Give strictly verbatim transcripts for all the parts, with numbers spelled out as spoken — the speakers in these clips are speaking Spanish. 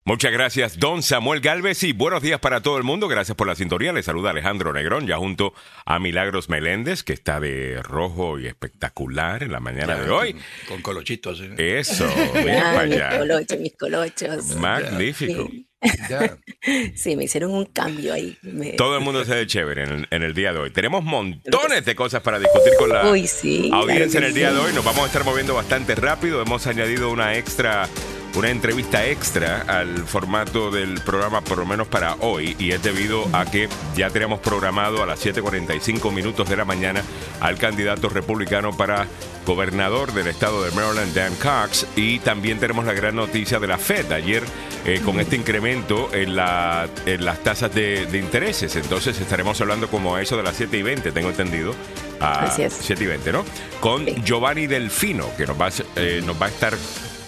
Muchas gracias, don Samuel Gálvez, y buenos días para todo el mundo. Gracias por la sintonía. Les saluda Alejandro Negrón, ya junto a Milagros Meléndez, que está de rojo y espectacular en la mañana ya, de hoy. Con, con colochitos. ¿eh? Eso, ven para allá. Mis colochos, mis colochos. Magnífico. Sí. Ya. Sí, me hicieron un cambio ahí. Me... Todo el mundo se ve chévere en el, en el día de hoy. Tenemos montones de cosas para discutir con la Uy, sí, audiencia claro en el día sí. de hoy. Nos vamos a estar moviendo bastante rápido. Hemos añadido una extra, una entrevista extra al formato del programa, por lo menos para hoy, y es debido a que ya teníamos programado a las siete cuarenta y cinco minutos de la mañana al candidato republicano para gobernador del estado de Maryland, Dan Cox, y también tenemos la gran noticia de la Fed ayer eh, con este incremento en, la, en las tasas de, de intereses. Entonces estaremos hablando como a eso de las siete y veinte, tengo entendido. A Así es. siete y veinte, ¿no? Con Sí. Giovanni Delfino, que nos va, eh, nos va a estar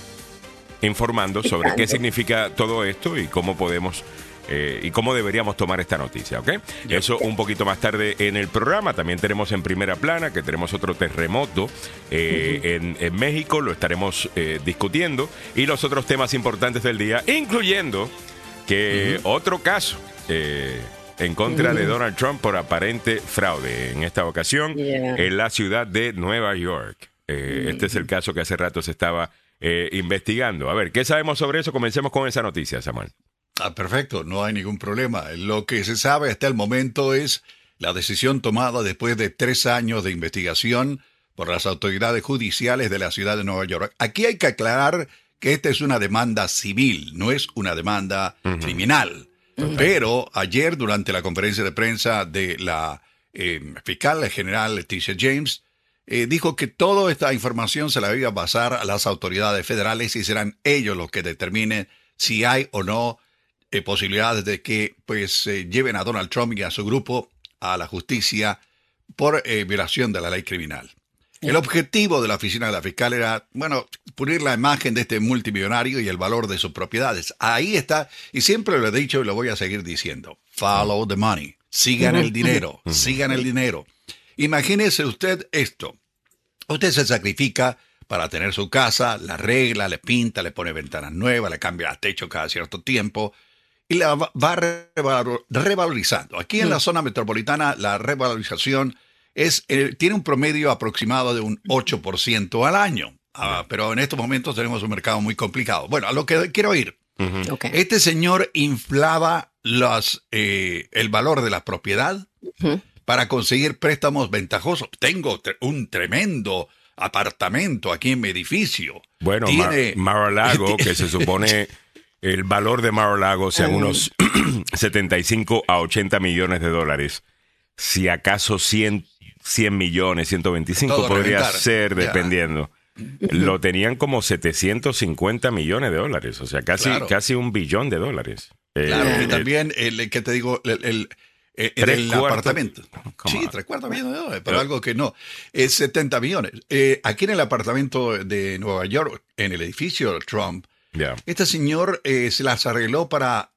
informando sobre qué significa todo esto y cómo podemos eh, y cómo deberíamos tomar esta noticia, ¿ok? Yep. Eso un poquito más tarde en el programa. También tenemos en primera plana que tenemos otro terremoto eh, uh-huh. en, en México, lo estaremos eh, discutiendo, y los otros temas importantes del día, incluyendo que uh-huh. otro caso eh, en contra uh-huh. de Donald Trump por aparente fraude, en esta ocasión yeah. en la ciudad de Nueva York. Eh, uh-huh. Este es el caso que hace rato se estaba Eh, investigando. A ver, ¿qué sabemos sobre eso? Comencemos con esa noticia, Samuel. Ah, perfecto, no hay ningún problema. Lo que se sabe hasta el momento es la decisión tomada después de tres años de investigación por las autoridades judiciales de la ciudad de Nueva York. Aquí hay que aclarar que esta es una demanda civil, no es una demanda uh-huh. criminal. Uh-huh. Pero ayer, durante la conferencia de prensa de la eh, fiscal general Leticia James, Eh, dijo que toda esta información se la iba a pasar a las autoridades federales y serán ellos los que determinen si hay o no eh, posibilidades de que pues eh, lleven a Donald Trump y a su grupo a la justicia por eh, violación de la ley criminal. El objetivo de la oficina de la fiscal era, bueno, pulir la imagen de este multimillonario y el valor de sus propiedades. Ahí está, y siempre lo he dicho y lo voy a seguir diciendo. Follow the money. Sigan el dinero. Sigan el dinero. Imagínese usted esto. Usted se sacrifica para tener su casa, la arregla, le pinta, le pone ventanas nuevas, le cambia el techo cada cierto tiempo y la va revalorizando. Aquí en la zona metropolitana la revalorización es, eh, tiene un promedio aproximado de un ocho por ciento al año. Ah, pero en estos momentos tenemos un mercado muy complicado. Bueno, a lo que quiero ir. Uh-huh. Okay. Este señor inflaba los, eh, el valor de la propiedad uh-huh. para conseguir préstamos ventajosos. Tengo tre- un tremendo apartamento aquí en mi edificio. Bueno, Tiene... Mar- Mar-a-Lago, que se supone el valor de Mar-a-Lago sea unos setenta y cinco a ochenta millones de dólares. Si acaso cien, cien millones, ciento veinticinco Todo podría reventar. ser, dependiendo. Yeah. Lo tenían como setecientos cincuenta millones de dólares, o sea, casi, claro. casi un billón de dólares. Claro, eh, y también, el, ¿qué te digo? El... el Eh, en el cuartos, apartamento. Sí, tres cuartos millones de dólares, pero, pero algo que no. Es setenta millones. Eh, aquí en el apartamento de Nueva York, en el edificio Trump, yeah. este señor eh, se las arregló para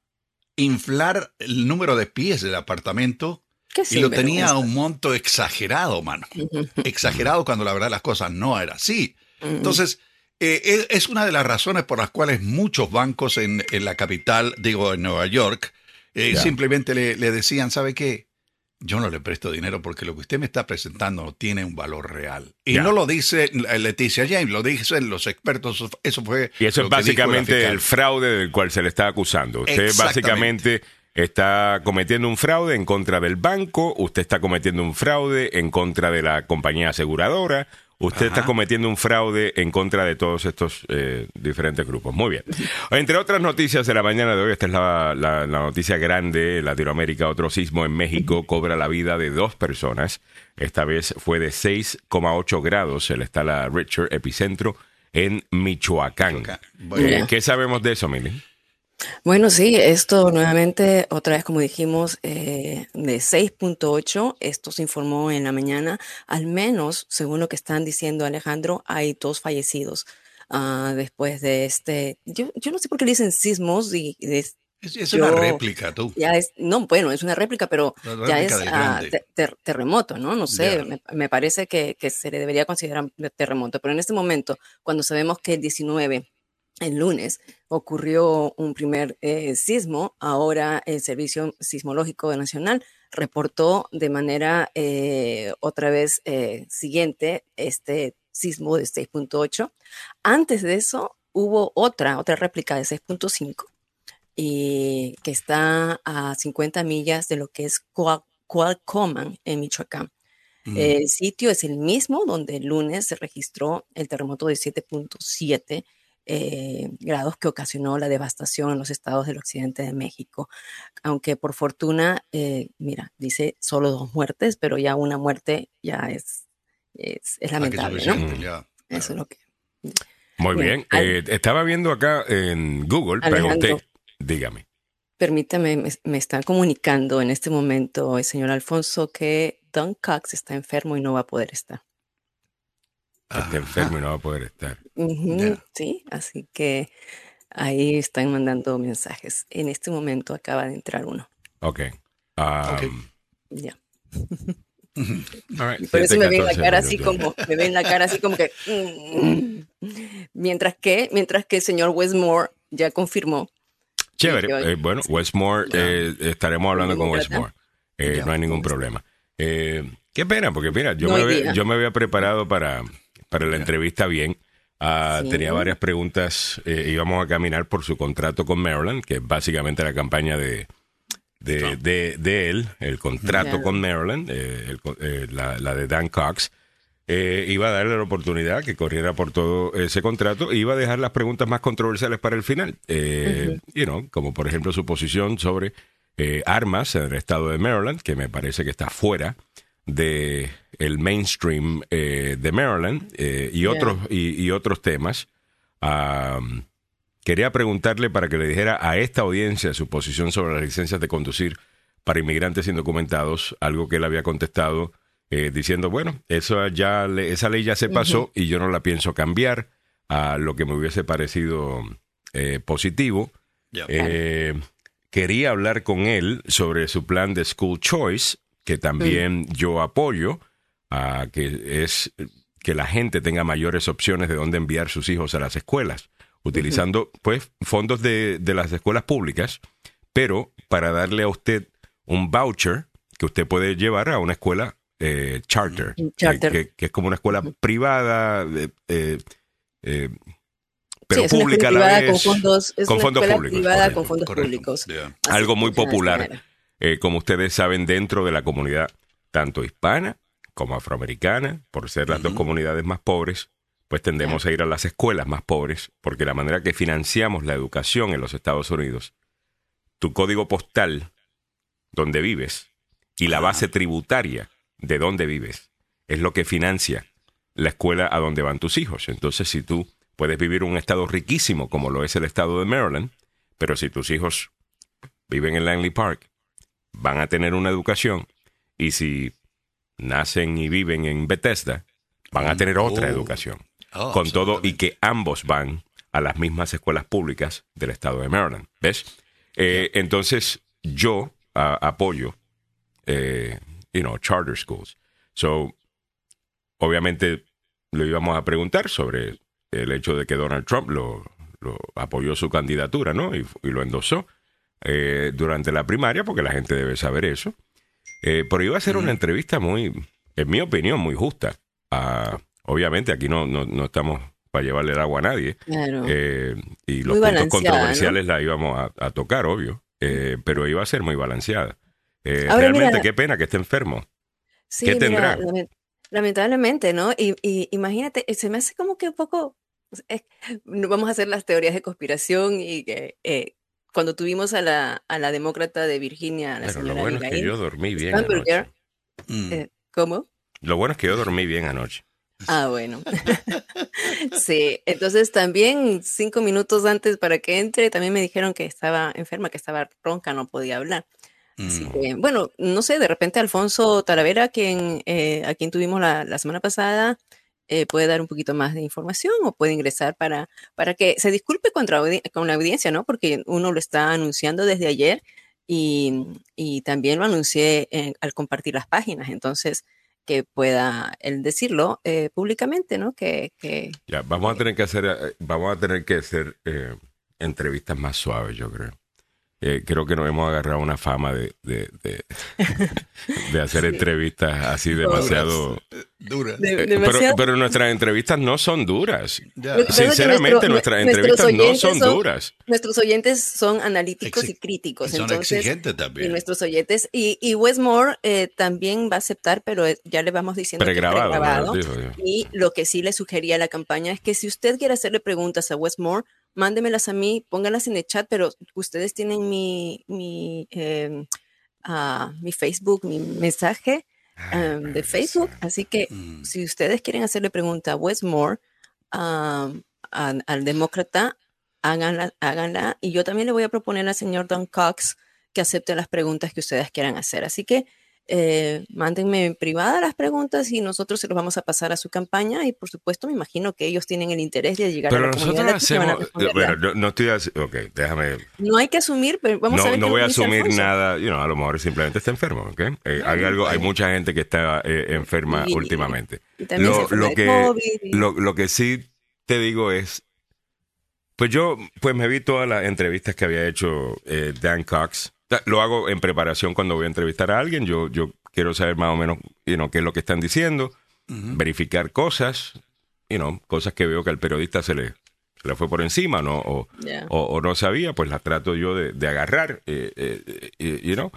inflar el número de pies del apartamento y lo tenía a un monto exagerado, mano. Exagerado cuando la verdad las cosas no eran así. Entonces, eh, es una de las razones por las cuales muchos bancos en, en la capital, digo, en Nueva York, Eh, yeah. simplemente le, le decían, ¿sabe qué? Yo no le presto dinero porque lo que usted me está presentando no tiene un valor real. Y yeah. no lo dice Leticia James, lo dicen los expertos. Eso fue Y eso es básicamente el fraude del cual se le está acusando. Usted básicamente está cometiendo un fraude en contra del banco, usted está cometiendo un fraude en contra de la compañía aseguradora, usted Ajá. está cometiendo un fraude en contra de todos estos eh, diferentes grupos. Muy bien. Entre otras noticias de la mañana de hoy, esta es la, la, la noticia grande en Latinoamérica. Otro sismo en México cobra la vida de dos personas. Esta vez fue de seis coma ocho grados. El escala Richter, epicentro en Michoacán. Bueno. Eh, ¿Qué sabemos de eso, Mili? Bueno, sí, esto nuevamente, otra vez como dijimos, eh, de seis punto ocho, esto se informó en la mañana, al menos, según lo que están diciendo Alejandro, hay dos fallecidos uh, después de este, yo, yo no sé por qué le dicen sismos y... y de, es es yo, una réplica, tú. Ya es, no, bueno, es una réplica, pero réplica ya es uh, ter, ter, terremoto, ¿no? No sé, yeah. me, me parece que, que se le debería considerar terremoto, pero en este momento, cuando sabemos que el diecinueve el lunes ocurrió un primer eh, sismo. Ahora el Servicio Sismológico Nacional reportó de manera eh, otra vez eh, siguiente este sismo de seis punto ocho. Antes de eso hubo otra, otra réplica de seis punto cinco y que está a cincuenta millas de lo que es Cualcoman en Michoacán. Mm. El sitio es el mismo donde el lunes se registró el terremoto de siete punto siete eh, grados que ocasionó la devastación en los estados del occidente de México. Aunque por fortuna, eh, mira, dice solo dos muertes, pero ya una muerte ya es, es, es lamentable, ah, ¿no? Ya. Eso es lo que... Muy bien. bien. Eh, estaba viendo acá en Google, Alejandro, pregunté, dígame. Permítame, me, me están comunicando en este momento el señor Alfonso que Don Cox está enfermo y no va a poder estar. Está enfermo y no va a poder estar. Uh-huh, yeah. Sí, así que ahí están mandando mensajes. En este momento acaba de entrar uno. Ok. Um, okay. Ya. Yeah. Right. Por eso me ven la cara así como, me ven la cara así como que. Mm, mientras que, mientras que el señor Westmore ya confirmó. Chévere. Yo, eh, bueno, Westmore, yeah. eh, estaremos hablando con Westmore. Eh, yeah. No hay ningún problema. Eh, qué pena, porque mira, yo, no me había, yo me había preparado para, para la entrevista bien. Uh, sí. Tenía varias preguntas. Eh, íbamos a caminar por su contrato con Maryland, que es básicamente la campaña de, de, de, de él, el contrato yeah. con Maryland, eh, el, eh, la, la de Dan Cox. Eh, iba a darle la oportunidad que corriera por todo ese contrato e iba a dejar las preguntas más controversiales para el final. Eh, uh-huh. You know, como por ejemplo su posición sobre eh, armas en el estado de Maryland, que me parece que está fuera de el mainstream eh, de Maryland eh, y, yeah. otros, y, y otros temas. Um, quería preguntarle para que le dijera a esta audiencia su posición sobre las licencias de conducir para inmigrantes indocumentados, algo que él había contestado Eh, diciendo, bueno, eso ya le, esa ley ya se pasó uh-huh. y yo no la pienso cambiar a lo que me hubiese parecido eh, positivo. Yeah. Eh, quería hablar con él sobre su plan de School Choice, que también uh-huh. yo apoyo, uh, que es que la gente tenga mayores opciones de dónde enviar sus hijos a las escuelas, utilizando uh-huh. pues fondos de, de las escuelas públicas, pero para darle a usted un voucher que usted puede llevar a una escuela Eh, charter, charter. Eh, que, que es como una escuela uh-huh. privada, eh, eh, eh, pero sí, pública a la vez, con fondos, es con una fondos escuela públicos. Privada Correcto, con fondos correcto. públicos. Yeah. Algo muy popular, eh, como ustedes saben, dentro de la comunidad tanto hispana como afroamericana, por ser las uh-huh. dos comunidades más pobres, pues tendemos yeah. a ir a las escuelas más pobres, porque la manera que financiamos la educación en los Estados Unidos, tu código postal donde vives y la base tributaria de dónde vives es lo que financia la escuela a donde van tus hijos. Entonces, si tú puedes vivir en un estado riquísimo como lo es el estado de Maryland, pero si tus hijos viven en Langley Park, van a tener una educación, y si nacen y viven en Bethesda, van a tener otra oh. educación. Oh, con todo y que ambos van a las mismas escuelas públicas del estado de Maryland. ¿Ves? Eh, yeah. Entonces, yo uh, apoyo eh, you know, charter schools. So, obviamente, le íbamos a preguntar sobre el hecho de que Donald Trump lo, lo apoyó su candidatura, ¿no? Y, y lo endosó eh, durante la primaria, porque la gente debe saber eso. Eh, pero iba a ser mm. una entrevista muy, en mi opinión, muy justa. Uh, obviamente, aquí no, no, no estamos para llevarle el agua a nadie. Claro. Eh, y los muy puntos controversiales, ¿no?, la íbamos a, a tocar, obvio. Eh, pero iba a ser muy balanceada. Eh, Ahora, realmente, mira, qué pena que esté enfermo. Sí, ¿Qué tendrá? Mira, lamentablemente, ¿no? Y, y imagínate, se me hace como que un poco... Eh, vamos a hacer las teorías de conspiración y que eh, cuando tuvimos a la, a la demócrata de Virginia, a la pero señora lo bueno Abigail, es que yo dormí bien anoche. Eh, ¿Cómo? Lo bueno es que yo dormí bien anoche. Ah, bueno. Sí, entonces también cinco minutos antes para que entre, también me dijeron que estaba enferma, que estaba ronca, no podía hablar. Así que, bueno, no sé, de repente Alfonso Talavera, quien, eh, a quien tuvimos la, la semana pasada, eh, puede dar un poquito más de información o puede ingresar para, para que se disculpe contra, con la audiencia, ¿no? Porque uno lo está anunciando desde ayer y, y también lo anuncié en, al compartir las páginas. Entonces, que pueda él decirlo eh, públicamente, ¿no? Que, que ya, vamos a tener que hacer, eh, vamos a tener que hacer eh, entrevistas más suaves, yo creo. Eh, creo que nos hemos agarrado una fama de, de, de, de hacer sí. entrevistas así demasiado duras. De, eh, pero, pero nuestras entrevistas no son duras. Ya. Sinceramente, nuestro, nuestras entrevistas no son, son duras. Nuestros oyentes son analíticos Exi y críticos. Son entonces, exigentes también. Y nuestros oyentes. Y, y Wes Moore eh, también va a aceptar, pero ya le vamos diciendo pregrabado, que es pregrabado. ¿no? Dijo, dijo. Y lo que sí le sugería a la campaña es que si usted quiere hacerle preguntas a Wes Moore, mándemelas a mí, pónganlas en el chat, pero ustedes tienen mi, mi, eh, uh, mi Facebook, mi mensaje um, de Facebook, así que mm. si ustedes quieren hacerle pregunta a Wes Moore, um, a, al demócrata, háganla, háganla, y yo también le voy a proponer al señor Don Cox que acepte las preguntas que ustedes quieran hacer, así que Eh, mándenme en privada las preguntas y nosotros se los vamos a pasar a su campaña y por supuesto me imagino que ellos tienen el interés de llegar pero a la nosotros comunidad hacemos bueno, no, no estoy así, ok, déjame no hay que asumir pero vamos no, a ver no voy a asumir nada you know, a lo mejor simplemente está enfermo okay? eh, no, hay algo hay mucha gente que está eh, enferma y, últimamente y también lo, se lo que COVID y... lo, lo que sí te digo es pues yo pues me vi todas las entrevistas que había hecho eh, Dan Cox. Lo hago en preparación cuando voy a entrevistar a alguien. Yo, yo quiero saber más o menos you know, qué es lo que están diciendo, uh-huh. verificar cosas, you know, cosas que veo que al periodista se le, se le fue por encima, ¿no? O, yeah. o, o no sabía, pues las trato yo de, de agarrar, eh, eh, eh, you know.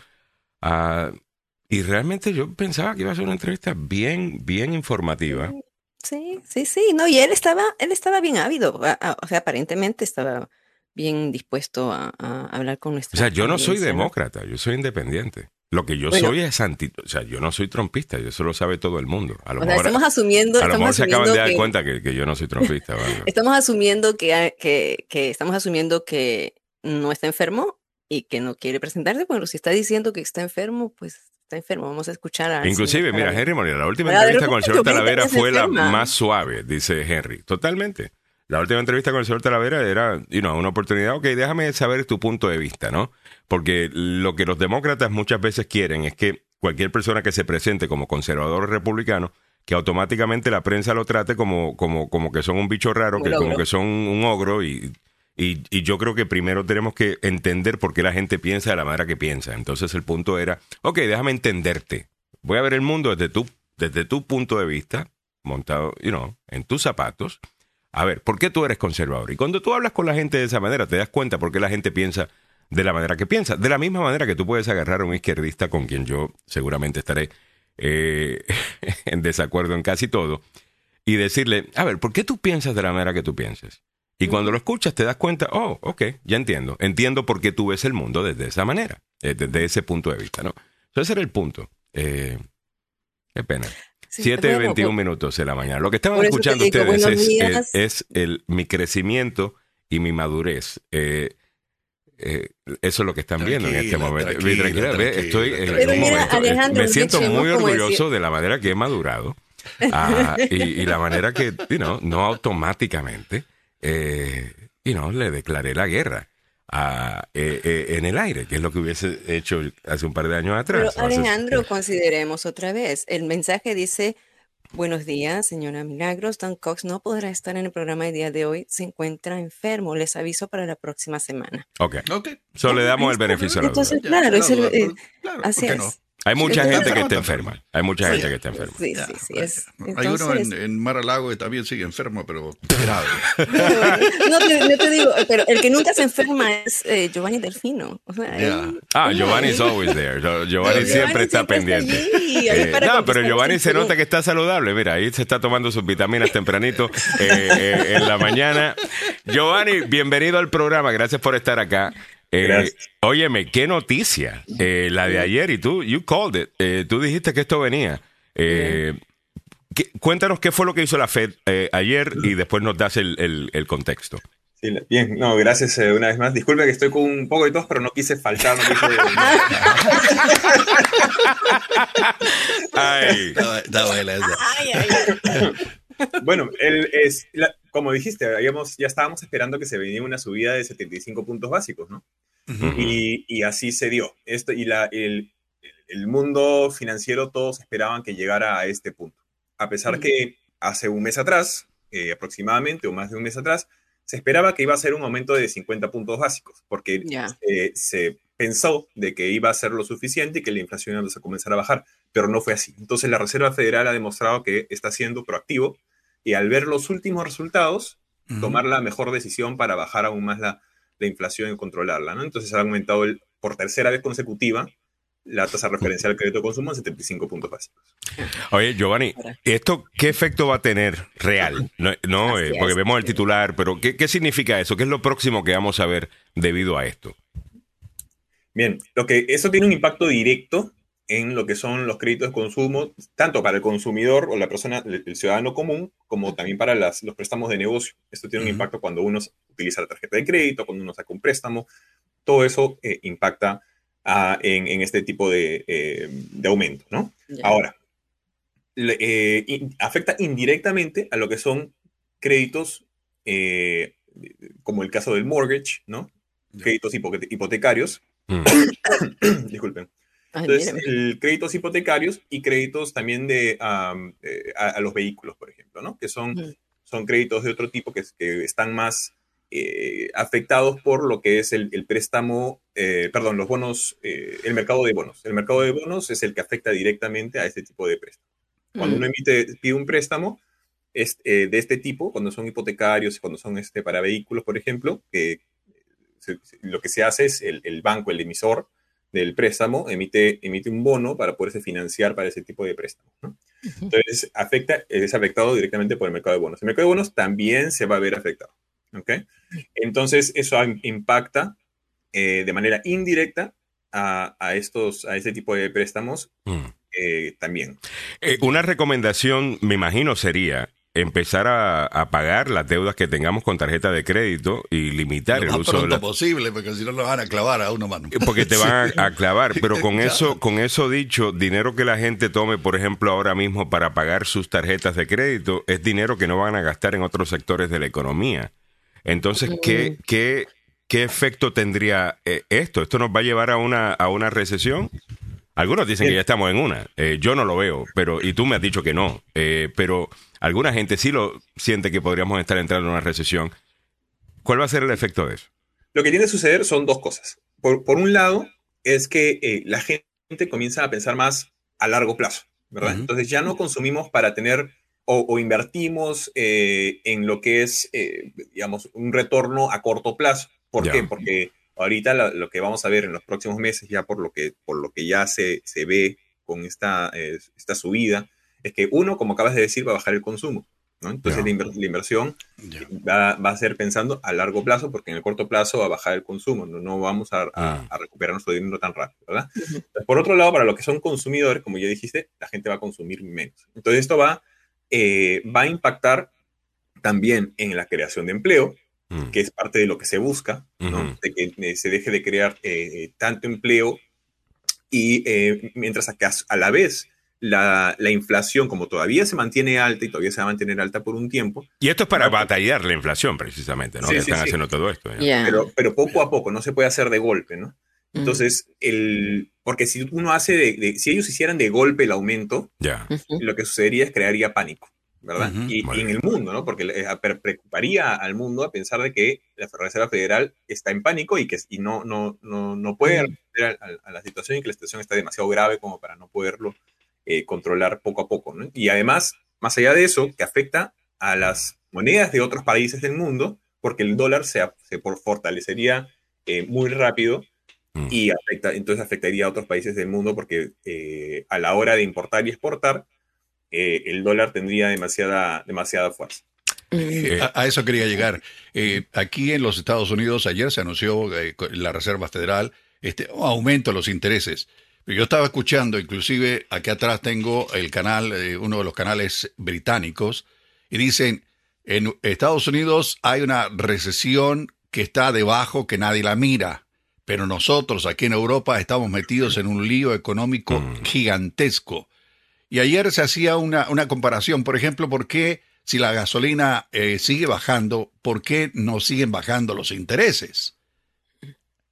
Uh, y realmente yo pensaba que iba a ser una entrevista bien, bien informativa. Sí, sí, sí. No, y él estaba, él estaba bien ávido. O sea, aparentemente estaba bien dispuesto a, a hablar con nuestra O sea, yo no soy ¿no? demócrata, yo soy independiente. Lo que yo bueno, soy es anti... O sea, yo no soy trompista, y eso lo sabe todo el mundo. A lo o mejor, sea, estamos asumiendo... A lo mejor estamos se acaban de dar que, cuenta que, que yo no soy trompista. ¿vale? Estamos asumiendo que, que, que... Estamos asumiendo que no está enfermo y que no quiere presentarse. Bueno, si está diciendo que está enfermo, pues está enfermo. Vamos a escuchar a... Inclusive, mira, Henry Molina, la última Pero entrevista con el señor Talavera fue la más suave, dice Henry. Totalmente. La última entrevista con el señor Talavera era, you know, una oportunidad, ok, déjame saber tu punto de vista, ¿no? Porque lo que los demócratas muchas veces quieren es que cualquier persona que se presente como conservador o republicano, que automáticamente la prensa lo trate como, como, como que son un bicho raro, que como que son un ogro, y, y, y yo creo que primero tenemos que entender por qué la gente piensa de la manera que piensa. Entonces el punto era, ok, déjame entenderte. Voy a ver el mundo desde tu, desde tu punto de vista, montado, you know, en tus zapatos. A ver, ¿por qué tú eres conservador? Y cuando tú hablas con la gente de esa manera, te das cuenta por qué la gente piensa de la manera que piensa. De la misma manera que tú puedes agarrar a un izquierdista con quien yo seguramente estaré eh, en desacuerdo en casi todo y decirle, a ver, ¿por qué tú piensas de la manera que tú piensas? Y cuando lo escuchas te das cuenta, oh, ok, ya entiendo. Entiendo por qué tú ves el mundo desde esa manera, eh, desde ese punto de vista, ¿no? So, ese era el punto. Eh, qué pena. Sí, siete bueno, veintiún bueno, minutos de la mañana. Lo que estaban escuchando digo, ustedes es, es, es el, mi crecimiento y mi madurez. Eh, eh, eso es lo que están tranquila, viendo en este momento. Tranquila, tranquila, tranquila, estoy en un mira, momento. Alejandro, me siento muy orgulloso decir... de la manera que he madurado uh, y, y la manera que, you know, no automáticamente, eh, you know, le declaré la guerra. Uh, eh, eh, en el aire, que es lo que hubiese hecho hace un par de años atrás. Pero Alejandro, hace... consideremos otra vez. El mensaje dice, buenos días, señora Milagros. Dan Cox no podrá estar en el programa el día de hoy. Se encuentra enfermo. Les aviso para la próxima semana. Ok. okay. Solo le damos el beneficio a la duda. Entonces, claro, es el, eh, claro así es. No? Hay mucha sí, gente que está enferma. Hay mucha sí, gente que está enferma. Sí, sí, sí. Es, entonces... Hay uno en, en Mar-a-Lago que también sigue enfermo, pero grave. No, te, no te digo, pero el que nunca se enferma es eh, Giovanni Delfino. O sea, yeah. él, ah, Giovanni's always there. Giovanni Giovanni siempre está siempre pendiente. Está eh, no, pero Giovanni se nota que está saludable. Mira, ahí se está tomando sus vitaminas tempranito eh, eh, en la mañana. Giovanni, bienvenido al programa. Gracias por estar acá. Eh, óyeme, qué noticia eh, la de ayer, y tú, you called it, eh, tú dijiste que esto venía. Eh, ¿qué, cuéntanos qué fue lo que hizo la Fed eh, ayer y después nos das el, el, el contexto. Sí, bien, no, gracias eh, una vez más. Disculpe que estoy con un poco de tos, pero no quise faltar. No quise... ay. Está, está buena esa. Ay, ay. Bueno, el, es, la, como dijiste, habíamos, ya estábamos esperando que se viniera una subida de setenta y cinco puntos básicos, ¿no? Uh-huh. Y, y así se dio. Esto, y la, el, el mundo financiero todos esperaban que llegara a este punto. A pesar que hace un mes atrás, eh, aproximadamente, o más de un mes atrás, se esperaba que iba a ser un aumento de cincuenta puntos básicos, porque Ya. eh, se pensó de que iba a ser lo suficiente y que la inflación iba a comenzar a bajar, pero no fue así. Entonces la Reserva Federal ha demostrado que está siendo proactivo y al ver los últimos resultados, Ujú. tomar la mejor decisión para bajar aún más la, la inflación y controlarla, ¿no? Entonces ha aumentado el, por tercera vez consecutiva la tasa referencial del crédito de consumo en setenta y cinco puntos básicos. Oye, Giovanni, ¿esto qué efecto va a tener real? No, no, eh, Así porque es. vemos el titular, pero ¿qué, ¿qué significa eso? ¿Qué es lo próximo que vamos a ver debido a esto? Bien, lo que, eso tiene un impacto directo en lo que son los créditos de consumo, tanto para el consumidor o la persona, el, el ciudadano común, como también para las, los préstamos de negocio. Esto tiene un Ujú. impacto cuando uno utiliza la tarjeta de crédito, cuando uno saca un préstamo. Todo eso eh, impacta ah, en, en este tipo de, eh, de aumento, ¿no? Ya. Ahora, le- eh, in- afecta indirectamente a lo que son créditos, eh, como el caso del mortgage, ¿no? Ya. Créditos hipo- hipotecarios. Mm. Disculpen. Ay, Entonces, mírame. el créditos hipotecarios y créditos también de, um, eh, a, a los vehículos, por ejemplo, ¿no? Que son, Mm. son créditos de otro tipo que, que están más eh, afectados por lo que es el, el préstamo, eh, perdón, los bonos, eh, el mercado de bonos. El mercado de bonos es el que afecta directamente a este tipo de préstamo. Cuando Mm. uno emite, pide un préstamo es, eh, de este tipo, cuando son hipotecarios, cuando son este, para vehículos, por ejemplo, que se- se- lo que se hace es el, el banco, el emisor del préstamo, emite, emite un bono para poderse financiar para ese tipo de préstamos, ¿no? Ujú. Entonces, afecta, es afectado directamente por el mercado de bonos. El mercado de bonos también se va a ver afectado, ¿ok? Entonces, eso im- impacta eh, de manera indirecta a, a, estos, a este tipo de préstamos Mm. eh, también. Eh, una recomendación, me imagino, sería empezar a, a pagar las deudas que tengamos con tarjeta de crédito y limitar Lo el más uso de pronto la... posible, porque si no lo van a clavar a uno, mano. Porque te van a, a clavar, pero con Claro. eso, con eso dicho, dinero que la gente tome, por ejemplo, ahora mismo para pagar sus tarjetas de crédito, es dinero que no van a gastar en otros sectores de la economía. Entonces, ¿qué, qué, qué efecto tendría eh, esto? ¿Esto nos va a llevar a una, a una recesión? Algunos dicen Bien. que ya estamos en una. Eh, yo no lo veo, pero y tú me has dicho que no. Eh, pero alguna gente sí lo siente que podríamos estar entrando en una recesión. ¿Cuál va a ser el efecto de eso? Lo que tiende a suceder son dos cosas. Por, por un lado, es que eh, la gente comienza a pensar más a largo plazo, ¿verdad? Ujú. Entonces ya no consumimos para tener o, o invertimos eh, en lo que es, eh, digamos, un retorno a corto plazo. ¿Por Ya. qué? Porque ahorita lo, lo que vamos a ver en los próximos meses, ya por lo que, por lo que ya se, se ve con esta, eh, esta subida, es que uno, como acabas de decir, va a bajar el consumo, ¿no? Entonces Ya. la, inver- la inversión Ya. va, va a ser pensando a largo plazo, porque en el corto plazo va a bajar el consumo, no, no vamos a, a- Mm. a recuperar nuestro dinero tan rápido, ¿verdad? Ujú. Entonces, por otro lado, para los que son consumidores, como ya dijiste, la gente va a consumir menos. Entonces esto va, eh, va a impactar también en la creación de empleo, Mm. que es parte de lo que se busca, ¿no? Ujú. De que eh, se deje de crear eh, tanto empleo y eh, mientras a, que a, a la vez la, la inflación, como todavía se mantiene alta y todavía se va a mantener alta por un tiempo, Y esto es para Claro. batallar la inflación, precisamente, ¿no? Sí, que sí, están sí. haciendo todo esto. ¿ya? Ya. pero, pero poco a poco, no se puede hacer de golpe, ¿no? Mm. Entonces, el, porque si uno hace de, de- si ellos hicieran de golpe el aumento, Ya. Ujú. lo que sucedería es crearía pánico, ¿verdad? Ujú. Y, Muy y en bien. el mundo, ¿no? Porque le- a- pre- preocuparía al mundo a pensar de que la Reserva Federal está en pánico y que y no, no, no, no puede Mm. responder a, a- a la situación y que la situación está demasiado grave como para no poderlo eh, controlar poco a poco, ¿no? Y además, más allá de eso, que afecta a las monedas de otros países del mundo, porque el dólar se, se por- fortalecería eh, muy rápido Mm. y afecta, entonces afectaría a otros países del mundo porque eh, a la hora de importar y exportar, eh, el dólar tendría demasiada, demasiada fuerza. Mm. Eh, A, a eso quería llegar. Eh, aquí en los Estados Unidos ayer se anunció eh, con la Reserva Federal este un aumento de los intereses. Yo estaba escuchando, inclusive aquí atrás tengo el canal, eh, uno de los canales británicos, y dicen, en Estados Unidos hay una recesión que está debajo, que nadie la mira, pero nosotros aquí en Europa estamos metidos en un lío económico Mm. gigantesco. Y ayer se hacía una, una comparación, por ejemplo, ¿por qué si la gasolina eh, sigue bajando, por qué no siguen bajando los intereses?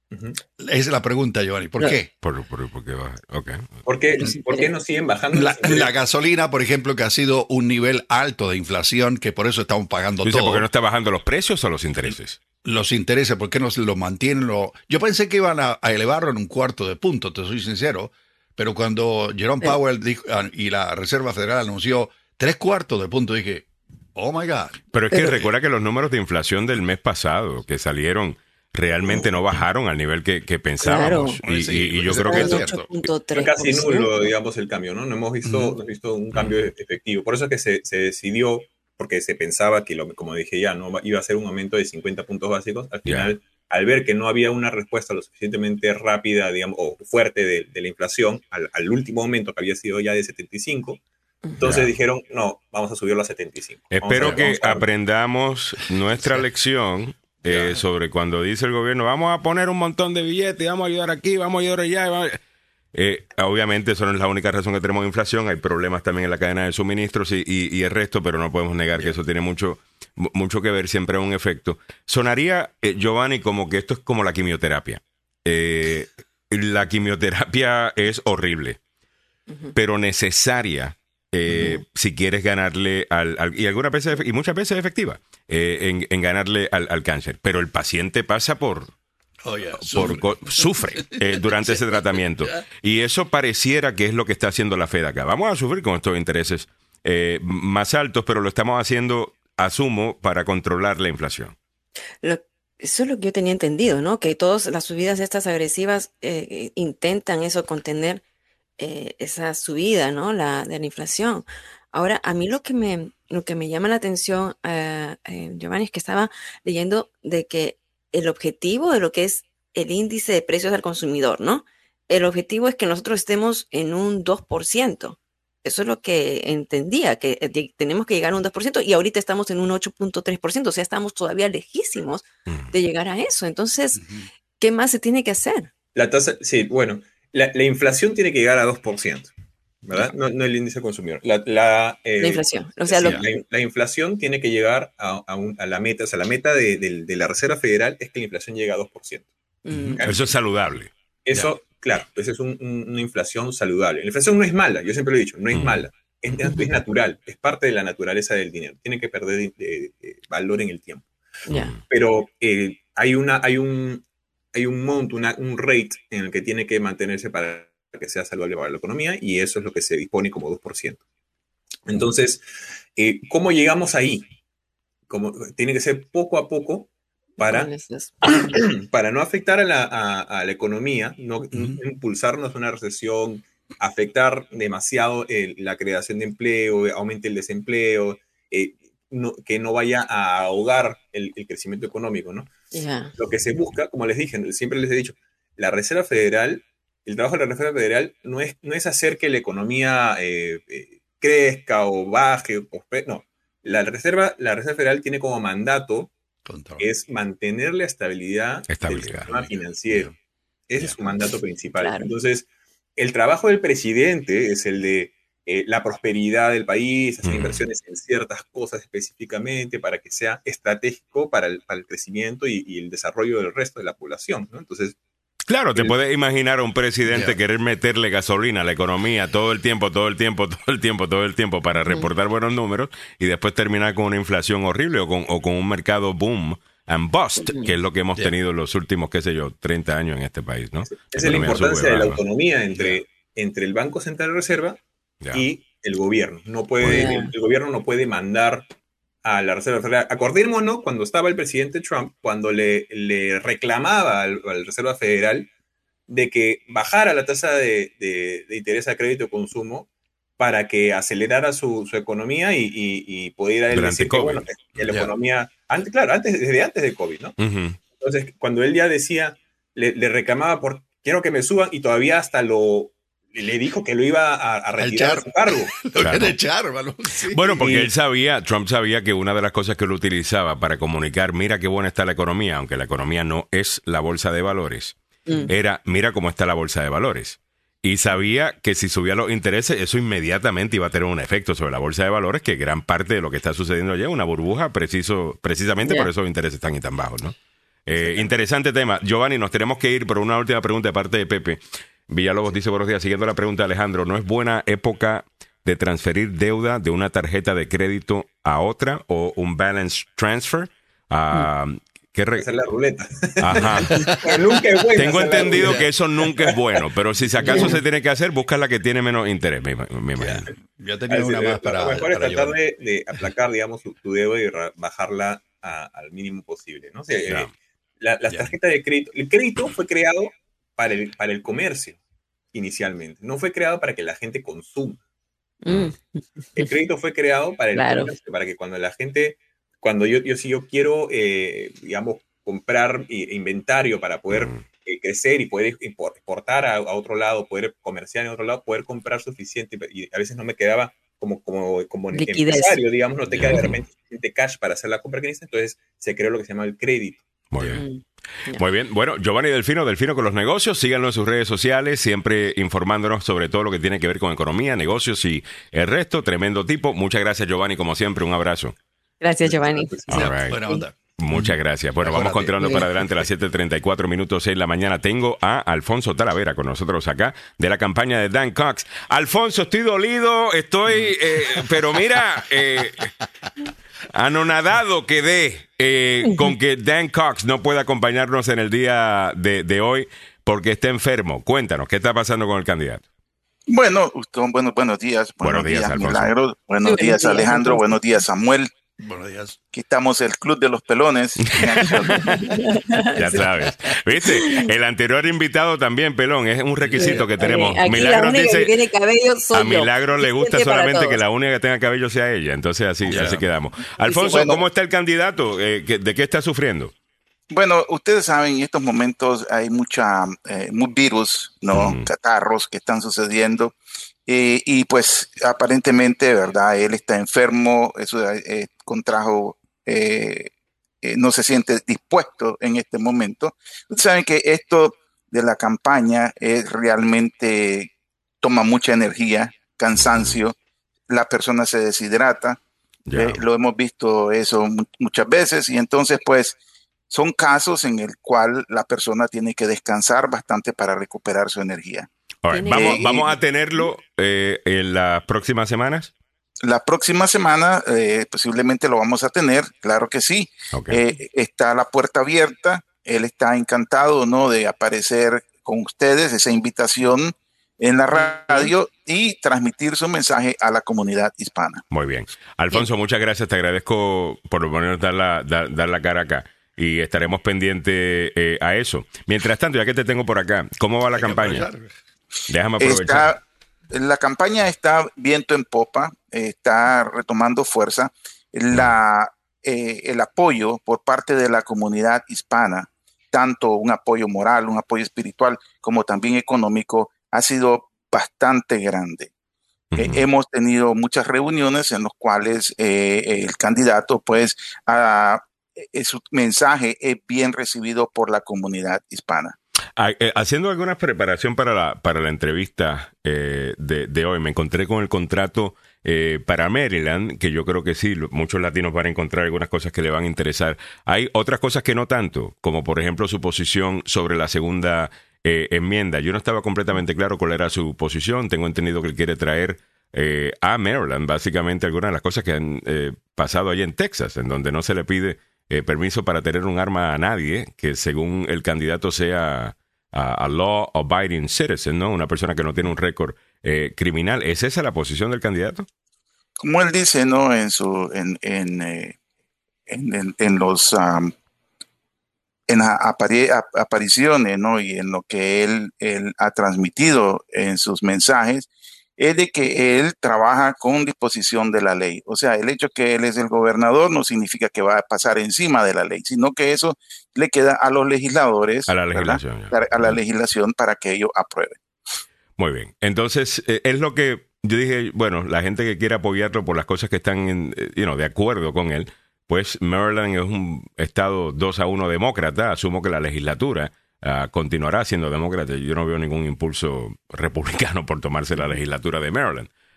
Uh-huh. Esa es la pregunta, Giovanni. ¿Por no. qué? ¿Por, por, por qué baja? Okay. ¿Por qué, ¿Por qué no siguen bajando? La, la gasolina, por ejemplo, que ha sido un nivel alto de inflación, que por eso estamos pagando Dice, todo. ¿Por qué no está bajando los precios o los intereses? Los intereses, ¿por qué no se lo mantienen? Lo... Yo pensé que iban a, a elevarlo en un cuarto de punto, te soy sincero, pero cuando Jerome sí. Powell dijo, y la Reserva Federal anunció tres cuartos de punto, dije, oh my God. Pero es que pero, recuerda que los números de inflación del mes pasado que salieron realmente no bajaron al nivel que, que pensábamos. Claro. Y, sí, y, y yo creo que es cierto. Fue casi nulo, digamos, el cambio, ¿no? No hemos visto, uh-huh. no hemos visto un cambio efectivo. Por eso es que se, se decidió, porque se pensaba que, lo, como dije ya, no iba a ser un aumento de cincuenta puntos básicos. Al final, yeah. al ver que no había una respuesta lo suficientemente rápida, digamos, o fuerte de, de la inflación, al, al último aumento que había sido ya de setenta y cinco, entonces yeah. dijeron, no, vamos a subirlo a setenta y cinco. Espero ver, que aprendamos nuestra lección. Eh, sobre cuando dice el gobierno, vamos a poner un montón de billetes, vamos a ayudar aquí, vamos a ayudar allá. Vamos a... Eh, obviamente eso no es la única razón que tenemos inflación, hay problemas también en la cadena de suministros y, y, y el resto, pero no podemos negar que eso tiene mucho, mucho que ver, siempre un efecto. Sonaría, eh, Giovanni, como que esto es como la quimioterapia. Eh, la quimioterapia es horrible, uh-huh. pero necesaria. Eh, uh-huh. Si quieres ganarle al, al y algunas veces y muchas veces efectiva eh, en, en ganarle al, al cáncer, pero el paciente pasa por oh, yeah. por sufre, co- sufre eh, durante ese tratamiento y eso pareciera que es lo que está haciendo la Fed acá. Vamos a sufrir con estos intereses eh, más altos, pero lo estamos haciendo, asumo, para controlar la inflación. Lo Eso es lo que yo tenía entendido, ¿no? Que todas las subidas estas agresivas eh, intentan eso, contener eh, esa subida, ¿no? La de la inflación. Ahora, a mí lo que me, lo que me llama la atención, uh, eh, Giovanni, es que estaba leyendo de que el objetivo de lo que es el índice de precios al consumidor, ¿no? El objetivo es que nosotros estemos en un dos por ciento. Eso es lo que entendía, que eh, tenemos que llegar a un dos por ciento y ahorita estamos en un ocho punto tres por ciento, o sea, estamos todavía lejísimos de llegar a eso. Entonces, ¿qué más se tiene que hacer? La tasa, sí, bueno, la, la inflación tiene que llegar a dos por ciento, ¿verdad? No, no el índice consumidor. La, la, eh, la inflación. O sea, sí, lo... la, la inflación tiene que llegar a, a, un, a la meta, o sea, la meta de, de, de la Reserva Federal es que la inflación llegue a dos por ciento. Mm. Eso es saludable. Eso, yeah. claro, esa es un, un, una inflación saludable. La inflación no es mala, yo siempre lo he dicho, no es mm. mala. Es, es natural, es parte de la naturaleza del dinero. Tiene que perder de, de, de valor en el tiempo. Yeah. Pero eh, hay, una, hay, un, hay un monto, una, un rate en el que tiene que mantenerse para que sea saludable para la economía y eso es lo que se dispone como dos por ciento. Entonces, eh, ¿cómo llegamos ahí? Como, tiene que ser poco a poco para, para no afectar a la, a, a la economía, no uh-huh. impulsarnos a una recesión, afectar demasiado eh, la creación de empleo, aumente el desempleo, eh, no, que no vaya a ahogar el, el crecimiento económico, ¿no? Yeah. Lo que se busca, como les dije, siempre les he dicho, la Reserva Federal, el trabajo de la Reserva Federal no es, no es hacer que la economía eh, eh, crezca o baje, o, no. La Reserva, la Reserva Federal tiene como mandato Control. es mantener la estabilidad, estabilidad. del sistema financiero. Yeah. Ese yeah. es su mandato principal. Claro. Entonces, el trabajo del presidente es el de eh, la prosperidad del país, hacer mm. inversiones en ciertas cosas específicamente para que sea estratégico para el, para el crecimiento y, y el desarrollo del resto de la población, ¿no? Entonces, claro, te el, puedes imaginar a un presidente yeah. querer meterle gasolina a la economía todo el tiempo, todo el tiempo, todo el tiempo, todo el tiempo para mm. reportar buenos números y después terminar con una inflación horrible o con, o con un mercado boom and bust, que es lo que hemos yeah. tenido los últimos, qué sé yo, treinta años en este país, ¿no? Esa es la importancia sube, de la autonomía entre, yeah. entre el Banco Central de Reserva yeah. y el gobierno. No puede, yeah. el, el gobierno no puede mandar a la Reserva Federal. Acordémonos cuando estaba el presidente Trump, cuando le, le reclamaba al, al Reserva Federal de que bajara la tasa de, de, de interés a crédito y consumo para que acelerara su, su economía y, y, y pudiera él decir que, bueno, que la yeah. economía, antes, claro, antes, desde antes de COVID, ¿no? Uh-huh. Entonces, cuando él ya decía, le, le reclamaba por, quiero que me suban, y todavía hasta lo, le dijo que lo iba a, a retirar de su cargo. Lo claro. echar, ¿vale? Sí. Bueno, porque y, él sabía, Trump sabía que una de las cosas que él utilizaba para comunicar, mira qué buena está la economía, aunque la economía no es la bolsa de valores, mm. era, mira cómo está la bolsa de valores. Y sabía que si subía los intereses, eso inmediatamente iba a tener un efecto sobre la bolsa de valores, que gran parte de lo que está sucediendo allá es una burbuja, preciso, precisamente yeah. por esos intereses tan y tan bajos, ¿no? Eh, interesante tema. Giovanni, nos tenemos que ir por una última pregunta de parte de Pepe. Villalobos dice, buenos días, siguiendo la pregunta de Alejandro, ¿no es buena época de transferir deuda de una tarjeta de crédito a otra o un balance transfer? Uh, ¿qué re- hacer la ruleta. Ajá. Nunca es bueno. Tengo entendido que eso nunca es bueno, pero si acaso se tiene que hacer, busca la que tiene menos interés, me, me imagino. Ya tenía una más para... Lo mejor es para tratar de, de aplacar, digamos, tu, tu deuda y ra- bajarla a, al mínimo posible, ¿no? O sea, Ya. eh, la, las Ya. tarjetas de crédito, el crédito fue creado para el, para el comercio inicialmente, no fue creado para que la gente consuma. Mm. El crédito fue creado para el Claro. comercio, para que cuando la gente, cuando yo, yo si yo quiero, eh, digamos, comprar eh, inventario para poder Mm. eh, crecer y poder impor- exportar a, a otro lado, poder comerciar en otro lado, poder comprar suficiente, y a veces no me quedaba como, como, como Liquidez. empresario, digamos, no te queda de Ujú. repente suficiente cash para hacer la compra que necesitas, entonces se creó lo que se llama el crédito. Muy bien. Mm. Ya. Muy bien. Bueno, Giovanni Delfino, Delfino con los negocios, síganlo en sus redes sociales, siempre informándonos sobre todo lo que tiene que ver con economía, negocios y el resto. Tremendo tipo. Muchas gracias, Giovanni, como siempre. Un abrazo. Gracias, Giovanni. All right. Buena onda. Muchas gracias. Bueno, vamos Mejórate. continuando Muy para bien. adelante a las siete treinta y cuatro minutos, seis de la mañana. Tengo a Alfonso Talavera con nosotros acá de la campaña de Dan Cox. Alfonso, estoy dolido, estoy, eh, pero mira, eh, anonadado quedé eh, con que Dan Cox no pueda acompañarnos en el día de, de hoy porque está enfermo. Cuéntanos, ¿qué está pasando con el candidato? Bueno, usted- bueno, buenos días, Buenos buenos, días, días, Alfonso. Milagros, buenos Buenos días, días, Alejandro, Alfonso. buenos días, Samuel. Buenos días. Aquí estamos, el Club de los Pelones. Ya sabes. ¿Viste? El anterior invitado también, pelón, es un requisito que tenemos. Eh, Aquí la Milagros única dice... que tiene cabello soy A yo. Milagro le gusta Suficiente para solamente que todos. la única que tenga cabello sea ella. Entonces así, Ya. así quedamos. Alfonso, bueno. ¿cómo está el candidato? Eh, ¿qué- ¿De qué está sufriendo? Bueno, ustedes saben, en estos momentos hay mucha, eh, muy virus, ¿no? Ujú. Catarros que están sucediendo. Eh, y pues aparentemente, ¿verdad? Él está enfermo, eso eh, contrajo, eh, eh, no se siente dispuesto en este momento. Ustedes saben que esto de la campaña es realmente toma mucha energía, cansancio, la persona se deshidrata. Ya. Eh, lo hemos visto eso mu- muchas veces y entonces pues son casos en el cual la persona tiene que descansar bastante para recuperar su energía. All right. Tiene- Vamos, Eh, vamos eh, a tenerlo eh, en las próximas semanas. La próxima semana eh, posiblemente lo vamos a tener, claro que sí. Ok. Eh, está la puerta abierta, él está encantado, ¿no?, de aparecer con ustedes, esa invitación en la radio y transmitir su mensaje a la comunidad hispana. Muy bien. Alfonso, muchas gracias. Te agradezco por lo menos dar la, dar, dar la cara acá. Y estaremos pendientes eh, a eso. Mientras tanto, ya que te tengo por acá, ¿cómo va la Hay que campaña? aprovechar. Déjame aprovechar. Está, la campaña está viento en popa, eh, está retomando fuerza. La, eh, el apoyo por parte de la comunidad hispana, tanto un apoyo moral, un apoyo espiritual, como también económico, ha sido bastante grande. Eh, Ujú. hemos tenido muchas reuniones en las cuales eh, el candidato, pues, ah, eh, su mensaje es bien recibido por la comunidad hispana. Ah, eh, haciendo alguna preparación para la, para la entrevista eh, de, de hoy, me encontré con el contrato eh, para Maryland, que yo creo que sí, lo- muchos latinos van a encontrar algunas cosas que le van a interesar. Hay otras cosas que no tanto, como por ejemplo su posición sobre la segunda eh, enmienda. Yo no estaba completamente claro cuál era su posición. Tengo entendido que él quiere traer eh, a Maryland básicamente algunas de las cosas que han eh, pasado allá en Texas, en donde no se le pide eh, permiso para tener un arma a nadie, que según el candidato sea a, a law-abiding citizen, ¿no? Una persona que no tiene un récord eh, criminal. ¿Es esa la posición del candidato? Como él dice, ¿no? En su, en, en, eh, en, en- en los, um, en las apari- ap- apariciones, ¿no? Y en lo que él, él ha transmitido en sus mensajes, es de que él trabaja con disposición de la ley. O sea, el hecho que él es el gobernador no significa que va a pasar encima de la ley, sino que eso le queda a los legisladores, A la ¿verdad? legislación, ya. Para- a la legislación para que ellos aprueben. Muy bien. Entonces, eh, es lo que yo dije, bueno, la gente que quiere apoyarlo por las cosas que están en, eh, you know, de acuerdo con él, pues Maryland es un estado dos a uno demócrata. Asumo que la legislatura uh, continuará siendo demócrata. Yo no veo ningún impulso republicano por tomarse la legislatura de Maryland.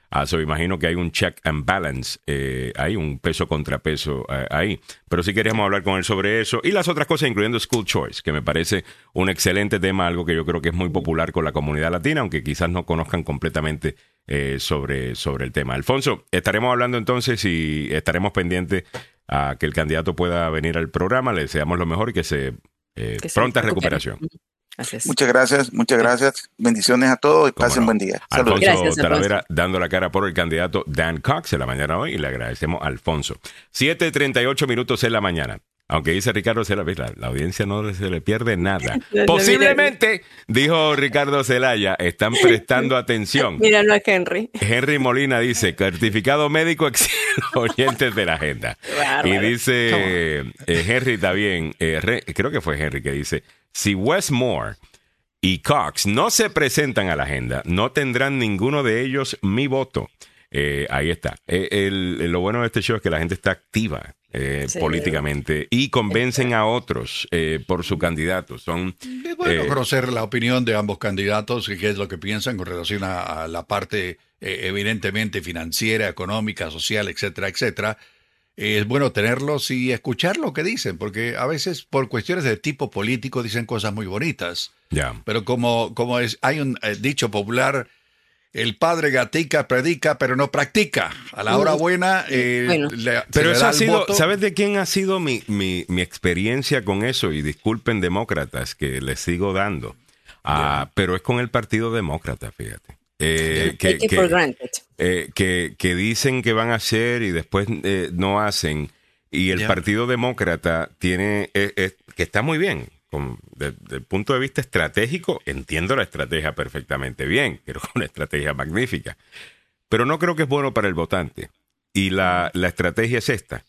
Uh, so imagino que hay un check and balance, eh, hay un peso contrapeso eh, ahí. Pero sí queríamos hablar con él sobre eso y las otras cosas, incluyendo School Choice, que me parece un excelente tema, algo que yo creo que es muy popular con la comunidad latina, aunque quizás no conozcan completamente eh, sobre, sobre el tema. Alfonso, estaremos hablando entonces y estaremos pendientes a que el candidato pueda venir al programa. Le deseamos lo mejor y que se eh, que pronta se recuperación. Muchas gracias, muchas gracias. Bendiciones a todos y pasen no? buen día. Saludos. Alfonso gracias, Talavera dando la cara por el candidato Dan Cox en la mañana hoy y le agradecemos a Alfonso. siete treinta y ocho minutos en la mañana. Aunque dice Ricardo Zelaya, la, la audiencia no se le pierde nada. Posiblemente, dijo Ricardo Zelaya, están prestando atención. Míralo a Henry. Henry Molina dice, certificado médico exige oyentes de la agenda. Bárbaro. Y dice, eh, Henry está bien, eh, re, creo que fue Henry que dice, si Wes Moore y Cox no se presentan a la agenda, no tendrán ninguno de ellos mi voto. Eh, ahí está. Eh, el, el, lo bueno de este show es que la gente está activa eh, sí, políticamente y convencen a otros eh, por su candidato. Son, es bueno eh, conocer la opinión de ambos candidatos y qué es lo que piensan con relación a, a la parte eh, evidentemente financiera, económica, social, etcétera, etcétera. Es bueno tenerlos y escuchar lo que dicen, porque a veces por cuestiones de tipo político dicen cosas muy bonitas. Yeah. Pero como, como es, hay un eh, dicho popular, el padre gatica, predica, pero no practica. A la hora buena, eh, bueno. le, pero eso ha sido, voto. ¿Sabes de quién ha sido mi, mi, mi experiencia con eso? Y disculpen, demócratas, que les sigo dando. Yeah. Uh, pero es con el Partido Demócrata, fíjate. Eh, que, que, eh, que, que dicen que van a hacer y después eh, no hacen. Y el yeah. Partido Demócrata tiene, eh, eh, que está muy bien. Desde el punto de vista estratégico, entiendo la estrategia perfectamente bien, creo que es una estrategia magnífica, pero no creo que es bueno para el votante. Y la, la estrategia es esta.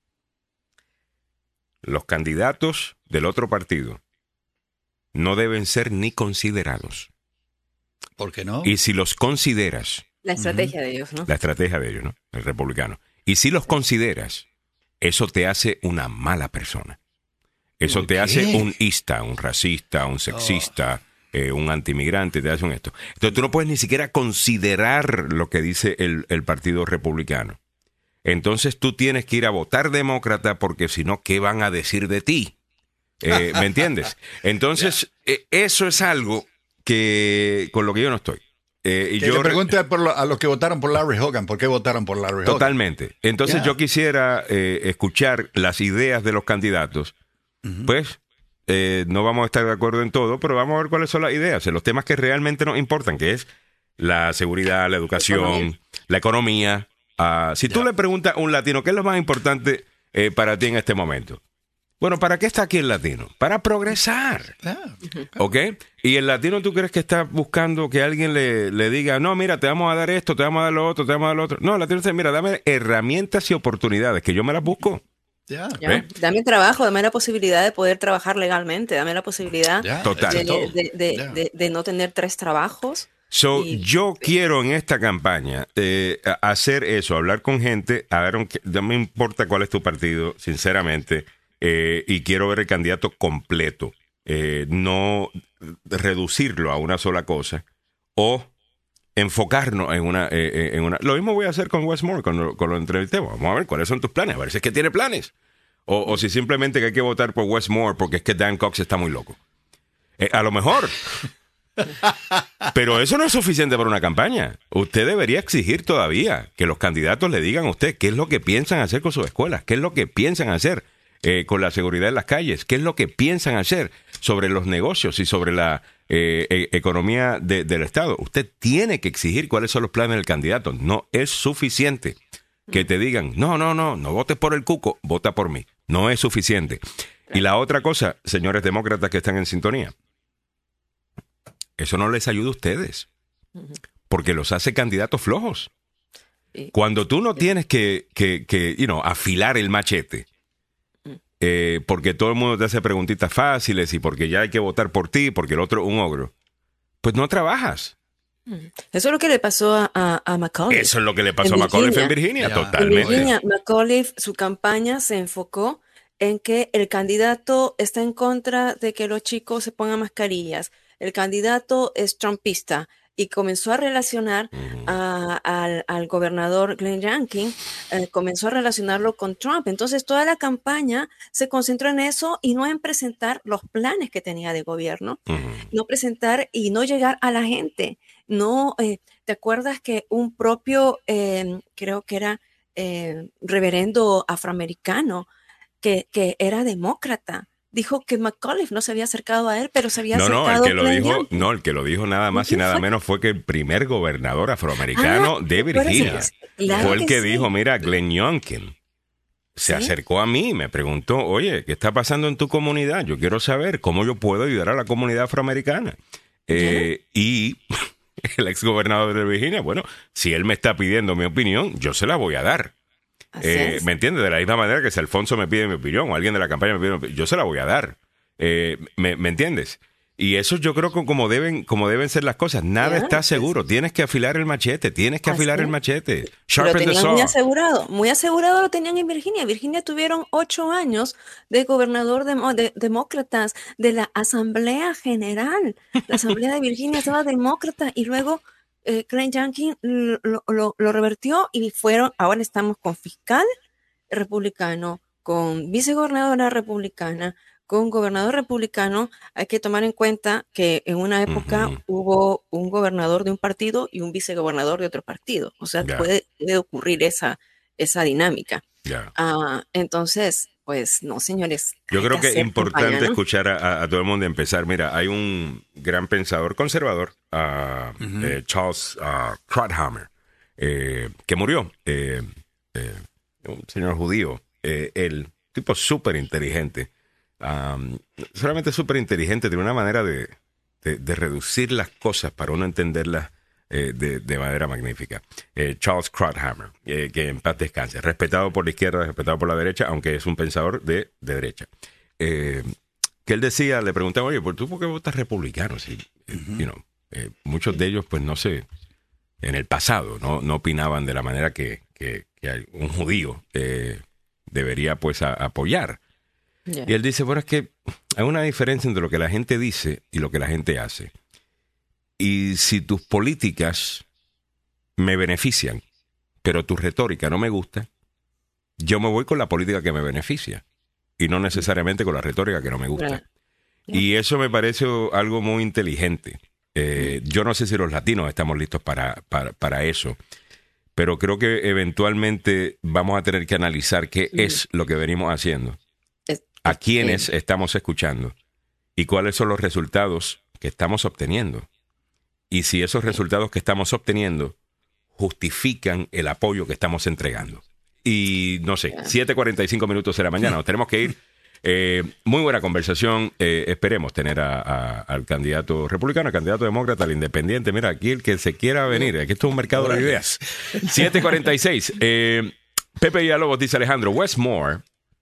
Los candidatos del otro partido no deben ser ni considerados. ¿Por qué no? Y si los consideras... La estrategia uh-huh. de ellos, ¿no? La estrategia de ellos, ¿no? El republicano. Y si los consideras, eso te hace una mala persona. Eso te hace un ista, un racista, un sexista, oh. eh, un antimigrante, te hace un esto. Entonces tú no puedes ni siquiera considerar lo que dice el, el Partido Republicano. Entonces tú tienes que ir a votar demócrata porque si no, ¿qué van a decir de ti? Eh, ¿Me entiendes? Entonces, yeah. eh, eso es algo que con lo que yo no estoy. Eh, y que yo le pregunte por lo, a los que votaron por Larry Hogan, ¿por qué votaron por Larry Hogan? Totalmente. Entonces yeah. yo quisiera eh, escuchar las ideas de los candidatos. Uh-huh. Pues eh, no vamos a estar de acuerdo en todo, pero vamos a ver cuáles son las ideas, en los temas que realmente nos importan, que es la seguridad, la educación, economía. la economía. Uh, si yeah. tú le preguntas a un latino, ¿qué es lo más importante eh, para ti en este momento? Bueno, ¿para qué está aquí el latino? Para progresar. Yeah. ¿Ok? Y el latino, ¿tú crees que está buscando que alguien le, le diga, no, mira, te vamos a dar esto, te vamos a dar lo otro, te vamos a dar lo otro? No, el latino dice, mira, dame herramientas y oportunidades, que yo me las busco. Yeah. Ya, dame trabajo, dame la posibilidad de poder trabajar legalmente, dame la posibilidad yeah. de, de, de, yeah. de, de no tener tres trabajos. So, y... yo quiero en esta campaña eh, hacer eso, hablar con gente, a ver, no me importa cuál es tu partido, sinceramente, eh, y quiero ver el candidato completo, eh, no reducirlo a una sola cosa o enfocarnos en una, eh, en una... Lo mismo voy a hacer con Wes Moore, con lo, con lo entrevistemos. Vamos a ver cuáles son tus planes, a ver si es que tiene planes. O, o si simplemente que hay que votar por Wes Moore porque es que Dan Cox está muy loco. Eh, a lo mejor. Pero eso no es suficiente para una campaña. Usted debería exigir todavía que los candidatos le digan a usted qué es lo que piensan hacer con sus escuelas, qué es lo que piensan hacer eh, con la seguridad en las calles, qué es lo que piensan hacer sobre los negocios y sobre la eh, eh, economía de, del Estado. Usted tiene que exigir cuáles son los planes del candidato. No es suficiente que te digan, no, no, no, no votes por el cuco, vota por mí. No es suficiente. Y la otra cosa, señores demócratas que están en sintonía, eso no les ayuda a ustedes, porque los hace candidatos flojos. Cuando tú no tienes que, que, que you know, afilar el machete, eh, porque todo el mundo te hace preguntitas fáciles y porque ya hay que votar por ti, porque el otro es un ogro, pues no trabajas. Eso es lo que le pasó a, a, a McAuliffe. Eso es lo que le pasó en a McAuliffe en Virginia, yeah. totalmente. En Virginia, McAuliffe, su campaña se enfocó en que el candidato está en contra de que los chicos se pongan mascarillas. El candidato es trumpista y comenzó a relacionar uh-huh. a, a, al, al gobernador Glenn Youngkin, eh, comenzó a relacionarlo con Trump. Entonces toda la campaña se concentró en eso y no en presentar los planes que tenía de gobierno, uh-huh. no presentar y no llegar a la gente. No, eh, ¿te acuerdas que un propio, eh, creo que era eh, reverendo afroamericano, que, que era demócrata, dijo que McAuliffe no se había acercado a él, pero se había no, acercado no, el que lo Glenn dijo, Youngkin. no, el que lo dijo nada más y nada fue? menos fue que el primer gobernador afroamericano ah, de Virginia claro fue el que, que sí. dijo, mira, Glenn Youngkin se ¿Sí? acercó a mí y me preguntó, oye, ¿qué está pasando en tu comunidad? Yo quiero saber cómo yo puedo ayudar a la comunidad afroamericana. Eh, y el exgobernador de Virginia, bueno, si él me está pidiendo mi opinión, yo se la voy a dar. Eh, ¿Me entiendes? De la misma manera que si Alfonso me pide mi opinión o alguien de la campaña me pide mi opinión, yo se la voy a dar. Eh, ¿me, ¿Me entiendes? Y eso yo creo que como deben, como deben ser las cosas. Nada yeah, está seguro. Sí. Tienes que afilar el machete. Tienes que afilar el machete. Lo tenían muy asegurado. Muy asegurado lo tenían en Virginia. Virginia tuvieron ocho años de gobernador de, de, demócratas de la Asamblea General. La Asamblea de Virginia estaba demócrata y luego eh, Glenn Youngkin lo, lo, lo revertió y fueron, ahora estamos con fiscal republicano, con vicegobernadora republicana, con gobernador republicano. Hay que tomar en cuenta que en una época uh-huh. hubo un gobernador de un partido y un vicegobernador de otro partido. O sea, yeah. puede, puede ocurrir esa, esa dinámica. Yeah. Uh, entonces, pues no, señores. Yo creo que, que es importante campaña, ¿no? escuchar a, a todo el mundo empezar. Mira, hay un gran pensador conservador, uh, uh-huh. eh, Charles uh, Krauthammer, eh, que murió. Eh, eh, un señor judío. Eh, el tipo súper inteligente. Um, solamente súper inteligente, tiene una manera de, de, de reducir las cosas para uno entenderlas eh, de, de manera magnífica. Eh, Charles Krauthammer, eh, que en paz descanse, respetado por la izquierda, respetado por la derecha, aunque es un pensador de, de derecha. Eh, que él decía, le preguntaba, oye, ¿tú por qué votas republicano? Si, uh-huh. you know, eh, muchos de ellos, pues no sé, en el pasado no, no opinaban de la manera que, que, que un judío eh, debería pues a, apoyar. Yeah. Y él dice, bueno, es que hay una diferencia entre lo que la gente dice y lo que la gente hace. Y si tus políticas me benefician, pero tu retórica no me gusta, yo me voy con la política que me beneficia y no necesariamente con la retórica que no me gusta. Yeah. Y eso me parece algo muy inteligente. Eh, yo no sé si los latinos estamos listos para, para, para eso, pero creo que eventualmente vamos a tener que analizar qué mm. es lo que venimos haciendo. A quiénes estamos escuchando y cuáles son los resultados que estamos obteniendo. Y si esos resultados que estamos obteniendo justifican el apoyo que estamos entregando. Y no sé, siete cuarenta y cinco minutos de la mañana, nos tenemos que ir. Eh, muy buena conversación. Eh, esperemos tener a, a, al candidato republicano, al candidato demócrata, al independiente. Mira, aquí el que se quiera venir. Aquí esto es un mercado de ideas. siete cuarenta y seis. Eh, Pepe Villalobos dice Alejandro, Westmore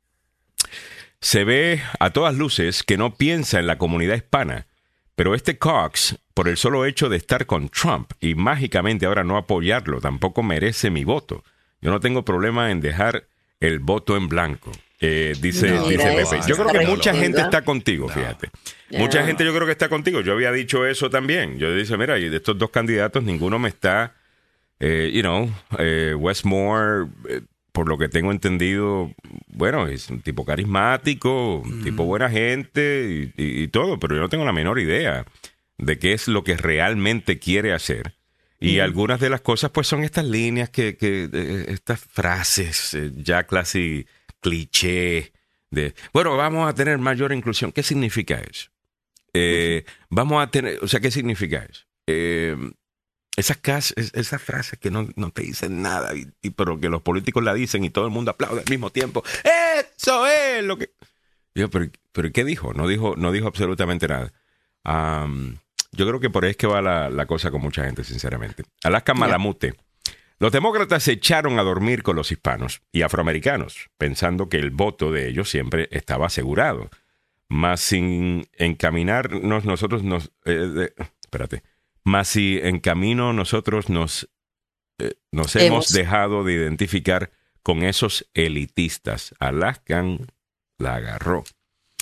se ve a todas luces que no piensa en la comunidad hispana, pero este Cox, por el solo hecho de estar con Trump y mágicamente ahora no apoyarlo, tampoco merece mi voto. Yo no tengo problema en dejar el voto en blanco, eh, dice, no, dice Pepe. Yo creo que mucha gente está contigo, fíjate. No. Mucha gente yo creo que está contigo. Yo había dicho eso también. Yo dije, mira, y de estos dos candidatos ninguno me está, eh, you know, eh, Westmore... Eh, por lo que tengo entendido, bueno, es un tipo carismático, un mm. tipo buena gente y, y, y todo, pero yo no tengo la menor idea de qué es lo que realmente quiere hacer. Y mm. algunas de las cosas, pues, son estas líneas, que, que eh, estas frases eh, ya casi cliché de, bueno, vamos a tener mayor inclusión. ¿Qué significa eso? Eh, vamos a tener, o sea, ¿qué significa eso? Eh, Esas, esas frases que no, no te dicen nada, y, y, pero que los políticos la dicen y todo el mundo aplaude al mismo tiempo. ¡Eso es lo que...! Yo, pero, pero ¿qué dijo? No dijo, no dijo absolutamente nada. Um, yo creo que por ahí es que va la, la cosa con mucha gente, sinceramente. Alaska Malamute. Los demócratas se echaron a dormir con los hispanos y afroamericanos, pensando que el voto de ellos siempre estaba asegurado. Mas sin encaminarnos nosotros nos... Eh, de, espérate. Mas si en camino nosotros nos, eh, nos hemos. hemos dejado de identificar con esos elitistas. Alaskan la agarró.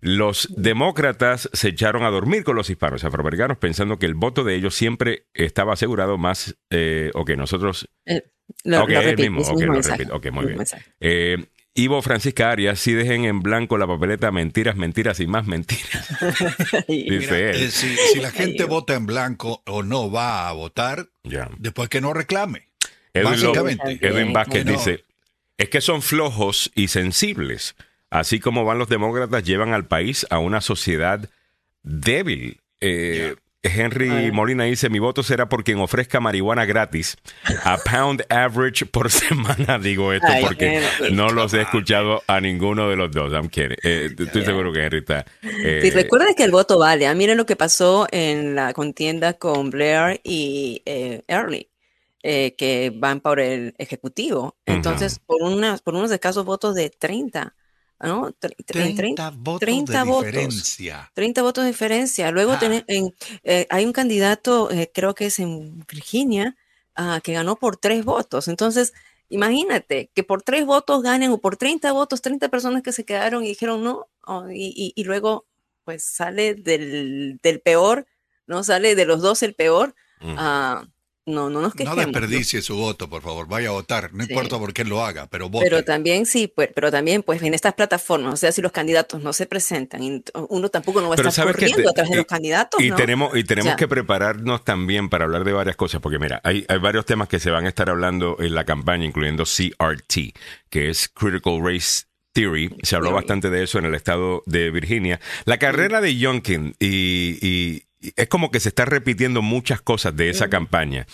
Los demócratas se echaron a dormir con los hispanos afroamericanos pensando que el voto de ellos siempre estaba asegurado más, eh, ok, nosotros... Eh, lo, ok, lo es el repito, mismo, es el ok, mismo lo mensaje. repito, ok, muy bien. Mensaje. Eh, Ivo Francisca Arias, sí dejen en blanco la papeleta mentiras, mentiras y más mentiras. Dice Mira, él. eh, si, si la gente vota en blanco o no va a votar, Ya. después que no reclame. Edwin, Básicamente. Lo- Edwin Vázquez No. dice, es que son flojos y sensibles. Así como van los demócratas, llevan al país a una sociedad débil. Eh, Henry Ay. Molina dice, mi voto será por quien ofrezca marihuana gratis a pound average por semana. Digo esto Ay, porque Henry. no los he escuchado a ninguno de los dos. I'm kidding. Eh, estoy seguro que Henry está... eh, Sí, recuerda que el voto vale. Ah, miren lo que pasó en la contienda con Blair y eh, Early, eh, que van por el ejecutivo. Entonces, por, una, por unos escasos votos de treinta, ¿no? Tre- en treinta votos treinta de votos. diferencia. treinta votos de diferencia. Luego Ah. tenés en, eh, hay un candidato, eh, creo que es en Virginia, ah, que ganó por tres votos. Entonces, imagínate que por tres votos ganen o por treinta votos, treinta personas que se quedaron y dijeron no, oh, y, y, y luego pues sale del, del peor, ¿no? Sale de los dos el peor. Ujú. ah, no, no nos No quejemos. ¿no? desperdicie su voto, por favor. Vaya a votar. No Sí. importa por qué lo haga, pero vote. Pero también sí, pues, pero también pues en estas plataformas, o sea, si los candidatos no se presentan, y uno tampoco no va a Pero estar ¿sabes qué? corriendo Te- atrás de y- los candidatos, Y ¿no? tenemos, y tenemos Ya. que prepararnos también para hablar de varias cosas, porque mira, hay, hay varios temas que se van a estar hablando en la campaña, incluyendo C R T, que es Critical Race Theory. Se habló Theory. bastante de eso en el estado de Virginia. La carrera de Youngkin, y, y- y es como que se está repitiendo muchas cosas de esa Ujú. campaña.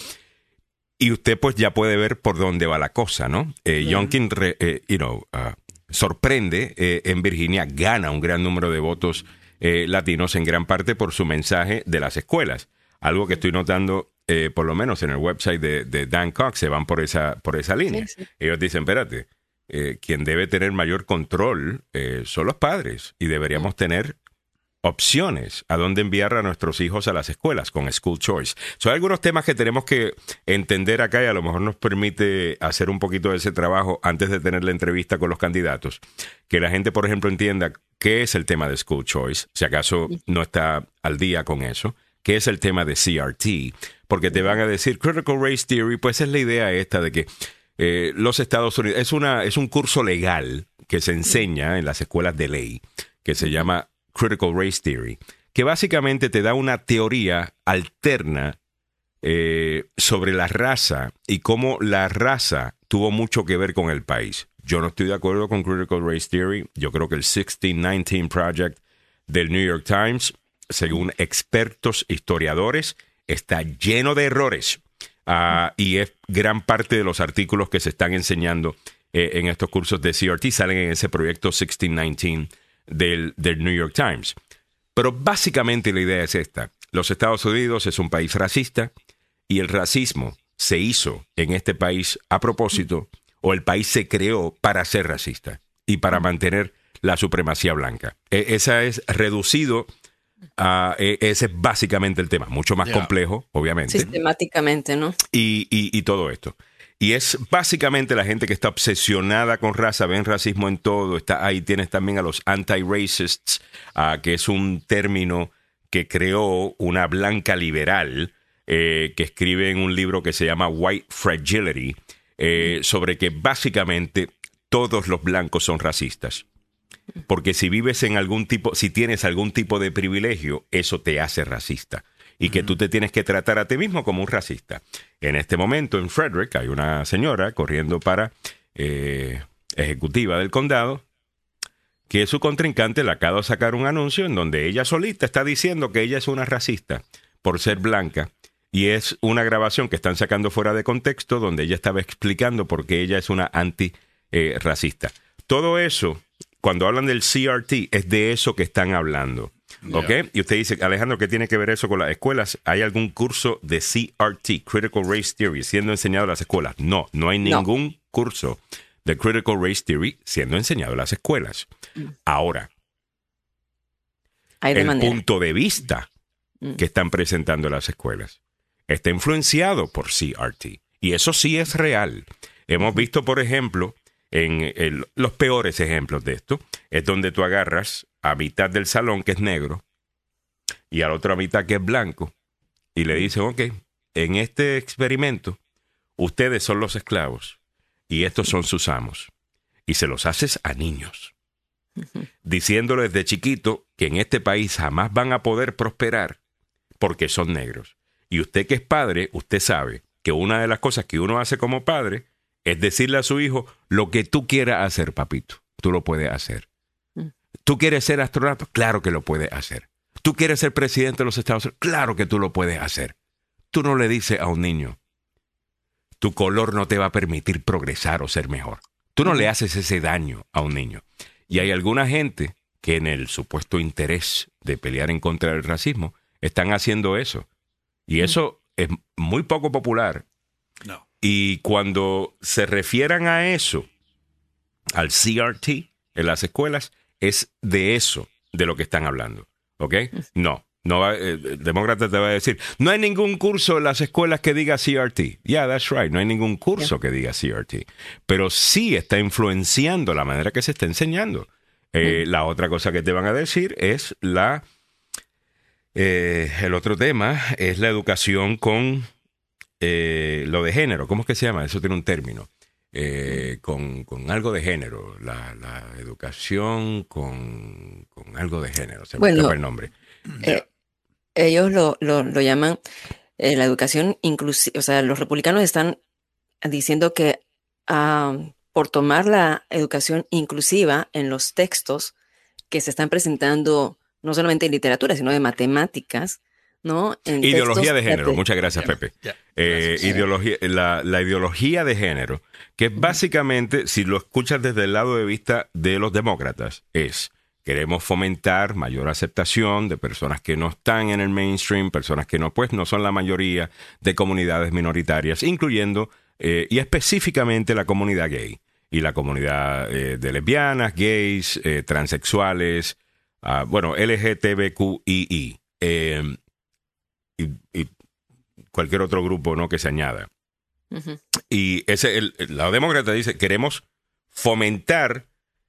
Y usted pues ya puede ver por dónde va la cosa, ¿no? Eh, Ujú. Youngkin, re- eh, you know, ah, sorprende eh, en Virginia, gana un gran número de votos eh, latinos en gran parte por su mensaje de las escuelas. Algo que estoy notando, eh, por lo menos en el website de, de Dan Cox, se van por esa, por esa línea. Sí, sí. Ellos dicen, espérate, eh, quien debe tener mayor control eh, son los padres y deberíamos tener opciones a dónde enviar a nuestros hijos a las escuelas con School Choice. Son algunos temas que tenemos que entender acá y a lo mejor nos permite hacer un poquito de ese trabajo antes de tener la entrevista con los candidatos. Que la gente, por ejemplo, entienda qué es el tema de School Choice, si acaso no está al día con eso, qué es el tema de C R T, porque te van a decir Critical Race Theory, pues es la idea esta de que eh, los Estados Unidos, es, una, es un curso legal que se enseña en las escuelas de ley, que se llama Critical Race Theory, que básicamente te da una teoría alterna eh, sobre la raza y cómo la raza tuvo mucho que ver con el país. Yo no estoy de acuerdo con Critical Race Theory. Yo creo que el sixteen nineteen Project del New York Times, según expertos historiadores, está lleno de errores. Uh, y es gran parte de los artículos que se están enseñando eh, en estos cursos de C R T salen en ese proyecto sixteen nineteen del, del New York Times. Pero básicamente la idea es esta. Los Estados Unidos es un país racista y el racismo se hizo en este país a propósito, o el país se creó para ser racista y para mantener la supremacía blanca. E- esa es reducido a... e- ese es básicamente el tema. Mucho más Yeah. complejo, obviamente. Sistemáticamente, ¿no? Y, y, y todo esto. Y es básicamente la gente que está obsesionada con raza, ven racismo en todo. Está, ahí tienes también a los anti-racists, uh, que es un término que creó una blanca liberal eh, que escribe en un libro que se llama White Fragility, eh, sobre que básicamente todos los blancos son racistas. Porque si vives en algún tipo, si tienes algún tipo de privilegio, eso te hace racista. Y que tú te tienes que tratar a ti mismo como un racista. En este momento en Frederick hay una señora corriendo para eh, ejecutiva del condado que su contrincante le acaba de sacar un anuncio en donde ella solita está diciendo que ella es una racista por ser blanca. Y es una grabación que están sacando fuera de contexto donde ella estaba explicando por qué ella es una anti-racista. Todo eso, cuando hablan del C R T, es de eso que están hablando. ¿Ok? Yeah. Y usted dice, Alejandro, ¿qué tiene que ver eso con las escuelas? ¿Hay algún curso de C R T, Critical Race Theory, siendo enseñado en las escuelas? No, no hay No. ningún curso de Critical Race Theory siendo enseñado en las escuelas. Ahora, Hay de el manera. punto de vista Mm. que están presentando las escuelas está influenciado por C R T. Y eso sí es real. Hemos visto, por ejemplo, en el- los peores ejemplos de esto, es donde tú agarras a mitad del salón que es negro y a la otra mitad que es blanco y le dicen, ok, en este experimento ustedes son los esclavos y estos son sus amos. Y se los haces a niños, diciéndoles de chiquito que en este país jamás van a poder prosperar porque son negros. Y usted que es padre, usted sabe que una de las cosas que uno hace como padre es decirle a su hijo, lo que tú quieras hacer, papito, tú lo puedes hacer. ¿Tú quieres ser astronauta? Claro que lo puedes hacer. ¿Tú quieres ser presidente de los Estados Unidos? Claro que tú lo puedes hacer. Tú no le dices a un niño, tu color no te va a permitir progresar o ser mejor. Tú no le haces ese daño a un niño. Y hay alguna gente que en el supuesto interés de pelear en contra del racismo están haciendo eso. Y eso es muy poco popular. No. Y cuando se refieran a eso, al C R T en las escuelas, es de eso de lo que están hablando. ¿Ok? No. No va, eh, el demócrata te va a decir, no hay ningún curso en las escuelas que diga C R T. Yeah, that's right. No hay ningún curso yeah. que diga C R T. Pero sí está influenciando la manera que se está enseñando. Eh, mm. La otra cosa que te van a decir es la... Eh, el otro tema es la educación con eh, lo de género. ¿Cómo es que se llama? Eso tiene un término. Eh, con, con algo de género. La, la educación con, con algo de género. Se me bueno, escapa el nombre. Eh, ellos lo, lo, lo llaman eh, la educación inclusiva. O sea, los republicanos están diciendo que uh, por tomar la educación inclusiva en los textos que se están presentando, no solamente en literatura, sino de matemáticas, ¿no? En ideología de género. De... Muchas gracias, yeah, Pepe. Yeah, eh, ideología, la, la ideología de género, que básicamente, si lo escuchas desde el lado de vista de los demócratas, es... Queremos fomentar mayor aceptación de personas que no están en el mainstream, personas que no, pues, no son la mayoría de comunidades minoritarias, incluyendo eh, y específicamente la comunidad gay y la comunidad eh, de lesbianas, gays, eh, transexuales, uh, bueno, L G T B Q I I eh, y, y cualquier otro grupo, ¿no?, que se añada. Uh-huh. Y ese, el, el lado demócrata dice, queremos fomentar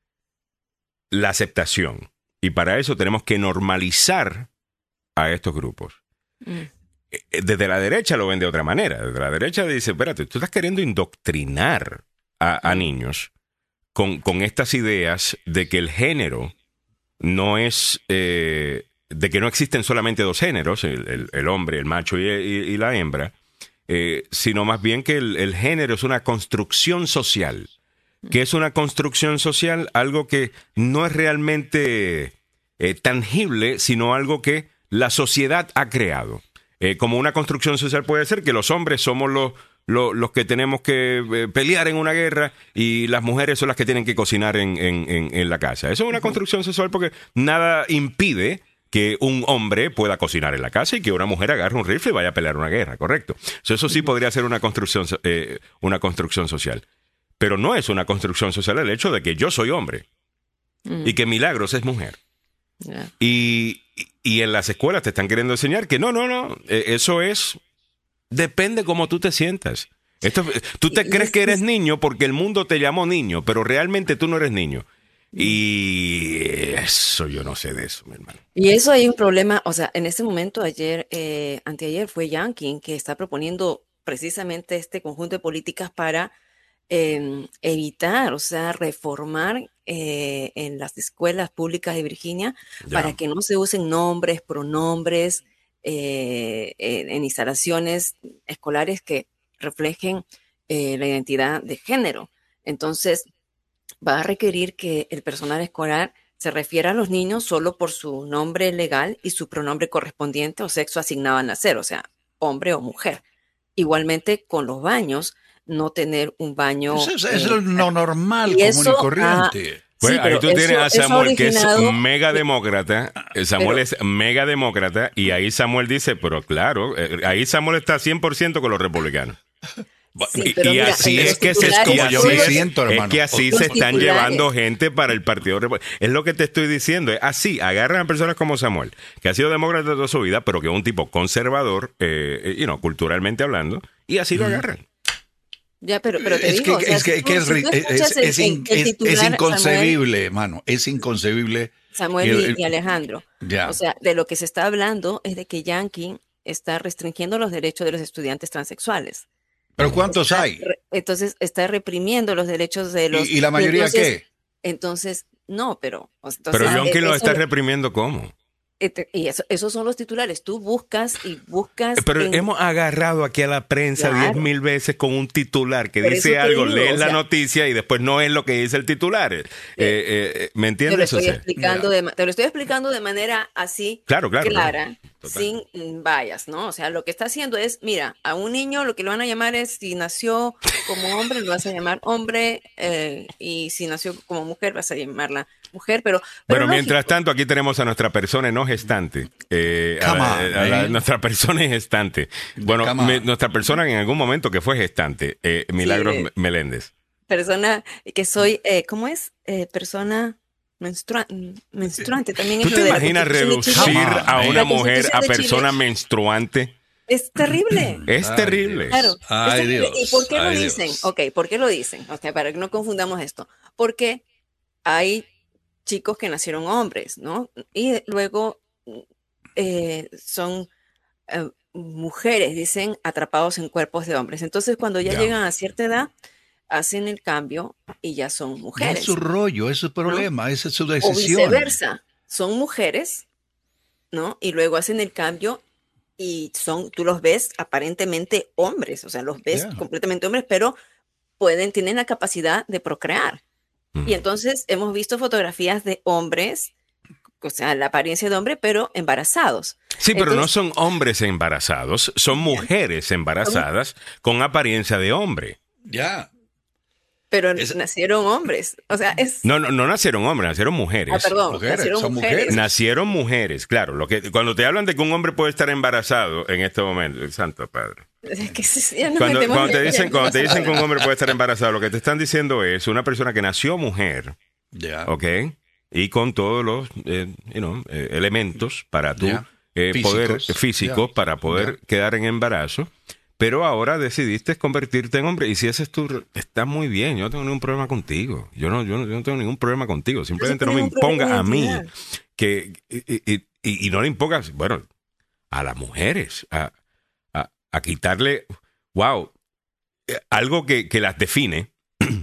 la aceptación. Y para eso tenemos que normalizar a estos grupos. Mm. Desde la derecha lo ven de otra manera. Desde la derecha dice, espérate, tú estás queriendo indoctrinar a, a niños con, con estas ideas de que el género no es... Eh, de que no existen solamente dos géneros, el, el, el hombre, el macho y, y, y la hembra, eh, sino más bien que el, el género es una construcción social. Que es una construcción social, algo que no es realmente eh, tangible, sino algo que la sociedad ha creado. Eh, como una construcción social puede ser que los hombres somos los, los, los que tenemos que eh, pelear en una guerra y las mujeres son las que tienen que cocinar en, en, en, en la casa. Eso es una construcción social porque nada impide que un hombre pueda cocinar en la casa y que una mujer agarre un rifle y vaya a pelear una guerra, ¿correcto? So, eso sí podría ser una construcción, eh, una construcción social. Pero no es una construcción social el hecho de que yo soy hombre mm. y que Milagros es mujer. Yeah. Y, y en las escuelas te están queriendo enseñar que no, no, no, eso es, depende cómo tú te sientas. Esto, tú te y, crees y que eres niño porque el mundo te llamó niño, pero realmente tú no eres niño. Y eso yo no sé de eso, mi hermano. Y eso hay un problema, o sea, en este momento ayer, eh, anteayer fue Youngkin que está proponiendo precisamente este conjunto de políticas para Eh, evitar, o sea, reformar eh, en las escuelas públicas de Virginia yeah. para que no se usen nombres, pronombres eh, en, en instalaciones escolares que reflejen eh, la identidad de género. Entonces, va a requerir que el personal escolar se refiera a los niños solo por su nombre legal y su pronombre correspondiente o sexo asignado al nacer, o sea, hombre o mujer. Igualmente con los baños, no tener un baño... Eso es, eh, es lo normal, y común y corriente. Ah, pues sí, ahí tú eso, tienes a Samuel, que es mega demócrata. Samuel pero, es mega demócrata, y ahí Samuel dice, pero claro, ahí Samuel está cien por ciento con los republicanos. Sí, y, y mira, así es que se como yo me siento, hermano. Es que así se están llevando gente para el Partido Republicano. Es lo que te estoy diciendo. Es así, agarran a personas como Samuel, que ha sido demócrata toda su vida, pero que es un tipo conservador, eh, you know, culturalmente hablando, y así mm. lo agarran. Ya, pero, pero te es digo, que, o sea, es, que, si que tú, es, si tú es, escuchas el, es, el, in, el es, titular, es Samuel, inconcebible, hermano. Es inconcebible. Samuel El, y, el, y Alejandro. ya. O sea, de lo que se está hablando es de que Yankee está restringiendo los derechos de los estudiantes transexuales. Pero ¿cuántos Está hay? re- entonces está reprimiendo los derechos de los... ¿Y, y la Y mayoría entonces, qué? entonces, no, pero... Pero Entonces, e- Yonki lo eso, está reprimiendo, ¿cómo? este, y eso, esos son los titulares. Tú buscas y buscas Pero en... hemos agarrado aquí a la prensa diez Claro. mil veces con un titular que Por dice eso te algo, digo, lees o la sea, noticia y después no es lo que dice el titular. Eh, eh, ¿Me te lo entiendes? O estoy sea, explicando Ya. de, ma- te lo estoy explicando de manera así claro, claro, claro. clara, Total. sin mm, vallas, ¿no? O sea, lo que está haciendo es, mira, a un niño lo que lo van a llamar es, si nació como hombre, lo vas a llamar hombre, eh, y si nació como mujer, vas a llamarla mujer, pero, pero Bueno, mientras lógico. tanto, aquí tenemos a nuestra persona no gestante. Eh, a Come la- on, a la- man. nuestra persona es gestante. Bueno, Come on. mi- nuestra persona en algún momento que fue gestante, eh, Milagros Sí, eh, Meléndez. persona que soy, eh, ¿cómo es? Eh, persona menstrua- menstruante también ¿Tú es lo te de la imaginas Constitución de reducir Chile. Come on, a man. una La mujer Constitución a de Chile persona menstruante? es terrible. Es Ay, terrible. Dios. Claro, Ay, es terrible. ¿Y por Dios. qué lo Ay, dicen? Dios. Ok, ¿por qué lo dicen? O sea, para que no confundamos esto. Porque hay chicos que nacieron hombres, ¿no? Y luego eh, son eh, mujeres, dicen, atrapados en cuerpos de hombres. Entonces, cuando ya Ya. llegan a cierta edad, hacen el cambio y ya son Ya es mujeres, su rollo, ese es su ¿no? problema, esa es su O decisión. viceversa, son mujeres, ¿no? Y luego hacen el cambio y son, tú los ves aparentemente hombres, o sea, los ves Ya. completamente hombres, pero pueden, tienen la capacidad de procrear. Ujú. Y entonces hemos visto fotografías de hombres, o sea, la apariencia de hombre, pero embarazados. Sí, pero no Entonces, son hombres embarazados, son mujeres embarazadas con apariencia de hombre. Ya. pero Es- nacieron hombres. O sea, es... No, no, no nacieron hombres, nacieron mujeres. Ah, perdón, mujeres, nacieron son mujeres. mujeres. Nacieron mujeres, claro. Lo que, cuando te hablan de que un hombre puede estar embarazado en este momento, el santo padre. Es que sí, ya nos Cuando, metemos cuando te en- dicen, ya cuando no te pasa dicen que un nada. hombre puede estar embarazado, lo que te están diciendo es una persona que nació mujer, Ya. ¿ok? Y con todos los eh, you know, eh, elementos para tú Ya. eh, Físicos. poder físicos Ya. para poder Ya. quedar en embarazo. Pero ahora decidiste convertirte en hombre. Y si ese es tu... Está muy bien. Yo no tengo ningún problema contigo. Yo no, yo no, yo no tengo ningún problema contigo. Simplemente no me tenemos un problema imponga a de mí identidad. que... Y, y- y- y no le impongas, bueno, a las mujeres, a, a, a quitarle... Wow. eh, Algo que, que las define.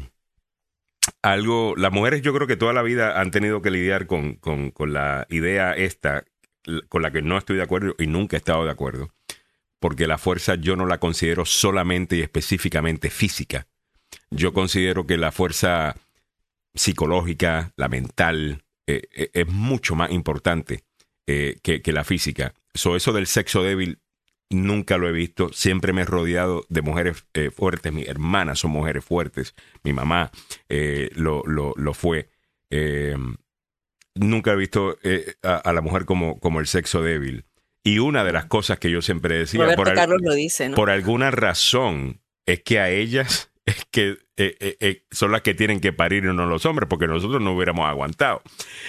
Algo... Las mujeres yo creo que toda la vida han tenido que lidiar con, con, con la idea esta, l- con la que no estoy de acuerdo y nunca he estado de acuerdo. Porque la fuerza yo no la considero solamente y específicamente física. Yo considero que la fuerza psicológica, la mental, eh, eh, es mucho más importante eh, que, que la física. So, eso del sexo débil nunca lo he visto. Siempre me he rodeado de mujeres eh, fuertes. Mis hermanas son mujeres fuertes. Mi mamá eh, lo, lo, lo fue. Eh, nunca he visto eh, a, a la mujer como, como el sexo débil. Y una de las cosas que yo siempre decía, Roberto por, al- Carlos lo dice, ¿no? por alguna razón, es que a ellas es que eh, eh, eh, son las que tienen que parir y no los hombres, porque nosotros no hubiéramos aguantado.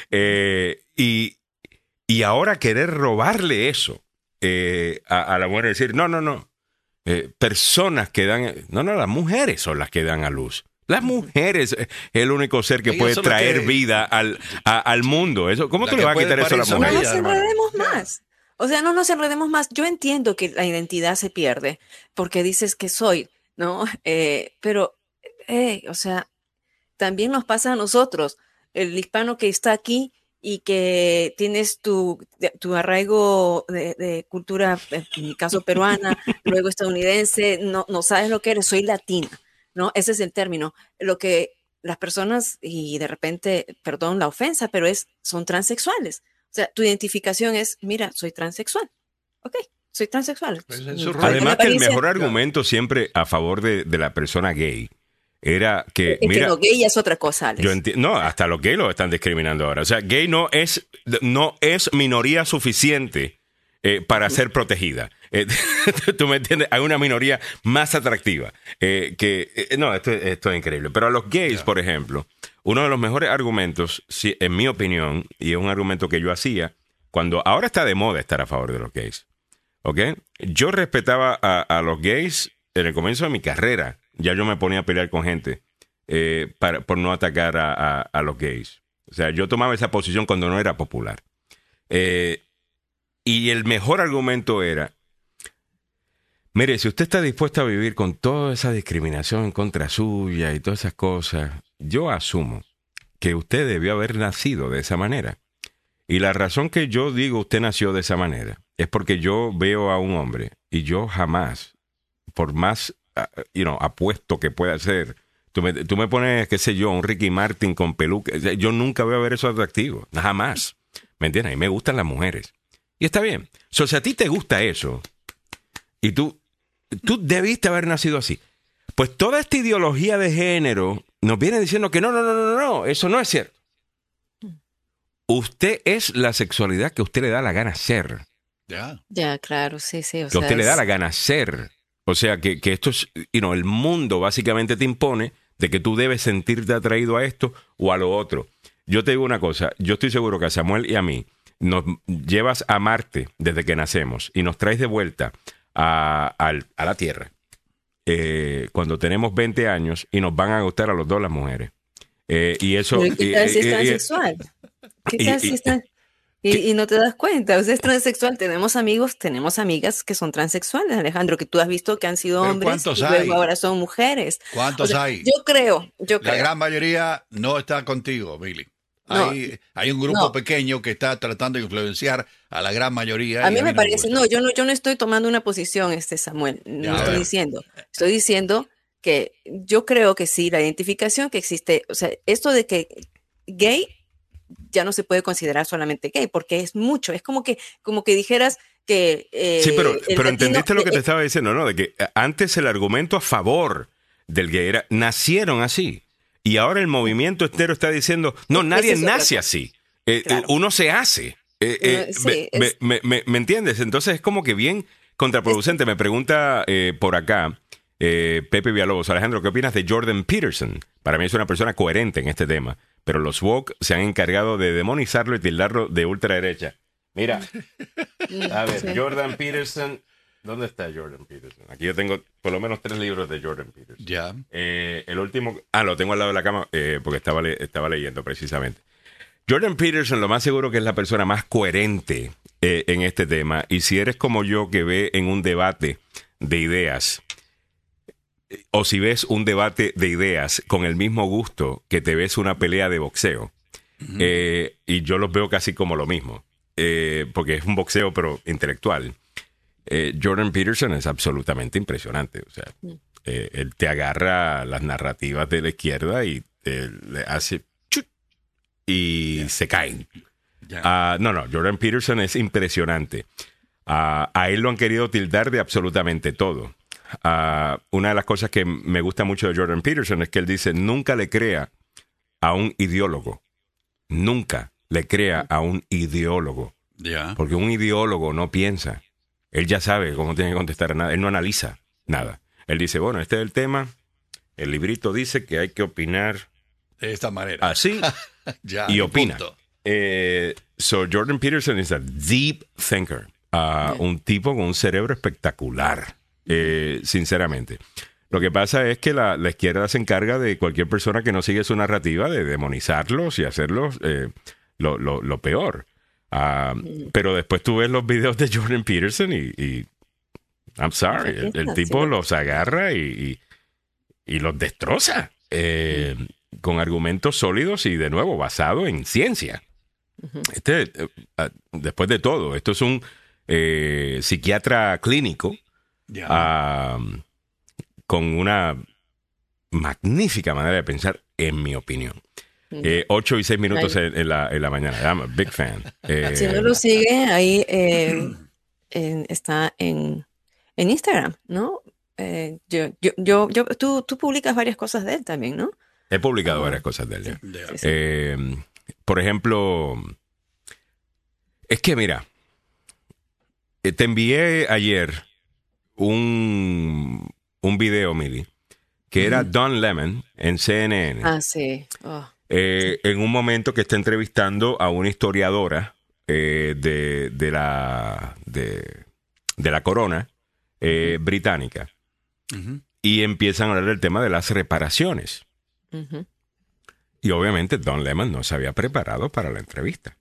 Eh, y, y ahora querer robarle eso eh, a, a la mujer, decir, no, no, no, eh, personas que dan, no, no, las mujeres son las que dan a luz. Las mujeres es el único ser que Ellas puede son las traer que- vida al, a- al mundo. Eso, ¿cómo La tú le que vas a puede quitar eso a la parir son No mujer? nos ellas, hermano. enredemos más. O sea, no nos enredemos más. Yo entiendo que la identidad se pierde porque dices que soy, ¿no? Eh, pero, eh, o sea, también nos pasa a nosotros, el hispano que está aquí y que tienes tu, de- tu arraigo de, de cultura, en mi caso peruana, luego estadounidense, no, no sabes lo que eres, soy latina, ¿no? Ese es el término. Lo que las personas, y de repente, perdón la ofensa, pero es, son transexuales. O sea, tu identificación es, mira, soy transexual. Ok, soy transexual. Pues es su Mm, rollo. Además la que el apariencia- mejor argumento siempre a favor de, de la persona gay era que, Es que mira, no, gay es otra cosa, Alex. yo enti- no, hasta los gays lo están discriminando ahora. O sea, gay no es, no es minoría suficiente eh, para ser protegida. Eh, ¿Tú me entiendes? Hay una minoría más atractiva. eh, que eh, No, esto, esto es increíble. Pero a los gays, por ejemplo, uno de los mejores argumentos, si- en mi opinión, y es un argumento que yo hacía, cuando ahora está de moda estar a favor de los gays, ¿ok? Yo respetaba a, a los gays en el comienzo de mi carrera. ya yo me ponía a pelear con gente eh, para, por no atacar a, a, a los gays. O sea, yo tomaba esa posición cuando no era popular. Eh, y el mejor argumento era, mire, si usted está dispuesto a vivir con toda esa discriminación en contra suya y todas esas cosas, yo asumo que usted debió haber nacido de esa manera. Y la razón que yo digo usted nació de esa manera es porque yo veo a un hombre y yo jamás, por más uh, you know, apuesto que pueda ser, tú me, tú me pones, qué sé yo, un Ricky Martin con peluca, yo nunca voy a ver eso atractivo, jamás. ¿Me entiendes? A mí me gustan las mujeres. Y está bien. So, si a ti te gusta eso y tú, tú debiste haber nacido así, pues toda esta ideología de género nos viene diciendo que no, no, no, no, no, eso no es cierto. Usted es la sexualidad que a usted le da la gana ser. Ya, yeah. claro, sí, sí. O que sea, a usted es... le da la gana ser. O sea, que, que esto es, you know, el mundo básicamente te impone de que tú debes sentirte atraído a esto o a lo otro. Yo te digo una cosa, yo estoy seguro que a Samuel y a mí nos llevas a Marte desde que nacemos y nos traes de vuelta a, a, a la Tierra eh, cuando tenemos veinte años y nos van a gustar a los dos las mujeres. Eh, y eso... ¿Pero qué tal si es transexual? ¿Qué tal si es trans... Y, y no te das cuenta, o sea, es transexual. Tenemos amigos, tenemos amigas que son transexuales, Alejandro, que tú has visto que han sido hombres y luego hay? ahora son mujeres. ¿Cuántos o sea, hay? Yo creo, yo creo. La gran mayoría no está contigo, Billy. Hay, no, hay un grupo no. pequeño que está tratando de influenciar a la gran mayoría. A mí me parece, no, yo no, yo no estoy tomando una posición, este Samuel, no ya, estoy diciendo. Estoy diciendo que yo creo que sí, la identificación que existe, o sea, esto de que gay ya no se puede considerar solamente gay, porque es mucho, es como que, como que dijeras que... Eh, sí, pero, pero latino, entendiste lo que eh, te estaba diciendo, ¿no? De que antes el argumento a favor del gay era, nacieron así. Y ahora el movimiento entero está diciendo, no, nadie es nace así. Eh, claro. Uno se hace. Eh, eh, sí, me, es... me, me, ¿Me entiendes? Entonces es como que bien contraproducente. Es... Me pregunta eh, por acá eh, Pepe Villalobos, Alejandro, ¿qué opinas de Jordan Peterson? Para mí es una persona coherente en este tema, pero los woke se han encargado de demonizarlo y tildarlo de ultraderecha. Mira, a ver, sí. Jordan Peterson... ¿Dónde está Jordan Peterson? Aquí yo tengo por lo menos tres libros de Jordan Peterson. Ya. Eh, el último... Ah, lo tengo al lado de la cama eh, porque estaba, le, estaba leyendo precisamente. Jordan Peterson, lo más seguro que es la persona más coherente eh, en este tema. Y si eres como yo que ve en un debate de ideas, o si ves un debate de ideas con el mismo gusto que te ves una pelea de boxeo, uh-huh. eh, y yo los veo casi como lo mismo, eh, porque es un boxeo pero intelectual. Eh, Jordan Peterson es absolutamente impresionante. O sea, eh, él te agarra las narrativas de la izquierda y eh, le hace chut, y yeah. se caen. Yeah. Uh, no, no, Jordan Peterson es impresionante. Uh, a él lo han querido tildar de absolutamente todo. Uh, una de las cosas que me gusta mucho de Jordan Peterson es que él dice, nunca le crea a un ideólogo. Nunca le crea a un ideólogo. Yeah. Porque un ideólogo no piensa. Él ya sabe cómo tiene que contestar a nada. Él no analiza nada. Él dice, bueno, este es el tema. El librito dice que hay que opinar de esta manera. Así. ya, y opina. Eh, so Jordan Peterson is a deep thinker. Uh, un tipo con un cerebro espectacular. Eh, sinceramente. Lo que pasa es que la, la izquierda se encarga de cualquier persona que no sigue su narrativa de demonizarlos y hacerlos eh, lo, lo, lo peor. Uh, pero después tú ves los videos de Jordan Peterson y, y I'm sorry, el, el tipo los agarra y, y, y los destroza eh, con argumentos sólidos y de nuevo basado en ciencia. Este, uh, después de todo, esto es un eh, psiquiatra clínico yeah. uh, con una magnífica manera de pensar, en mi opinión. Eh, ocho y seis minutos en, en, la, en la mañana. I'm a big fan. Eh, si no lo sigue, ahí eh, en, está en, en Instagram, ¿no? Eh, yo, yo, yo, yo, tú, tú publicas varias cosas de él también, ¿no? He publicado oh. varias cosas de él. Ya. Sí, sí. Eh, por ejemplo, es que mira, te envié ayer un, un video, Mili, que mm. era Don Lemon en C N N. Ah, sí. Oh. Eh, en un momento que está entrevistando a una historiadora eh, de, de, la, de, de la corona eh, británica. Uh-huh. y empiezan a hablar del tema de las reparaciones. Uh-huh. Y obviamente Don Lemon no se había preparado para la entrevista.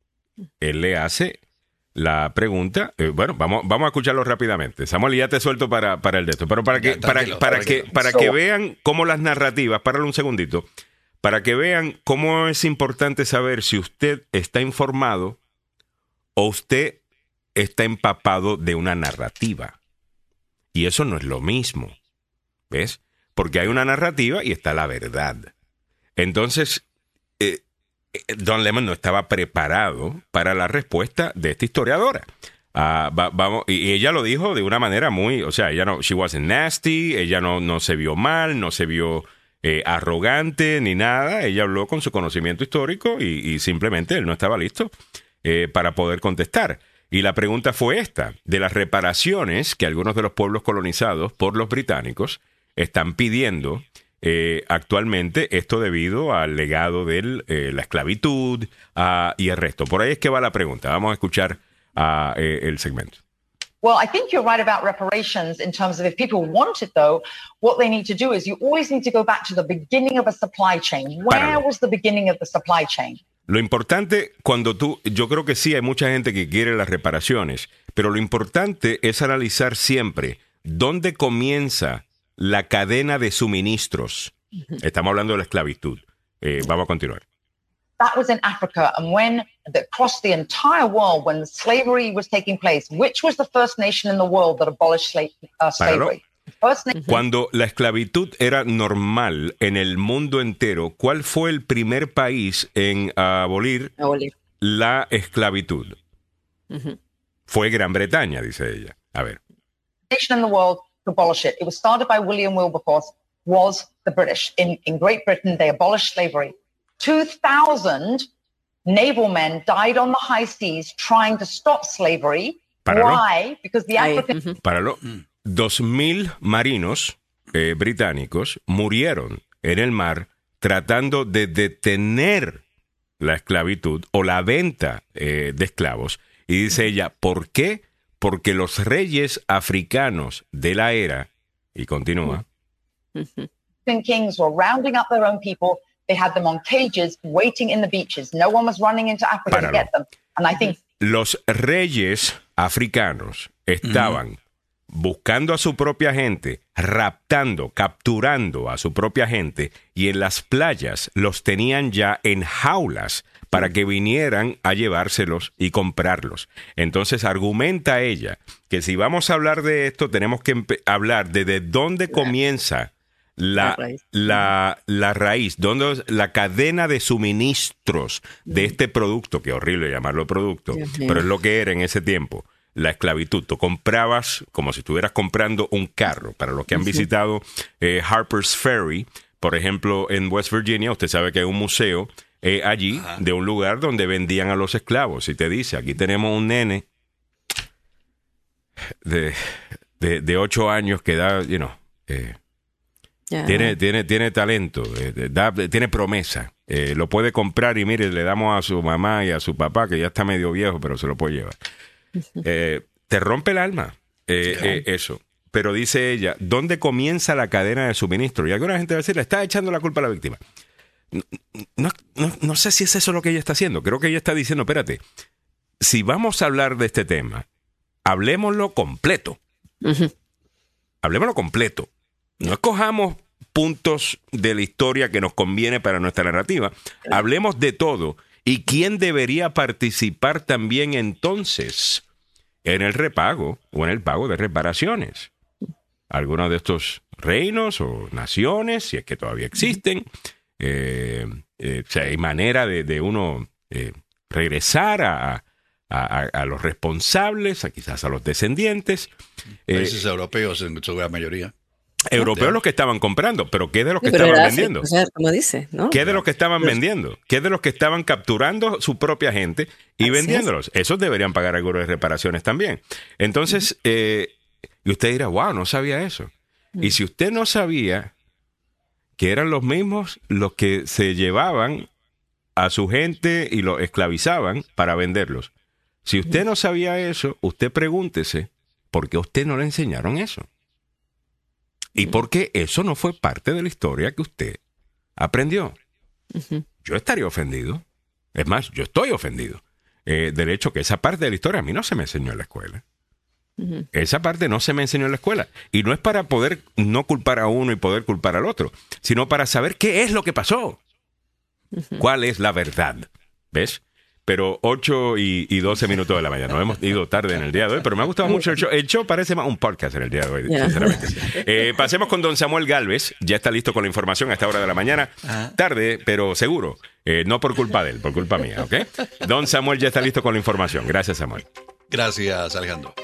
Él le hace la pregunta, eh, bueno, vamos, vamos a escucharlo rápidamente. Samuel, ya te suelto para, para el de esto, pero para que, para, para que, para que vean cómo las narrativas, párale un segundito, para que vean cómo es importante saber si usted está informado o usted está empapado de una narrativa. Y eso no es lo mismo, ¿ves? Porque hay una narrativa y está la verdad. Entonces, eh, Don Lemon no estaba preparado para la respuesta de esta historiadora. Uh, va, vamos, y ella lo dijo de una manera muy, o sea, ella no, she wasn't nasty, ella no, no se vio mal, no se vio eh, arrogante ni nada. Ella habló con su conocimiento histórico y, y simplemente él no estaba listo eh, para poder contestar. Y la pregunta fue esta, de las reparaciones que algunos de los pueblos colonizados por los británicos están pidiendo Eh, actualmente, esto debido al legado de eh, la esclavitud uh, y el resto. Por ahí es que va la pregunta. Vamos a escuchar uh, eh, el segmento. Well, I think you're right about reparations in terms of if people want it, though, what they need to do is you always need to go back to the beginning of a supply chain. Where Páralo. was the beginning of the supply chain? Lo importante cuando tú, yo creo que sí hay mucha gente que quiere las reparaciones, pero lo importante es analizar siempre dónde comienza la cadena de suministros. Estamos hablando de la esclavitud. Eh, vamos a continuar. That was in Africa, and when the, across the entire world, when slavery was taking place, which was the first nation in the world that abolished slave, uh, slavery? First na- Cuando la esclavitud era normal en el mundo entero, ¿cuál fue el primer país en abolir, abolir. la esclavitud? Uh-huh. Fue Gran Bretaña, dice ella. A ver. Nation in the world to abolish it. It was started by William Wilberforce, was the British. In, in Great Britain, they abolished slavery. two thousand naval men died on the high seas trying to stop slavery. Páralo. Why? Because the African... Uh-huh. Páralo. Dos mil marinos eh, británicos murieron en el mar tratando de detener la esclavitud o la venta eh, de esclavos. Y dice ella, ¿por qué? Porque los reyes africanos de la era, y continúa, kings were rounding up their own people. They had them on cages waiting in the beaches. No one was running into Africa Páralo. to get them. And I think los reyes africanos estaban mm. buscando a su propia gente, raptando, capturando a su propia gente, y en las playas los tenían ya en jaulas para que vinieran a llevárselos y comprarlos. Entonces argumenta ella que si vamos a hablar de esto, tenemos que empe- hablar de, de dónde comienza la, la, raíz. la, la raíz, dónde la cadena de suministros de este producto, que es horrible llamarlo producto, pero es lo que era en ese tiempo. La esclavitud. Tú comprabas como si estuvieras comprando un carro. Para los que han visitado eh, Harper's Ferry, por ejemplo, en West Virginia, usted sabe que hay un museo eh, allí, Ajá. de un lugar donde vendían a los esclavos. Y te dice, aquí tenemos un nene de, de, de ocho años que da, you know, eh, yeah. tiene, tiene, tiene talento, eh, da, tiene promesa. Eh, lo puede comprar y mire, le damos a su mamá y a su papá, que ya está medio viejo, pero se lo puede llevar. Eh, te rompe el alma eh, eh, eso. Pero dice ella, ¿dónde comienza la cadena de suministro? Y alguna gente va a decir, le está echando la culpa a la víctima. No, no, no sé si es eso lo que ella está haciendo. Creo que ella está diciendo, espérate, si vamos a hablar de este tema, hablémoslo completo. Uh-huh. Hablémoslo completo. No escojamos puntos de la historia que nos conviene para nuestra narrativa. Hablemos de todo. ¿Y quién debería participar también entonces en el repago o en el pago de reparaciones? Algunos de estos reinos o naciones, si es que todavía existen, eh, eh, o sea, hay manera de, de uno eh, regresar a, a, a los responsables, a quizás a los descendientes. Países eh, europeos en su gran mayoría. Europeos los que estaban comprando, pero ¿qué de los que sí, estaban era vendiendo? así, o sea, como dice, ¿no? ¿Qué de los que estaban pues, vendiendo? ¿Qué de los que estaban capturando su propia gente y vendiéndolos? Es. Esos deberían pagar algo de reparaciones también. Entonces, uh-huh. eh, y usted dirá, wow, no sabía eso. Uh-huh. Y si usted no sabía que eran los mismos los que se llevaban a su gente y los esclavizaban para venderlos. Si usted uh-huh. no sabía eso, usted pregúntese, ¿por qué a usted no le enseñaron eso? Y porque eso no fue parte de la historia que usted aprendió. Uh-huh. Yo estaría ofendido. Es más, yo estoy ofendido. Eh, del hecho que esa parte de la historia a mí no se me enseñó en la escuela. Uh-huh. Esa parte no se me enseñó en la escuela. Y no es para poder no culpar a uno y poder culpar al otro, sino para saber qué es lo que pasó. Uh-huh. ¿Cuál es la verdad? ¿Ves? Pero ocho y, y doce minutos de la mañana. Nos hemos ido tarde en el día de hoy, pero me ha gustado mucho el show. El show parece más un podcast en el día de hoy, yeah. sinceramente. Eh, pasemos con don Samuel Gálvez. Ya está listo con la información a esta hora de la mañana. Tarde, pero seguro. Eh, no por culpa de él, por culpa mía, ¿ok? Don Samuel ya está listo con la información. Gracias, Samuel. Gracias, Alejandro.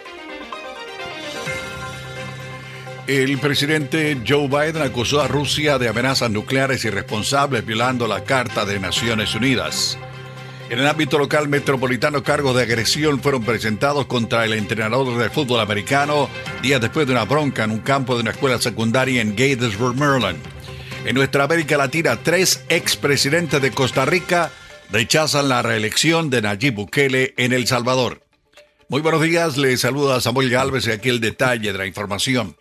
El presidente Joe Biden acusó a Rusia de amenazas nucleares irresponsables violando la Carta de Naciones Unidas. En el ámbito local metropolitano, cargos de agresión fueron presentados contra el entrenador de fútbol americano días después de una bronca en un campo de una escuela secundaria en Gaithersburg, Maryland. En nuestra América Latina, tres expresidentes de Costa Rica rechazan la reelección de Nayib Bukele en El Salvador. Muy buenos días, les saluda Samuel Gálvez y aquí el detalle de la información.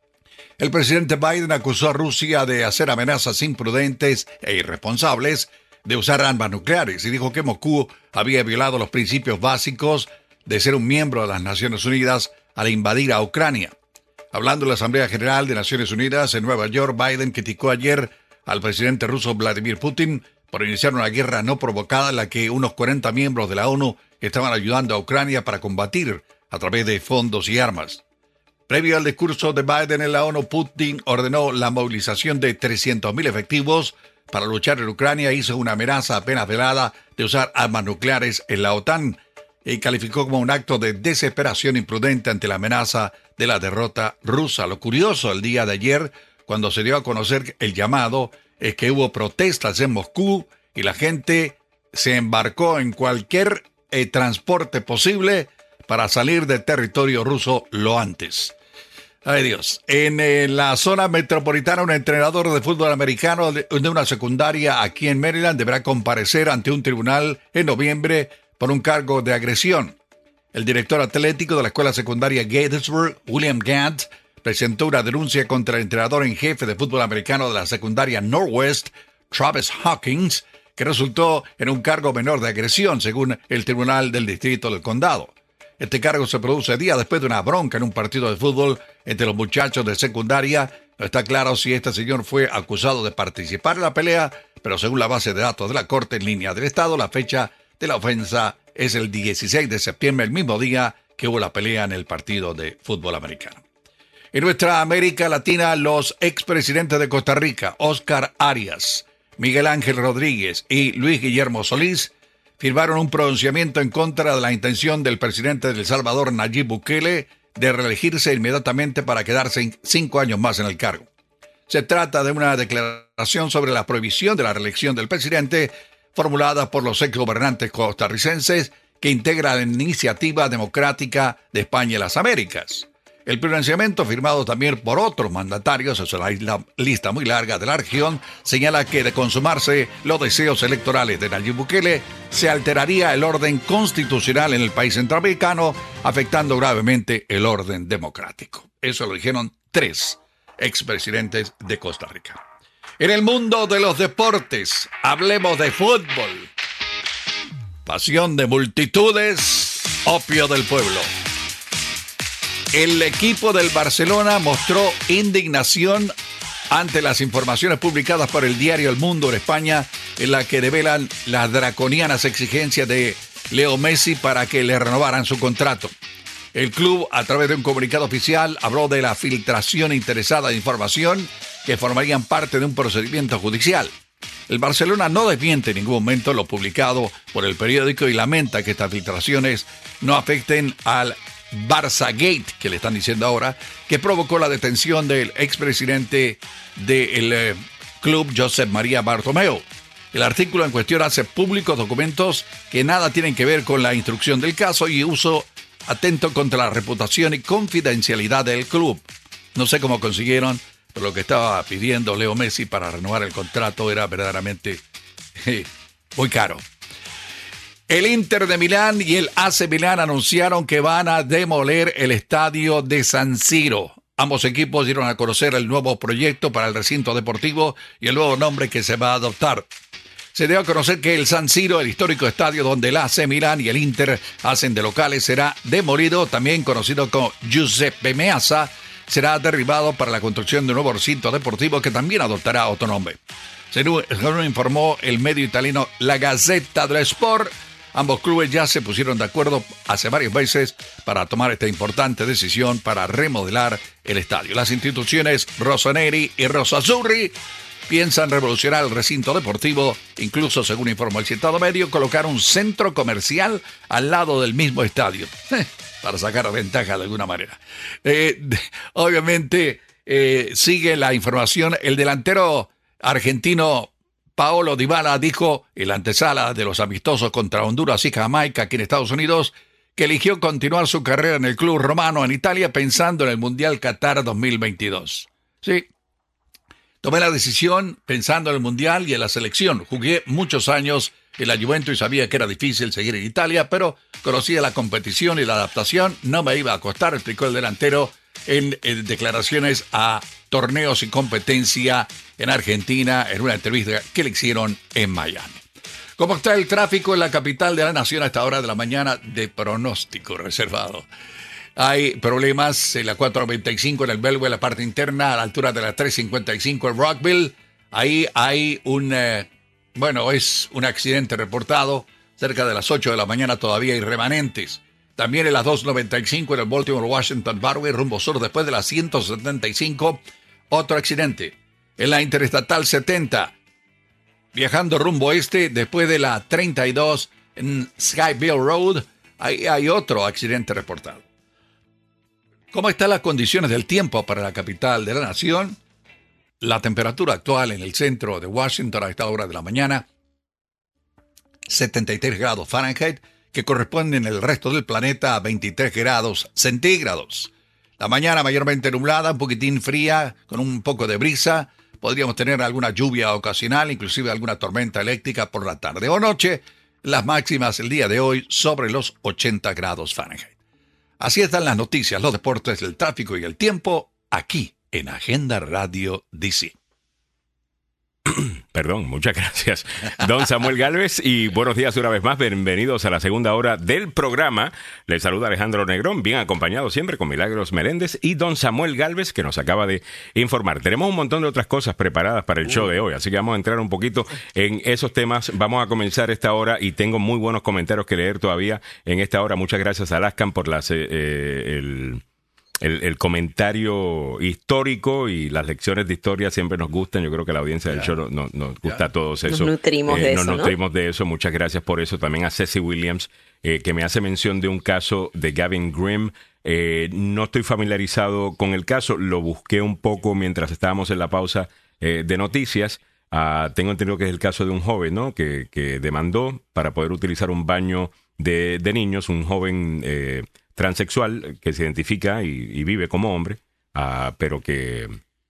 El presidente Biden acusó a Rusia de hacer amenazas imprudentes e irresponsables de usar armas nucleares y dijo que Moscú había violado los principios básicos de ser un miembro de las Naciones Unidas al invadir a Ucrania. Hablando en la Asamblea General de Naciones Unidas en Nueva York, Biden criticó ayer al presidente ruso Vladimir Putin por iniciar una guerra no provocada en la que unos cuarenta miembros de la ONU estaban ayudando a Ucrania para combatir a través de fondos y armas. Previo al discurso de Biden en la ONU, Putin ordenó la movilización de trescientos mil efectivos para luchar en Ucrania. Hizo una amenaza apenas velada de usar armas nucleares en la OTAN y calificó como un acto de desesperación imprudente ante la amenaza de la derrota rusa. Lo curioso el día de ayer, cuando se dio a conocer el llamado, es que hubo protestas en Moscú y la gente se embarcó en cualquier eh, transporte posible para salir del territorio ruso lo antes. Ay Dios, en eh, la zona metropolitana, un entrenador de fútbol americano de, de una secundaria aquí en Maryland deberá comparecer ante un tribunal en noviembre por un cargo de agresión. El director atlético de la escuela secundaria Gaithersburg, William Gant, presentó una denuncia contra el entrenador en jefe de fútbol americano de la secundaria Northwest, Travis Hawkins, que resultó en un cargo menor de agresión, según el tribunal del distrito del condado. Este cargo se produce días después de una bronca en un partido de fútbol entre los muchachos de secundaria. No está claro si este señor fue acusado de participar en la pelea, pero según la base de datos de la Corte en línea del Estado, la fecha de la ofensa es el dieciséis de septiembre, el mismo día que hubo la pelea en el partido de fútbol americano. En nuestra América Latina, los expresidentes de Costa Rica, Óscar Arias, Miguel Ángel Rodríguez y Luis Guillermo Solís, firmaron un pronunciamiento en contra de la intención del presidente de El Salvador, Nayib Bukele, de reelegirse inmediatamente para quedarse cinco años más en el cargo. Se trata de una declaración sobre la prohibición de la reelección del presidente, formulada por los exgobernantes costarricenses que integran la Iniciativa Democrática de España y las Américas. El pronunciamiento, firmado también por otros mandatarios, es una lista muy larga de la región, señala que de consumarse los deseos electorales de Nayib Bukele, se alteraría el orden constitucional en el país centroamericano, afectando gravemente el orden democrático. Eso lo dijeron tres expresidentes de Costa Rica. En el mundo de los deportes, hablemos de fútbol. Pasión de multitudes, opio del pueblo. El equipo del Barcelona mostró indignación ante las informaciones publicadas por el diario El Mundo en España, en la que develan las draconianas exigencias de Leo Messi para que le renovaran su contrato. El club, a través de un comunicado oficial, habló de la filtración interesada de información que formarían parte de un procedimiento judicial. El Barcelona no desmiente en ningún momento lo publicado por el periódico y lamenta que estas filtraciones no afecten al Barçagate, que le están diciendo ahora, que provocó la detención del expresidente del eh, club, Josep María Bartomeu. El artículo en cuestión hace públicos documentos que nada tienen que ver con la instrucción del caso y uso atento contra la reputación y confidencialidad del club. No sé cómo consiguieron, pero lo que estaba pidiendo Leo Messi para renovar el contrato era verdaderamente eh, muy caro. El Inter de Milán y el A C Milán anunciaron que van a demoler el estadio de San Siro. Ambos equipos dieron a conocer el nuevo proyecto para el recinto deportivo y el nuevo nombre que se va a adoptar. Se dio a conocer que el San Siro, el histórico estadio donde el A C Milan y el Inter hacen de locales, será demolido, también conocido como Giuseppe Meazza, será derribado para la construcción de un nuevo recinto deportivo que también adoptará otro nombre. Según informó el medio italiano La Gazzetta dello Sport, ambos clubes ya se pusieron de acuerdo hace varios meses para tomar esta importante decisión para remodelar el estadio. Las instituciones rossoneri y rossazzurri piensan revolucionar el recinto deportivo, incluso, según informó el citado medio, colocar un centro comercial al lado del mismo estadio, eh, para sacar ventaja de alguna manera. Eh, obviamente, eh, sigue la información. El delantero argentino Paolo Dybala dijo en la antesala de los amistosos contra Honduras y Jamaica aquí en Estados Unidos que eligió continuar su carrera en el club romano en Italia pensando en el Mundial Qatar dos mil veintidós. Sí. Tomé la decisión pensando en el Mundial y en la selección. Jugué muchos años en la Juventus y sabía que era difícil seguir en Italia, pero conocía la competición y la adaptación. No me iba a costar, explicó el delantero en, en declaraciones a Torneos y Competencia en Argentina en una entrevista que le hicieron en Miami. ¿Cómo está el tráfico en la capital de la nación a esta hora de la mañana? De pronóstico reservado. Hay problemas en la cuatro noventa y cinco en el Beltway, en la parte interna, a la altura de la tres cincuenta y cinco en Rockville. Ahí hay un, eh, bueno, es un accidente reportado. Cerca de las ocho de la mañana todavía hay remanentes. También en las dos noventa y cinco en el Baltimore-Washington Parkway, rumbo sur, después de las ciento setenta y cinco, otro accidente. En la Interestatal setenta, viajando rumbo este, después de la treinta y dos en Skyville Road, ahí hay otro accidente reportado. ¿Cómo están las condiciones del tiempo para la capital de la nación? La temperatura actual en el centro de Washington a esta hora de la mañana, setenta y tres grados Fahrenheit, que corresponden en el resto del planeta a veintitrés grados centígrados. La mañana mayormente nublada, un poquitín fría, con un poco de brisa. Podríamos tener alguna lluvia ocasional, inclusive alguna tormenta eléctrica por la tarde o noche. Las máximas el día de hoy sobre los ochenta grados Fahrenheit. Así están las noticias, los deportes, el tráfico y el tiempo aquí en Agenda Radio D C. Perdón, muchas gracias, don Samuel Gálvez, y buenos días una vez más, bienvenidos a la segunda hora del programa. Les saluda Alejandro Negrón, bien acompañado siempre con Milagros Meléndez y don Samuel Gálvez, que nos acaba de informar. Tenemos un montón de otras cosas preparadas para el show de hoy, así que vamos a entrar un poquito en esos temas. Vamos a comenzar esta hora y tengo muy buenos comentarios que leer todavía en esta hora. Muchas gracias a Alaskan por las, eh, el... El, el comentario histórico y las lecciones de historia siempre nos gustan. Yo creo que la audiencia del show nos no, no gusta yeah. a todos eso. Nos nutrimos eh, de nos eso, Nos ¿no? nutrimos de eso. Muchas gracias por eso. También a Ceci Williams, eh, que me hace mención de un caso de Gavin Grimm. Eh, no estoy familiarizado con el caso. Lo busqué un poco mientras estábamos en la pausa eh, de noticias. Uh, tengo entendido que es el caso de un joven, ¿no? Que, que demandó para poder utilizar un baño de, de niños, un joven... Eh, transexual que se identifica y, y vive como hombre, uh, pero que,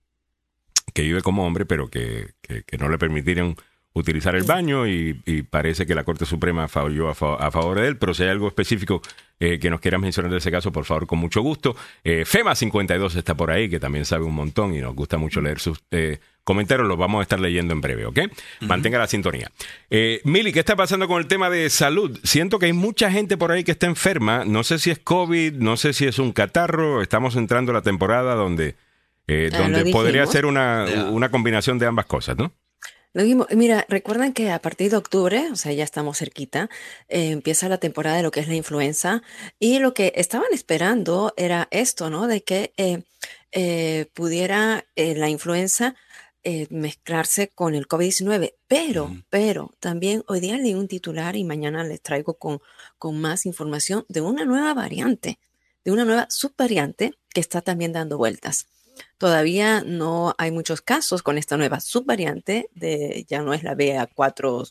que vive como hombre, pero que, que, que no le permitieron utilizar el baño y, y parece que la Corte Suprema falló a, fa- a favor de él, pero si hay algo específico eh, que nos quieras mencionar de ese caso, por favor, con mucho gusto. Eh, FEMA cincuenta y dos está por ahí, que también sabe un montón y nos gusta mucho leer sus eh, comentarios, los vamos a estar leyendo en breve, ¿ok? Uh-huh. Mantenga la sintonía. Eh, Mili, ¿qué está pasando con el tema de salud? Siento que hay mucha gente por ahí que está enferma, no sé si es COVID, no sé si es un catarro, estamos entrando a la temporada donde, eh, ah, donde podría ser una, yeah. una combinación de ambas cosas, ¿no? Lo mismo, mira, recuerdan que a partir de octubre, o sea, ya estamos cerquita, eh, empieza la temporada de lo que es la influenza y lo que estaban esperando era esto, ¿no? De que eh, eh, pudiera eh, la influenza eh, mezclarse con el COVID diecinueve, pero, mm. pero también hoy día leí un titular y mañana les traigo con, con más información de una nueva variante, de una nueva subvariante que está también dando vueltas. Todavía no hay muchos casos con esta nueva subvariante, de, ya no es la B A cuatro,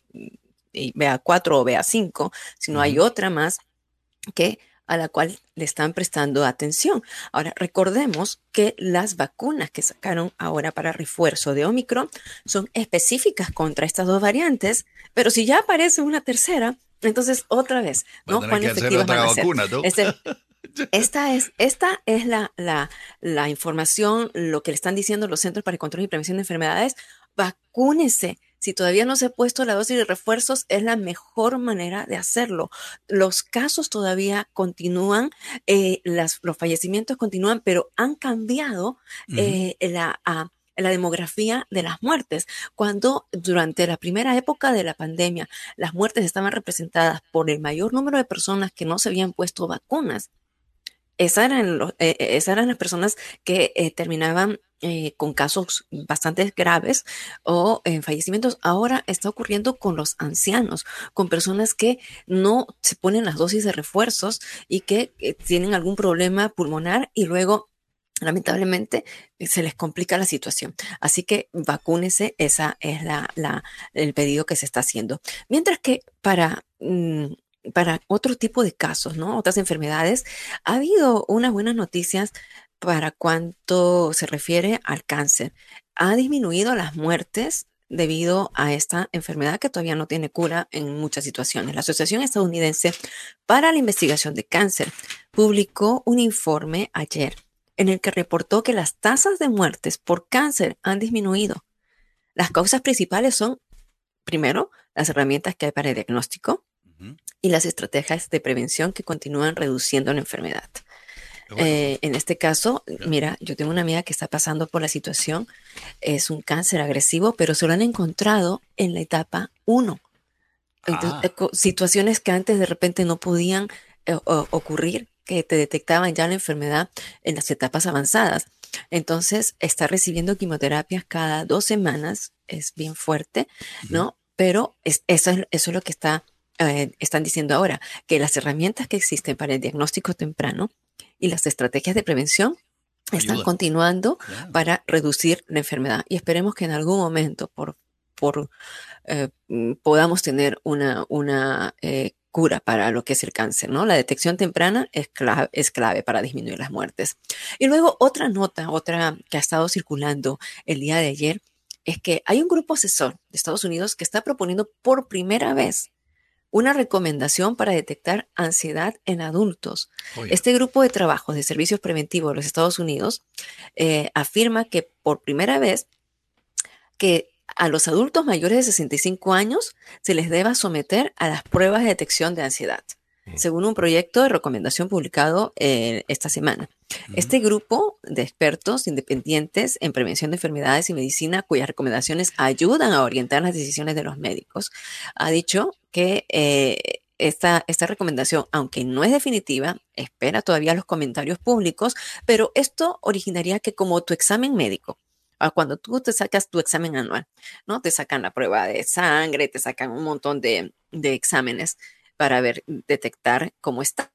B A cuatro o B A cinco, sino uh-huh. hay otra más que, a la cual le están prestando atención. Ahora, recordemos que las vacunas que sacaron ahora para refuerzo de Omicron son específicas contra estas dos variantes, pero si ya aparece una tercera, entonces otra vez, ¿no? ¿Cuán efectivas van a ser? Vacuna, ¿no? Este, Esta es, esta es la, la, la información, lo que le están diciendo los Centros para el Control y Prevención de Enfermedades. Vacúnese. Si todavía no se ha puesto la dosis de refuerzos, es la mejor manera de hacerlo. Los casos todavía continúan, eh, las, los fallecimientos continúan, pero han cambiado eh, uh-huh. la, a, la demografía de las muertes. Cuando durante la primera época de la pandemia, las muertes estaban representadas por el mayor número de personas que no se habían puesto vacunas. Esas eran, los, eh, esas eran las personas que eh, terminaban eh, con casos bastante graves o en eh, fallecimientos. Ahora está ocurriendo con los ancianos, con personas que no se ponen las dosis de refuerzos y que eh, tienen algún problema pulmonar y luego lamentablemente se les complica la situación. Así que vacúnese, esa es la, la, el pedido que se está haciendo. Mientras que para... Mmm, para otro tipo de casos, ¿no? Otras enfermedades, ha habido unas buenas noticias para cuanto se refiere al cáncer. Ha disminuido las muertes debido a esta enfermedad que todavía no tiene cura en muchas situaciones. La Asociación Estadounidense para la Investigación de Cáncer publicó un informe ayer en el que reportó que las tasas de muertes por cáncer han disminuido. Las causas principales son, primero, las herramientas que hay para el diagnóstico, y las estrategias de prevención que continúan reduciendo la enfermedad. Bueno, eh, en este caso, yeah. mira, yo tengo una amiga que está pasando por la situación, es un cáncer agresivo, pero se lo han encontrado en la etapa uno. Entonces, ah. situaciones que antes de repente no podían eh, o, ocurrir, que te detectaban ya la enfermedad en las etapas avanzadas. Entonces, está recibiendo quimioterapias cada dos semanas, es bien fuerte, ¿no? Uh-huh. Pero es, eso, es, eso es lo que está... Eh, están diciendo ahora, que las herramientas que existen para el diagnóstico temprano y las estrategias de prevención están Ayuda. continuando yeah. para reducir la enfermedad. Y esperemos que en algún momento por, por, eh, podamos tener una, una eh, cura para lo que es el cáncer, ¿no? La detección temprana es clave, es clave para disminuir las muertes. Y luego otra nota, otra que ha estado circulando el día de ayer, es que hay un grupo asesor de Estados Unidos que está proponiendo por primera vez una recomendación para detectar ansiedad en adultos. Oh, yeah. Este grupo de trabajo de servicios preventivos de los Estados Unidos eh, afirma que por primera vez que a los adultos mayores de sesenta y cinco años se les deba someter a las pruebas de detección de ansiedad, mm. según un proyecto de recomendación publicado eh, esta semana. Mm. Este grupo de expertos independientes en prevención de enfermedades y medicina, cuyas recomendaciones ayudan a orientar las decisiones de los médicos, ha dicho que eh, esta, esta recomendación, aunque no es definitiva, espera todavía los comentarios públicos, pero esto originaría que como tu examen médico, cuando tú te sacas tu examen anual, ¿no? Te sacan la prueba de sangre, te sacan un montón de, de exámenes para ver, detectar cómo estás.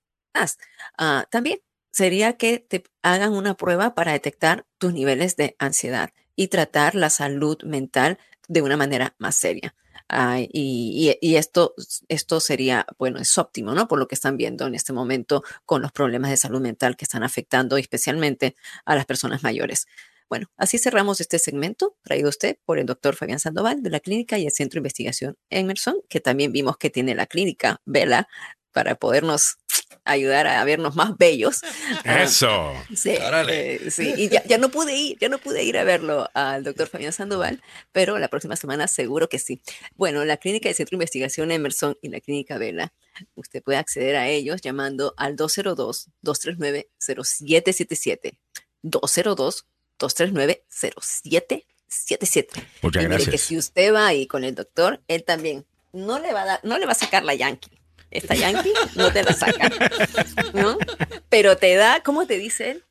Uh, también sería que te hagan una prueba para detectar tus niveles de ansiedad y tratar la salud mental de una manera más seria. Uh, y, y, y esto, esto sería, bueno, es óptimo, ¿no? Por lo que están viendo en este momento con los problemas de salud mental que están afectando especialmente a las personas mayores. Bueno, así cerramos este segmento traído a usted por el doctor Fabián Sandoval de la Clínica y el Centro de Investigación Emerson, que también vimos que tiene la clínica Vela para podernos ayudar a vernos más bellos. Eso. Uh, sí, eh, sí, y ya, ya no pude ir, ya no pude ir a verlo al doctor Fabián Sandoval, pero la próxima semana seguro que sí. Bueno, la Clínica y el Centro de Investigación Emerson y la Clínica Vela, usted puede acceder a ellos llamando al dos cero dos, dos tres nueve, cero siete siete siete. dos cero dos, dos tres nueve, cero siete siete siete. Muchas y gracias. Que si usted va ahí con el doctor, él también no le va a dar, no le va a sacar la Yankee. Esta Yankee no te la saca, ¿no? Pero te da, ¿cómo te dice él?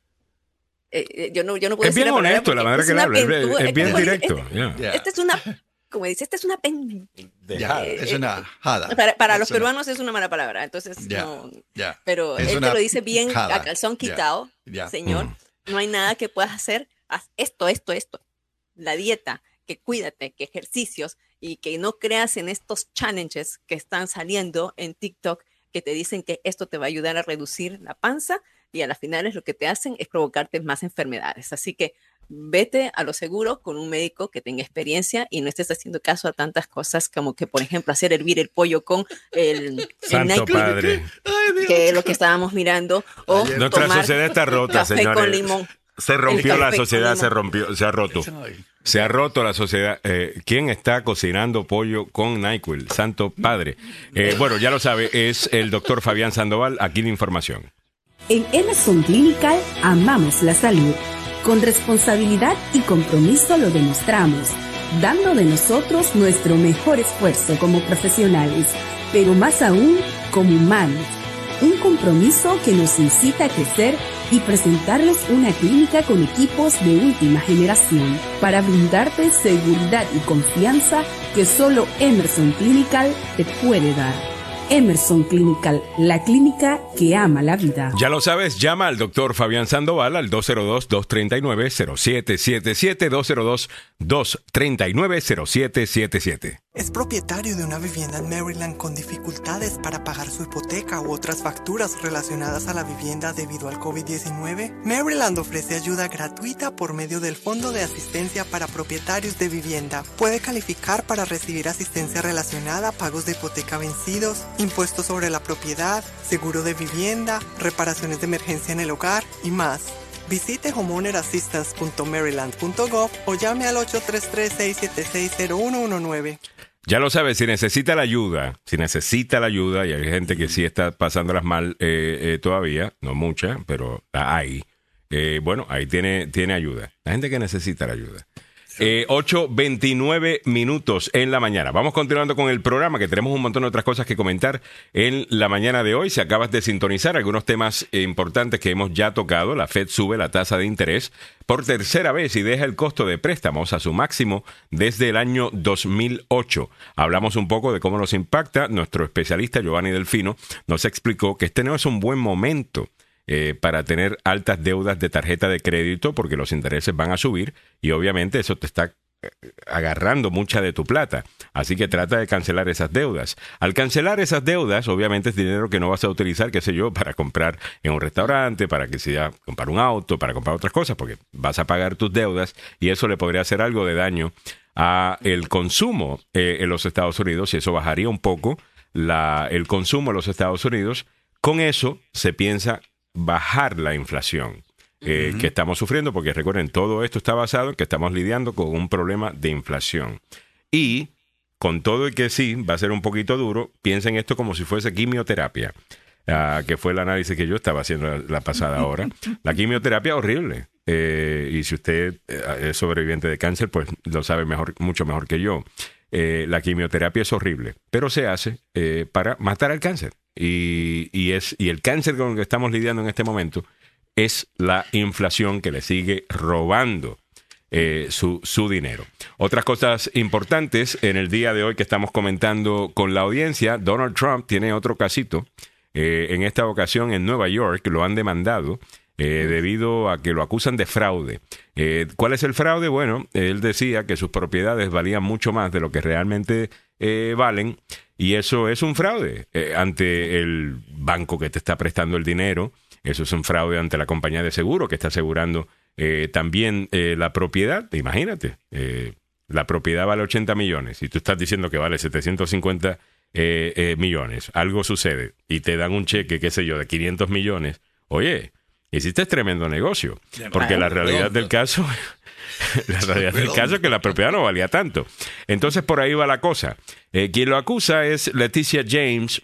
Eh, yo no, yo no puedo es decir bien la honesto, la manera que le habla. Es, es bien como, directo. Este, yeah. yeah. este es una, como dice, esta es una pen. Yeah, eh, es una jada. Para, para es los una... peruanos es una mala palabra, entonces yeah, no. Yeah. Pero es él una te lo dice bien jada. A calzón quitado, yeah. Yeah. señor. Mm. No hay nada que puedas hacer. Haz esto, esto, esto. La dieta, que cuídate, que ejercicios y que no creas en estos challenges que están saliendo en TikTok que te dicen que esto te va a ayudar a reducir la panza y a las finales lo que te hacen es provocarte más enfermedades. Así que vete a lo seguro con un médico que tenga experiencia y no estés haciendo caso a tantas cosas como que, por ejemplo, hacer hervir el pollo con el, Santo el NyQuil, Padre. que es lo que estábamos mirando, o Nuestra tomar sociedad está rota, café señores. con limón. Se rompió El la café sociedad, con se limón. rompió, se ha roto. Se ha roto la sociedad. Eh, ¿Quién está cocinando pollo con NyQuil? Santo Padre. Eh, bueno, ya lo sabe, es el doctor Fabián Sandoval. Aquí la información. En Emerson Clinical amamos la salud. Con responsabilidad y compromiso lo demostramos, dando de nosotros nuestro mejor esfuerzo como profesionales, pero más aún como humanos. Un compromiso que nos incita a crecer y presentarles una clínica con equipos de última generación para brindarte seguridad y confianza que solo Emerson Clinical te puede dar. Emerson Clinical, la clínica que ama la vida. Ya lo sabes, llama al doctor Fabián Sandoval al dos cero dos, dos tres nueve, cero siete siete siete, dos cero dos, dos tres nueve, cero siete siete siete. ¿Es propietario de una vivienda en Maryland con dificultades para pagar su hipoteca u otras facturas relacionadas a la vivienda debido al COVID diecinueve? Maryland ofrece ayuda gratuita por medio del Fondo de Asistencia para Propietarios de Vivienda. Puede calificar para recibir asistencia relacionada a pagos de hipoteca vencidos, impuestos sobre la propiedad, seguro de vivienda, reparaciones de emergencia en el hogar y más. Visite homeowner assistance punto maryland punto gov o llame al ocho tres tres, seis siete seis, cero uno uno nueve. Ya lo sabes, si necesita la ayuda, si necesita la ayuda, y hay gente que sí está pasándolas mal eh, eh, todavía, no mucha, pero hay, eh, bueno, ahí tiene, tiene ayuda. La gente que necesita la ayuda. Eh, ocho veintinueve minutos en la mañana. Vamos continuando con el programa, que tenemos un montón de otras cosas que comentar en la mañana de hoy. Si acabas de sintonizar, algunos temas eh, importantes que hemos ya tocado. La Fed sube la tasa de interés por tercera vez y deja el costo de préstamos a su máximo desde el año dos mil ocho. Hablamos un poco de cómo nos impacta. Nuestro especialista Giovanni Delfino nos explicó que este no es un buen momento Eh, para tener altas deudas de tarjeta de crédito porque los intereses van a subir y obviamente eso te está agarrando mucha de tu plata. Así que trata de cancelar esas deudas. Al cancelar esas deudas, obviamente es dinero que no vas a utilizar, qué sé yo, para comprar en un restaurante, para que sea comprar un auto, para comprar otras cosas, porque vas a pagar tus deudas y eso le podría hacer algo de daño a el consumo eh, en los Estados Unidos y eso bajaría un poco la, el consumo en los Estados Unidos. Con eso se piensa bajar la inflación eh, uh-huh. que estamos sufriendo, porque recuerden, todo esto está basado en que estamos lidiando con un problema de inflación. Y con todo y que sí, va a ser un poquito duro, piensen esto como si fuese quimioterapia, uh, que fue el análisis que yo estaba haciendo la, la pasada hora. La quimioterapia es horrible. Eh, y si usted es sobreviviente de cáncer, pues lo sabe mejor, mucho mejor que yo. Eh, la quimioterapia es horrible, pero se hace eh, para matar al cáncer. Y, y, es, y el cáncer con el que estamos lidiando en este momento es la inflación que le sigue robando eh, su, su dinero. Otras cosas importantes en el día de hoy que estamos comentando con la audiencia: Donald Trump tiene otro casito. Eh, en esta ocasión en Nueva York lo han demandado eh, debido a que lo acusan de fraude. Eh, ¿Cuál es el fraude? Bueno, él decía que sus propiedades valían mucho más de lo que realmente eh, valen. Y eso es un fraude eh, ante el banco que te está prestando el dinero. Eso es un fraude ante la compañía de seguro que está asegurando eh, también eh, la propiedad. Imagínate, eh, la propiedad vale ochenta millones y tú estás diciendo que vale setecientos cincuenta eh, eh, millones. Algo sucede y te dan un cheque, qué sé yo, de quinientos millones. Oye, hiciste tremendo negocio. Porque la realidad del caso... La realidad del caso es que la propiedad no valía tanto. Entonces por ahí va la cosa. Eh, quien lo acusa es Leticia James.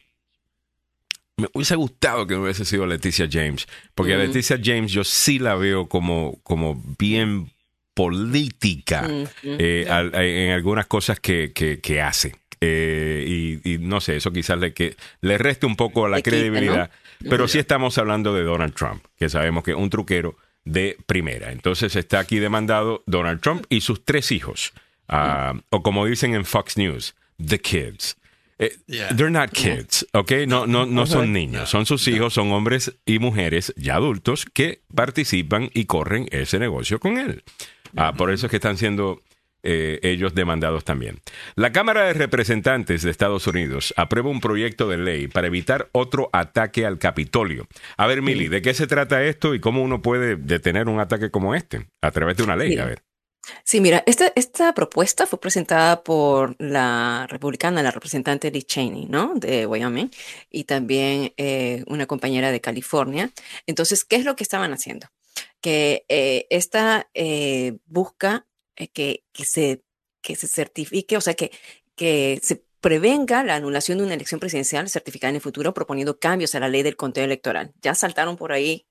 Me hubiese gustado que no hubiese sido Leticia James, porque mm. a Leticia James yo sí la veo como, como bien política mm, mm, eh, yeah. al, en algunas cosas que, que, que hace. Eh, y, y no sé, eso quizás le, que, le reste un poco la Equita, credibilidad. ¿no? Pero sí estamos hablando de Donald Trump, que sabemos que es un truquero de primera. Entonces está aquí demandado Donald Trump y sus tres hijos, uh, o como dicen en Fox News, the kids. Eh, yeah. They're not kids, ¿ok? No, no, no son niños, son sus hijos, son hombres y mujeres ya adultos que participan y corren ese negocio con él. Uh, por eso es que están siendo eh, ellos demandados también. La Cámara de Representantes de Estados Unidos aprueba un proyecto de ley para evitar otro ataque al Capitolio. A ver, Mili, ¿de qué se trata esto y cómo uno puede detener un ataque como este a través de una ley? Mira. A ver. Sí, mira, esta, esta propuesta fue presentada por la republicana, la representante Liz Cheney, ¿no? De Wyoming, y también eh, una compañera de California. Entonces, ¿qué es lo que estaban haciendo? Que eh, esta eh, busca eh, que, que, se, que se certifique, o sea, que, que se prevenga la anulación de una elección presidencial certificada en el futuro, proponiendo cambios a la ley del conteo electoral. Ya saltaron por ahí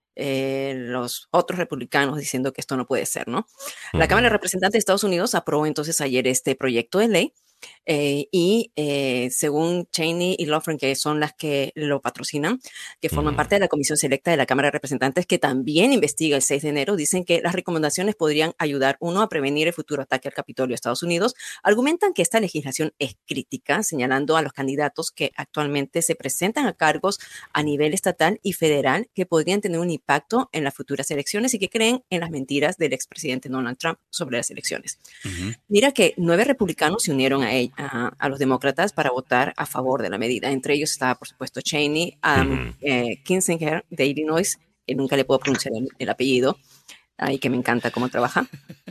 Eh, los otros republicanos diciendo que esto no puede ser, ¿no? La Uh-huh. Cámara de Representantes de Estados Unidos aprobó entonces ayer este proyecto de ley eh, y eh, según Cheney y Loughran, que son las que lo patrocinan, que forman Uh-huh. parte de la Comisión Selecta de la Cámara de Representantes, que también investiga el seis de enero, dicen que las recomendaciones podrían ayudar, uno, a prevenir el futuro ataque al Capitolio de Estados Unidos. Argumentan que esta legislación es crítica, señalando a los candidatos que actualmente se presentan a cargos a nivel estatal y federal que podrían tener un impacto en las futuras elecciones y que creen en las mentiras del expresidente Donald Trump sobre las elecciones. Ujú. Mira que nueve republicanos se unieron a, ell- a, a los demócratas para votar a favor de la medida. Entre ellos estaba, por supuesto, Cheney, um, Ujú. eh, Kinzinger de Illinois, que nunca le puedo pronunciar el, el apellido, y que me encanta cómo trabaja.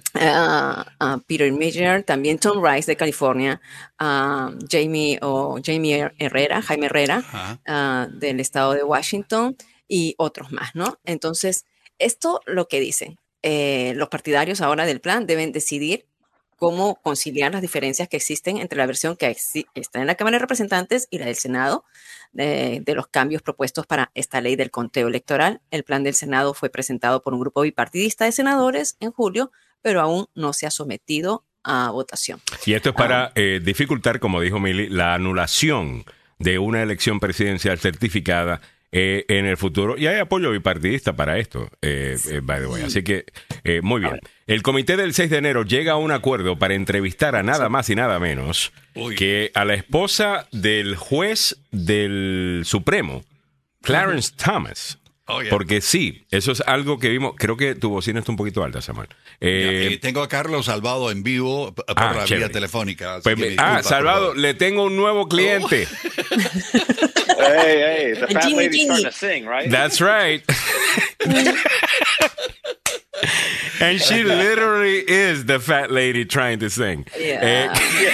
Uh, uh, Peter Major, también Tom Rice de California, uh, Jamie o Jamie Herrera, Jaime Herrera, Ajá. uh, del estado de Washington y otros más, ¿no? Entonces, esto lo que dicen, eh, los partidarios ahora del plan deben decidir cómo conciliar las diferencias que existen entre la versión que exi- está en la Cámara de Representantes y la del Senado de, de los cambios propuestos para esta ley del conteo electoral. El plan del Senado fue presentado por un grupo bipartidista de senadores en julio, pero aún no se ha sometido a votación. Y esto es para eh, dificultar, como dijo Mili, la anulación de una elección presidencial certificada eh, en el futuro. Y hay apoyo bipartidista para esto, eh, eh, by the way. Así que, eh, muy bien. El comité del seis de enero llega a un acuerdo para entrevistar a nada más y nada menos Uy. que a la esposa del juez del Supremo, Clarence Thomas. Oh, yeah. Porque sí, eso es algo que vimos. Creo que tu bocina está un poquito alta, Samuel. Eh, Ya, eh, tengo a Carlos Salvado en vivo p- por Ah, la chévere. vía telefónica. así pues, que me- disculpa, ah, por Salvador, favor. le tengo un nuevo cliente. Hey, hey, the fat Jimmy, lady's Jimmy. starting to sing, right? That's right. And she literally is the fat lady trying to sing. Yeah.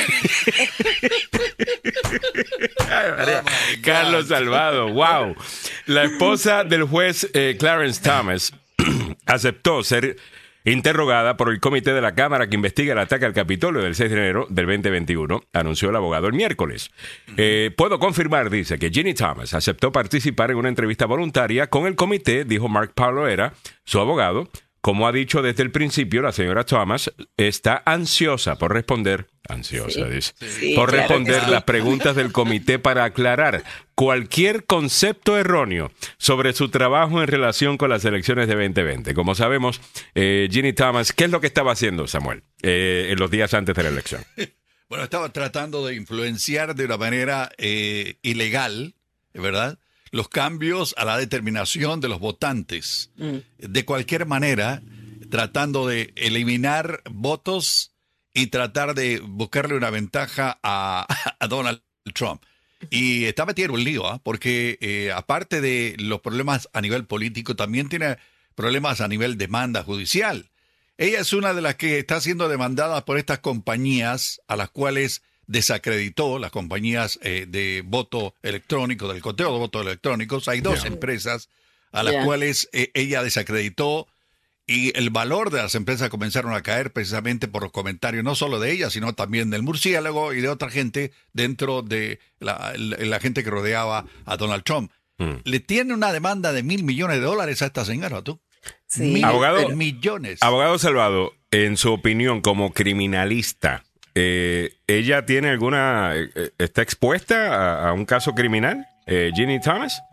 Ay, María. Oh, my God. Carlos Salvado, wow. La esposa del juez eh, Clarence Thomas aceptó ser interrogada por el comité de la Cámara que investiga el ataque al Capitolio del seis de enero del veinte veintiuno, anunció el abogado el miércoles. Eh, puedo confirmar, dice, que Ginny Thomas aceptó participar en una entrevista voluntaria con el comité, dijo Mark Pauloera, su abogado. Como ha dicho desde el principio, la señora Thomas está ansiosa por responder, ansiosa, Sí, dice, sí, por claro responder que sí. las preguntas del comité para aclarar cualquier concepto erróneo sobre su trabajo en relación con las elecciones de veinte veinte. Como sabemos, eh, Ginny Thomas, ¿qué es lo que estaba haciendo, Samuel, eh, en los días antes de la elección? Bueno, estaba tratando de influenciar de una manera eh, ilegal, ¿verdad?, los cambios a la determinación de los votantes. Mm. De cualquier manera, tratando de eliminar votos y tratar de buscarle una ventaja a, a Donald Trump. Y está metido en un lío, ¿ah? Porque eh, aparte de los problemas a nivel político, también tiene problemas a nivel demanda judicial. Ella es una de las que está siendo demandada por estas compañías a las cuales desacreditó, las compañías eh, de voto electrónico, del conteo de votos electrónicos. Hay dos Yeah. empresas a las Yeah. cuales eh, ella desacreditó y el valor de las empresas comenzaron a caer precisamente por los comentarios, no solo de ella, sino también del murciélago y de otra gente dentro de la, la, la gente que rodeaba a Donald Trump. Mm. Le tiene una demanda de mil millones de dólares a esta señora, ¿tú? Sí. Mil Abogado- millones. Abogado Salvado, en su opinión como criminalista, eh, ¿ella tiene alguna, eh, está expuesta a, a un caso criminal, eh, Ginny Thomas?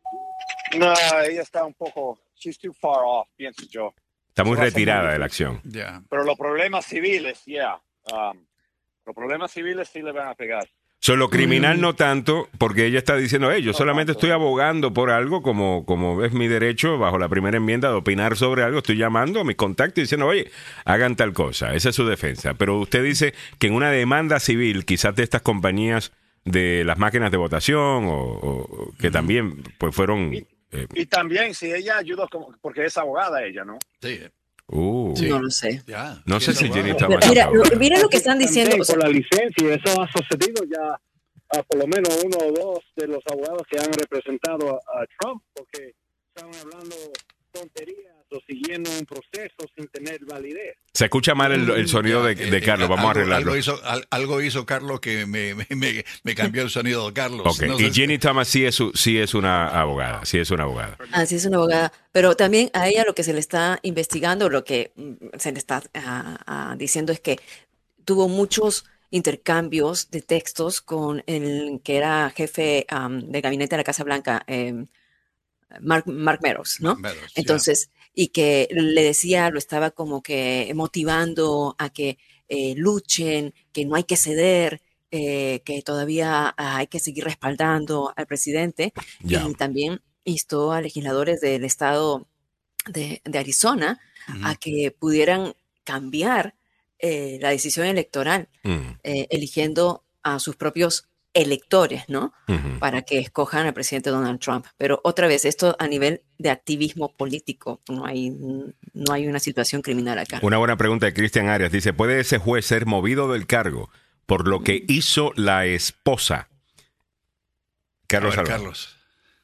No, ella está un poco, she's too far off, pienso yo. Está muy Se va a hacer retirada muy de la difícil. acción. Ya. Pero los problemas civiles, yeah. Um, los problemas civiles sí le van a pegar. O Solo criminal mm. no tanto, porque ella está diciendo, hey, yo no solamente tanto. Estoy abogando por algo, como, como es mi derecho bajo la primera enmienda de opinar sobre algo, estoy llamando a mis contactos y diciendo, oye, hagan tal cosa. Esa es su defensa. Pero usted dice que en una demanda civil, quizás de estas compañías de las máquinas de votación, o, o que mm. también pues fueron... Y, eh, y también si ella ayudó, como, porque es abogada ella, ¿no? Sí. Uh, sí. No lo sé. Ya, no sé si Jenny está más mira, lo, mira lo que están diciendo. También, por la licencia, eso ha sucedido ya a por lo menos uno o dos de los abogados que han representado a, a Trump, porque estaban hablando tonterías o siguiendo un proceso sin tener validez. Se escucha mal el, el sonido de, de Carlos, vamos algo, a arreglarlo. Algo hizo, al, algo hizo Carlos que me, me, me, me cambió el sonido de Carlos. Okay. No y Jenny Thomas sí es, sí es una abogada, sí es una abogada. Ah, sí es una abogada, pero también a ella lo que se le está investigando, lo que se le está uh, uh, diciendo es que tuvo muchos intercambios de textos con el que era jefe um, de gabinete de la Casa Blanca, eh, Mark, Mark Meadows, ¿no? Mark Meadows, Entonces, yeah. y que le decía, lo estaba como que motivando a que eh, luchen, que no hay que ceder, eh, que todavía hay que seguir respaldando al presidente. Yeah. Y también instó a legisladores del estado de, de Arizona uh-huh. a que pudieran cambiar eh, la decisión electoral, uh-huh. eh, eligiendo a sus propios electores, ¿no? Uh-huh. Para que escojan al presidente Donald Trump. Pero otra vez, esto a nivel de activismo político, no hay, no hay una situación criminal acá. Una buena pregunta de Cristian Arias. Dice, ¿puede ese juez ser movido del cargo por lo que hizo la esposa? Carlos. Ver, Carlos.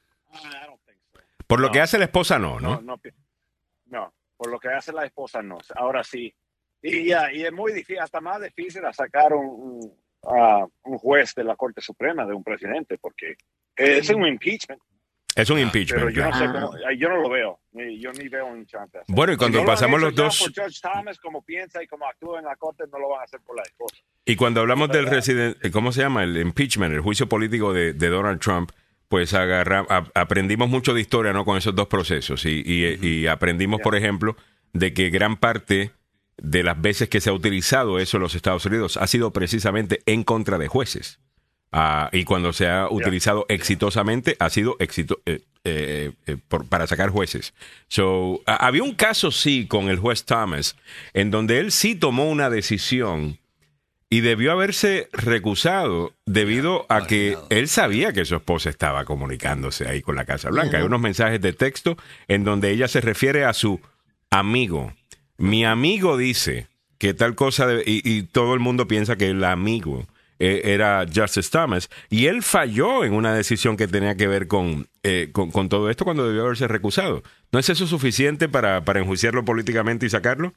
Por lo no, que hace la esposa, no, ¿no? No, no, no, por lo que hace la esposa, no. Ahora sí. Y, ya, y es muy difícil, hasta más difícil a sacar un... un a un juez de la Corte Suprema de un presidente, porque es un impeachment. Es un impeachment. Pero yo no sé cómo, yo no lo veo, yo ni veo un chance. Bueno, y cuando si no pasamos lo los dos... Por Judge Thomas, como piensa y como actúa en la Corte, no lo van a hacer por la esposa. Y cuando hablamos del residente, ¿cómo se llama? El impeachment, el juicio político de, de Donald Trump, pues agarra, a, aprendimos mucho de historia, ¿no? Con esos dos procesos. Y, y, uh-huh. y aprendimos, yeah. por ejemplo, de que gran parte de las veces que se ha utilizado eso en los Estados Unidos ha sido precisamente en contra de jueces. Uh, y cuando se ha utilizado yeah. exitosamente, ha sido éxito eh, eh, eh, por, para sacar jueces. So, uh, había un caso, sí, con el juez Thomas, en donde él sí tomó una decisión y debió haberse recusado debido a que él sabía que su esposa estaba comunicándose ahí con la Casa Blanca. Hay unos mensajes de texto en donde ella se refiere a su amigo. Mi amigo dice que tal cosa, de, y, y todo el mundo piensa que el amigo eh, era Justice Thomas, y él falló en una decisión que tenía que ver con, eh, con, con todo esto cuando debió haberse recusado. ¿No es eso suficiente para, para enjuiciarlo políticamente y sacarlo?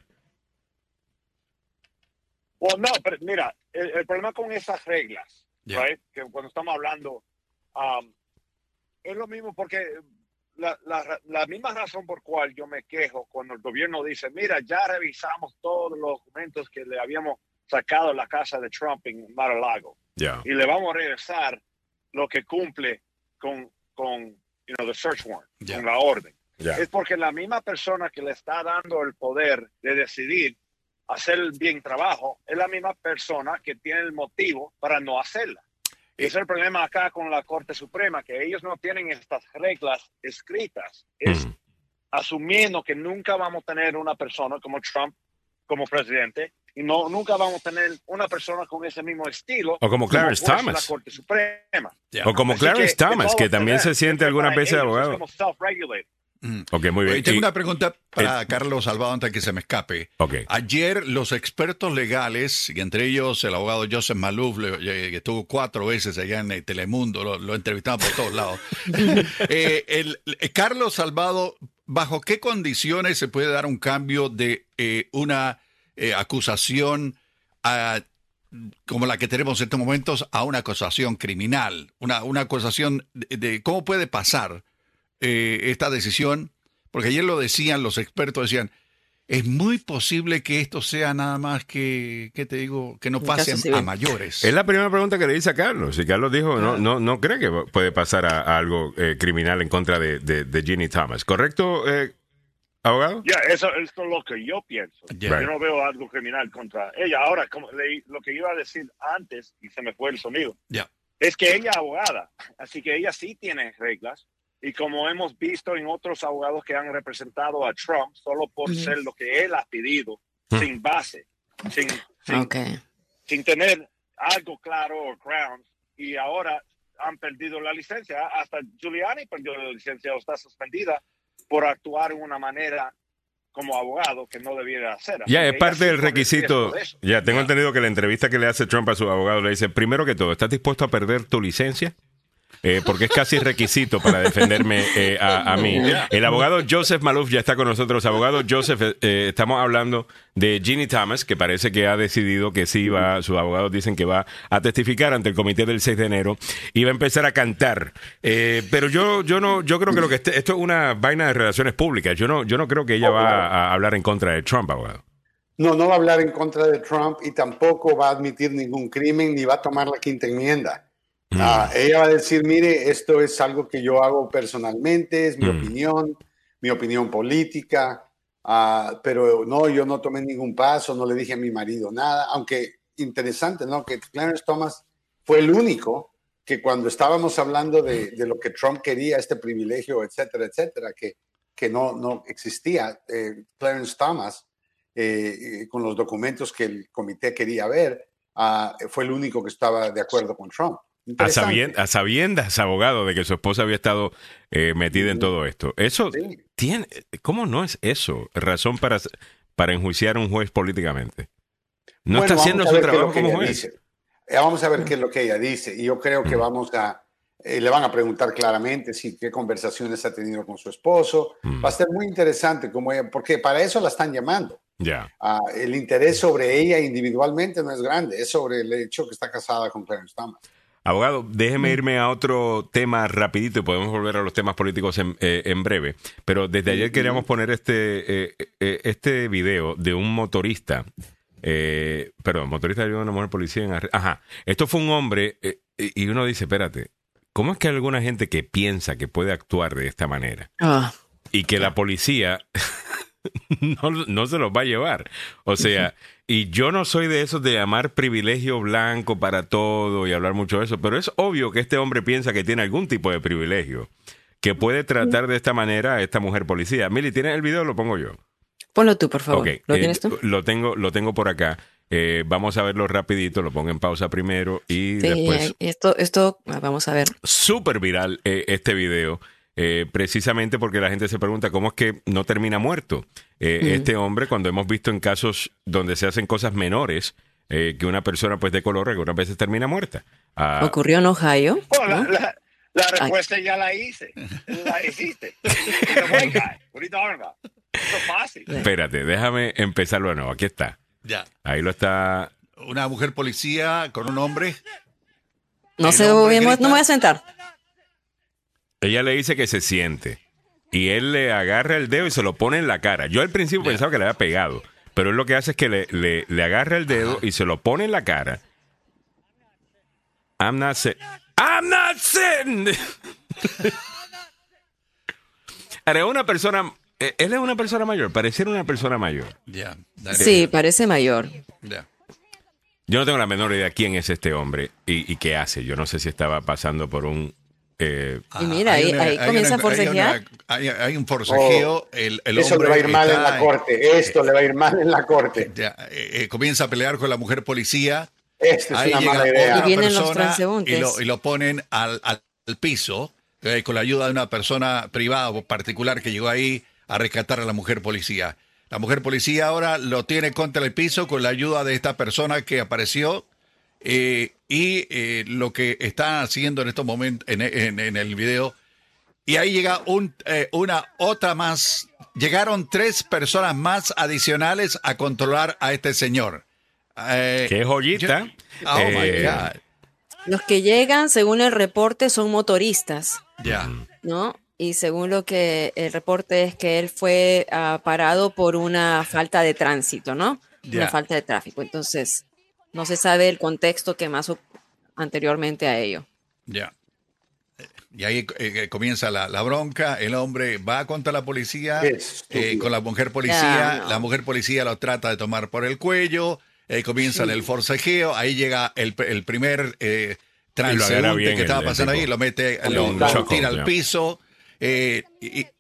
Well, no, pero mira, el, el problema con esas reglas, yeah. right, que cuando estamos hablando, um, es lo mismo porque... La, la, la misma razón por cual yo me quejo cuando el gobierno dice, mira, ya revisamos todos los documentos que le habíamos sacado a la casa de Trump en Mar-a-Lago yeah. y le vamos a regresar lo que cumple con, con you know, the search warrant, yeah. con la orden. Yeah. Es porque la misma persona que le está dando el poder de decidir hacer el bien trabajo es la misma persona que tiene el motivo para no hacerla. Y ese es el problema acá con la Corte Suprema, que ellos no tienen estas reglas escritas. Es mm. asumiendo que nunca vamos a tener una persona como Trump como presidente y no nunca vamos a tener una persona con ese mismo estilo. O como Clarence como Thomas. La Corte Suprema. Yeah. O como Así Clarence que, Thomas, que, que también se siente algunas veces abogado. Como self-regulated. Mm. Okay, muy bien. Oye, tengo y, una pregunta para eh, Carlos Salvado antes que se me escape. Okay. Ayer los expertos legales, y entre ellos el abogado Joseph Malouf, que estuvo cuatro veces allá en Telemundo, lo, lo entrevistamos por todos lados. eh, el, el, Carlos Salvado, ¿bajo qué condiciones se puede dar un cambio de eh, una eh, acusación a, como la que tenemos en estos momentos a una acusación criminal? Una, una acusación de, de cómo puede pasar Eh, esta decisión, porque ayer lo decían, los expertos decían, es muy posible que esto sea nada más que, ¿qué te digo? Que no pase a, a mayores. Es la primera pregunta que le hice a Carlos, y Carlos dijo, no, no, no cree que puede pasar a, a algo eh, criminal en contra de, de, de Ginny Thomas, ¿correcto, eh, abogado? Ya, yeah, eso, eso es lo que yo pienso. Yeah. Yo no veo algo criminal contra ella. Ahora, como le, lo que iba a decir antes, y se me fue el sonido, yeah. es que ella es abogada, así que ella sí tiene reglas. Y como hemos visto en otros abogados que han representado a Trump, solo por mm. ser lo que él ha pedido, mm. sin base, sin, sin, okay. sin tener algo claro o grounds, y ahora han perdido la licencia. Hasta Giuliani perdió la licencia o está suspendida por actuar de una manera como abogado que no debiera hacer. Ya, yeah, es parte del requisito. Ya, yeah, tengo yeah. entendido que la entrevista que le hace Trump a su abogado le dice, primero que todo, ¿estás dispuesto a perder tu licencia? Eh, porque es casi requisito para defenderme eh, a, a mí. El abogado Joseph Maloof ya está con nosotros. Abogado Joseph, eh, estamos hablando de Ginny Thomas, que parece que ha decidido que sí va, sus abogados dicen que va a testificar ante el comité del seis de enero y va a empezar a cantar. Eh, pero yo yo no yo creo que lo que este, esto es una vaina de relaciones públicas. Yo no yo no creo que ella va a hablar en contra de Trump, abogado. No, no va a hablar en contra de Trump y tampoco va a admitir ningún crimen ni va a tomar la quinta enmienda. Uh, ella va a decir, mire, esto es algo que yo hago personalmente, es mi mm. opinión, mi opinión política, uh, pero no, yo no tomé ningún paso, no le dije a mi marido nada, aunque interesante, ¿no? Que Clarence Thomas fue el único que cuando estábamos hablando de, de lo que Trump quería, este privilegio, etcétera, etcétera, que, que no, no existía, eh, Clarence Thomas, eh, con los documentos que el comité quería ver, uh, fue el único que estaba de acuerdo con Trump. A, sabien, a sabiendas, abogado, de que su esposa había estado eh, metida sí. en todo esto. Eso sí. tiene, ¿cómo no es eso razón para, para enjuiciar a un juez políticamente? No bueno, está haciendo su trabajo como juez. Dice. Vamos a ver qué es lo que ella dice. Y yo creo que mm. vamos a, eh, le van a preguntar claramente si qué conversaciones ha tenido con su esposo. Mm. Va a ser muy interesante, como ella, porque para eso la están llamando. Yeah. Uh, el interés sobre ella individualmente no es grande, es sobre el hecho que está casada con Clarence Thomas. Abogado, déjeme irme a otro tema rapidito y podemos volver a los temas políticos en, eh, en breve. Pero desde ayer queríamos poner este eh, eh, este video de un motorista, eh, perdón, motorista de una mujer policía en... Ajá, esto fue un hombre eh, y uno dice, espérate, ¿cómo es que hay alguna gente que piensa que puede actuar de esta manera? Ah. Y que la policía no, no se los va a llevar. O sea... Y yo no soy de esos de llamar privilegio blanco para todo y hablar mucho de eso, pero es obvio que este hombre piensa que tiene algún tipo de privilegio, que puede tratar de esta manera a esta mujer policía. Mili, ¿tienes el video o lo pongo yo? Ponlo tú, por favor. Okay. ¿Lo eh, tienes tú? Lo tengo, lo tengo por acá. Eh, vamos a verlo rapidito, lo pongo en pausa primero y sí, después... Esto, esto, vamos a ver. Súper viral eh, este video. Eh, precisamente porque la gente se pregunta cómo es que no termina muerto eh, mm. este hombre, cuando hemos visto en casos donde se hacen cosas menores eh, que una persona pues de color algunas veces termina muerta. Ah, ¿ocurrió en Ohio? Oh, la, la, la respuesta Ay. ya la hice, la hiciste. Eso es fácil. Espérate, déjame empezarlo de nuevo. Aquí está. Ya. Ahí lo está. Una mujer policía con un hombre. No sé, no me voy a sentar. Ella le dice que se siente y él le agarra el dedo y se lo pone en la cara. Yo al principio yeah. pensaba que le había pegado, pero él lo que hace es que le, le, le agarra el dedo Ajá. y se lo pone en la cara. I'm not sick. I'm not sick. Era una persona, él es una persona mayor, pareciera una persona mayor. Yeah. Sí, parece mayor. Yeah. Yo no tengo la menor idea quién es este hombre y, y qué hace. Yo no sé si estaba pasando por un... Eh, y mira, ahí, una, ahí comienza una, a forcejear. Hay, una, hay, hay un forcejeo. Oh, el, el eso le va a ir mal en la corte. Esto eh, le va a ir mal en la corte. Ya, eh, comienza a pelear con la mujer policía. Esto es ahí una mala idea. Y vienen los transeúntes. Y lo, y lo ponen al, al, al piso eh, con la ayuda de una persona privada o particular que llegó ahí a rescatar a la mujer policía. La mujer policía ahora lo tiene contra el piso con la ayuda de esta persona que apareció. Eh, y eh, lo que están haciendo en estos momentos en, en, en el video, y ahí llega un, eh, una otra más, llegaron tres personas más adicionales a controlar a este señor. Eh, ¡Qué joyita! Yo, oh eh, my God. Los que llegan, según el reporte, son motoristas. Ya. Yeah. ¿No? Y según lo que el reporte es que él fue uh, parado por una falta de tránsito, ¿no? Yeah. Una falta de tráfico. Entonces... no se sabe el contexto que más anteriormente a ello. Ya. Yeah. Y ahí eh, comienza la, la bronca, el hombre va contra la policía, eh, con la mujer policía, Yeah, no. la mujer policía lo trata de tomar por el cuello, eh, comienza Sí. el forcejeo, ahí llega el, el primer eh, Y lo agarra transeúnte bien que estaba el- el pasando tipo. ahí, lo mete, Con lo, un lo choco, tira al ya. piso, eh, y, y,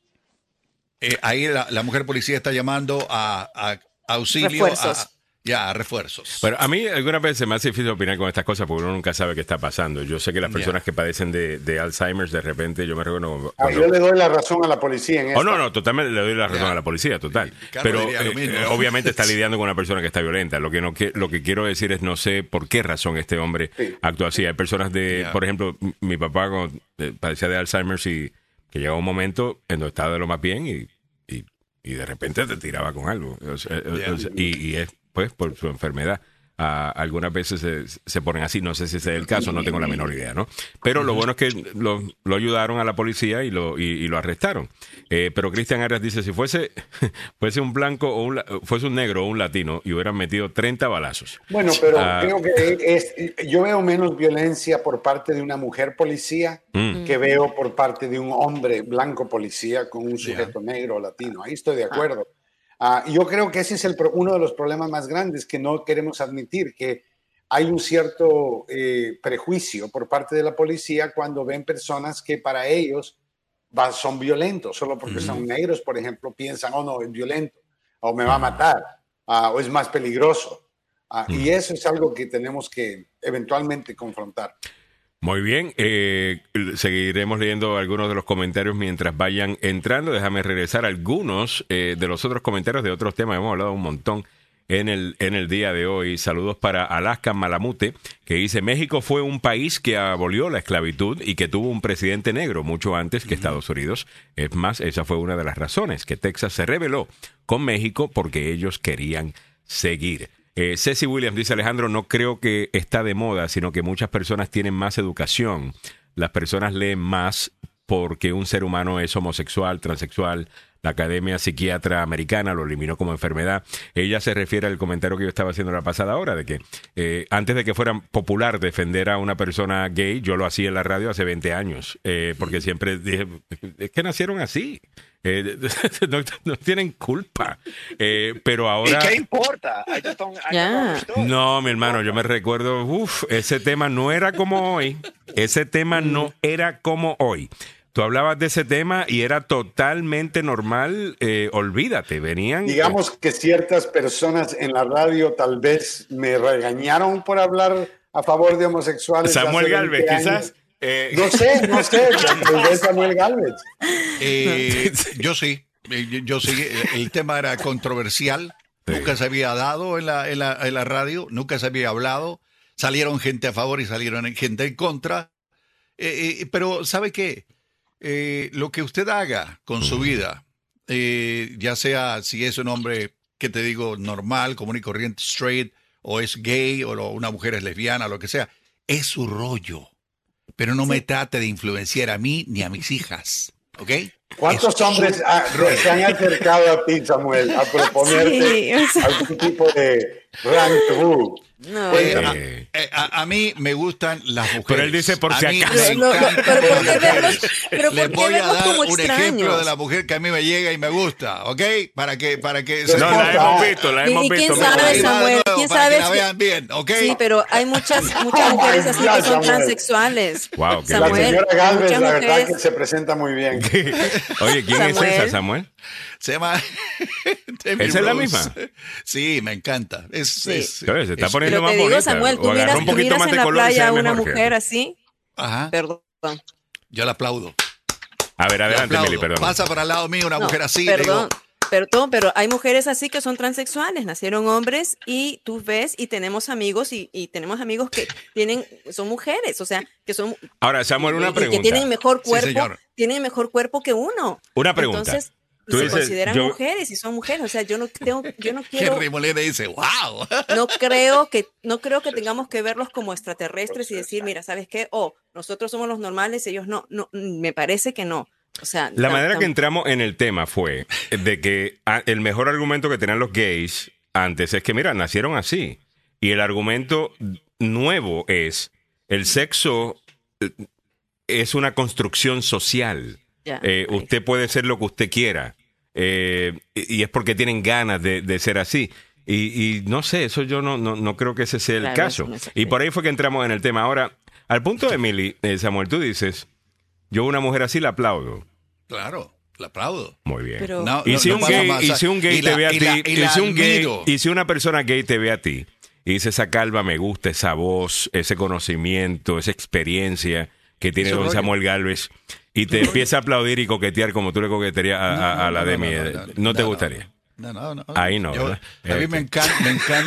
eh, ahí la, la mujer policía está llamando a, a auxilio, a, Refuerzos. ya, a refuerzos. Bueno, a mí algunas veces se me hace difícil opinar con estas cosas porque uno nunca sabe qué está pasando. Yo sé que las personas Ya. que padecen de, de Alzheimer, de repente, yo me recuerdo... Ah, cuando- yo le doy la razón a la policía en Oh, esto. no, no, totalmente le doy la razón Ya. a la policía, total. Carlos Pero diría lo eh, mismo. eh, obviamente está lidiando con una persona que está violenta. Lo que no que, lo que quiero decir es no sé por qué razón este hombre Sí. actúa así. Hay personas de, Ya. por ejemplo, m- mi papá cuando, eh, padecía de Alzheimer y que llegaba un momento en donde estaba de lo más bien y, y, y de repente te tiraba con algo. O sea, eh, Ya. o sea, y, y es pues por su enfermedad. Ah, algunas veces se, se ponen así, no sé si ese es el caso, no tengo la menor idea, ¿no? Pero lo bueno es que lo, lo ayudaron a la policía y lo, y, y lo arrestaron. Eh, pero Cristian Arias dice, si fuese, fuese un blanco o un, la- fuese un negro o un latino y hubieran metido treinta balazos. Bueno, pero Ah. creo que es, yo veo menos violencia por parte de una mujer policía Mm. que veo por parte de un hombre blanco policía con un sujeto negro o latino. Ahí estoy de acuerdo. Ah, y yo creo que ese es el, pro- uno de los problemas más grandes que no queremos admitir, que hay un cierto eh, prejuicio por parte de la policía cuando ven personas que para ellos va- son violentos, solo porque son negros, por ejemplo, piensan, oh no, es violento, o me va a matar, ah, o es más peligroso. Ah, y eso es algo que tenemos que eventualmente confrontar. Muy bien, eh, seguiremos leyendo algunos de los comentarios mientras vayan entrando. Déjame regresar a algunos eh, de los otros comentarios de otros temas. Hemos hablado un montón en el, en el día de hoy. Saludos para Alaska Malamute, que dice, México fue un país que abolió la esclavitud y que tuvo un presidente negro mucho antes que Estados Unidos. Es más, esa fue una de las razones que Texas se rebeló con México porque ellos querían seguir. Eh, Ceci Williams dice, Alejandro, no creo que está de moda, sino que muchas personas tienen más educación. Las personas leen más porque un ser humano es homosexual, transexual. La Academia Psiquiatra Americana lo eliminó como enfermedad. Ella se refiere al comentario que yo estaba haciendo la pasada hora, de que eh, antes de que fuera popular defender a una persona gay, yo lo hacía en la radio hace veinte años, eh, porque siempre dije, es que nacieron así. Eh, no, no tienen culpa. Eh, pero ahora... ¿Y qué importa? I just don't- I Yeah. never understood. No, mi hermano, yo me recuerdo, uff, ese tema no era como hoy. Ese tema no era como hoy. Tú hablabas de ese tema y era totalmente normal. Eh, olvídate, venían... Digamos que ciertas personas en la radio tal vez me regañaron por hablar a favor de homosexuales. Samuel hace veinte Galvez, años. quizás. Eh, No sé, no sé, tal vez Samuel Galvez. Eh, yo sí, eh, yo, yo sí. El, el tema era controversial. Sí. Nunca se había dado en la, en, la, en la radio, nunca se había hablado. Salieron gente a favor y salieron gente en contra. Eh, eh, pero, ¿sabe qué? Eh, lo que usted haga con su vida, eh, ya sea si es un hombre, que te digo, normal, común y corriente, straight, o es gay, o lo- una mujer es lesbiana, lo que sea, es su rollo. Pero no me trate de influenciar a mí ni a mis hijas, ¿ok? ¿Cuántos Es hombres su ah, rollo. se han acercado a ti, Samuel, a proponerte Sí, o sea- algún tipo de rendezvous? No, Eh, no. a, eh, a- a mí me gustan las mujeres. Pero él dice por A si mí acaso. me Lo- lo- encantan pero ¿por las qué verlos- mujeres. pero Les por qué voy a verlos dar como un ejemplo extraños? de la mujer que a mí me llega y me gusta, ¿ok? Para que, para que No, No, la la hemos visto, la ¿Y- hemos y quién visto. sabe, mira. Ahí va de Samuel? nuevo, ¿Quién para sabe que la si- vean bien, ¿ok? Sí, pero hay muchas, muchas Oh, mujeres my así God, que son Samuel. transexuales. Wow, qué La Samuel, señora Galvez, muchas la verdad mujeres- que se presenta muy bien. Oye, ¿quién es Samuel. esa, Samuel? Se llama Demi ¿Esa es la Rose. misma? Sí, me encanta. Es, Sí. es- Oye, se está es- poniendo Pero más te digo, bonita. Samuel, O tú agarró miras, un tú poquito miras más en de la color y se playa ve a una mejor que mujer antes. así, Ajá, perdón. yo la aplaudo. A ver, La adelante, aplaudo. Mili, perdón. Pasa por al lado mío una No, mujer así, le perdón, digo, perdón, pero hay mujeres así que son transexuales, nacieron hombres y tú ves y tenemos amigos y, y tenemos amigos que tienen, son mujeres, o sea, que son Ahora, Samuel, y- una y pregunta. que tienen mejor Sí, cuerpo, señor. tienen mejor cuerpo que uno. Una pregunta. Entonces, y Tú se dices, consideran yo- mujeres y son mujeres, o sea, yo no tengo, yo no quiero, Henry Molina dice, wow. no creo que, no creo que tengamos que verlos como extraterrestres y decir, mira, ¿sabes qué? Oh, nosotros somos los normales, ellos no, no, me parece que no. O sea, La tam- manera que tam- entramos en el tema fue de que ah, el mejor argumento que tenían los gays antes es que, mira, nacieron así. Y el argumento nuevo es el sexo eh, es una construcción social. Yeah, eh, right. Usted puede ser lo que usted quiera. Eh, y, y es porque tienen ganas de, de ser así. Y, y no sé, eso yo no, no, no creo que ese sea el Claro, caso. no sé. Y por ahí fue que entramos en el tema. Ahora, al punto de Emily, eh, Samuel, tú dices, yo a una mujer así la aplaudo. Claro, la aplaudo. Muy bien. Pero- No, y, no, si no un pasa gay, más. y si un gay Y te la- ve a y ti, la- y y la si un gay, admiro. y si una persona gay te ve a ti, y dice esa calva me gusta, esa voz, ese conocimiento, esa experiencia que tiene Eso don rollo. Samuel Galvez, y te empieza a aplaudir y coquetear como tú le coquetearías a, a- a la No, no, Demi, no, no, ¿no, no, no, te no, gustaría? No, no, no. Ahí no, Yo- ¿verdad? a mí me encanta, me encanta.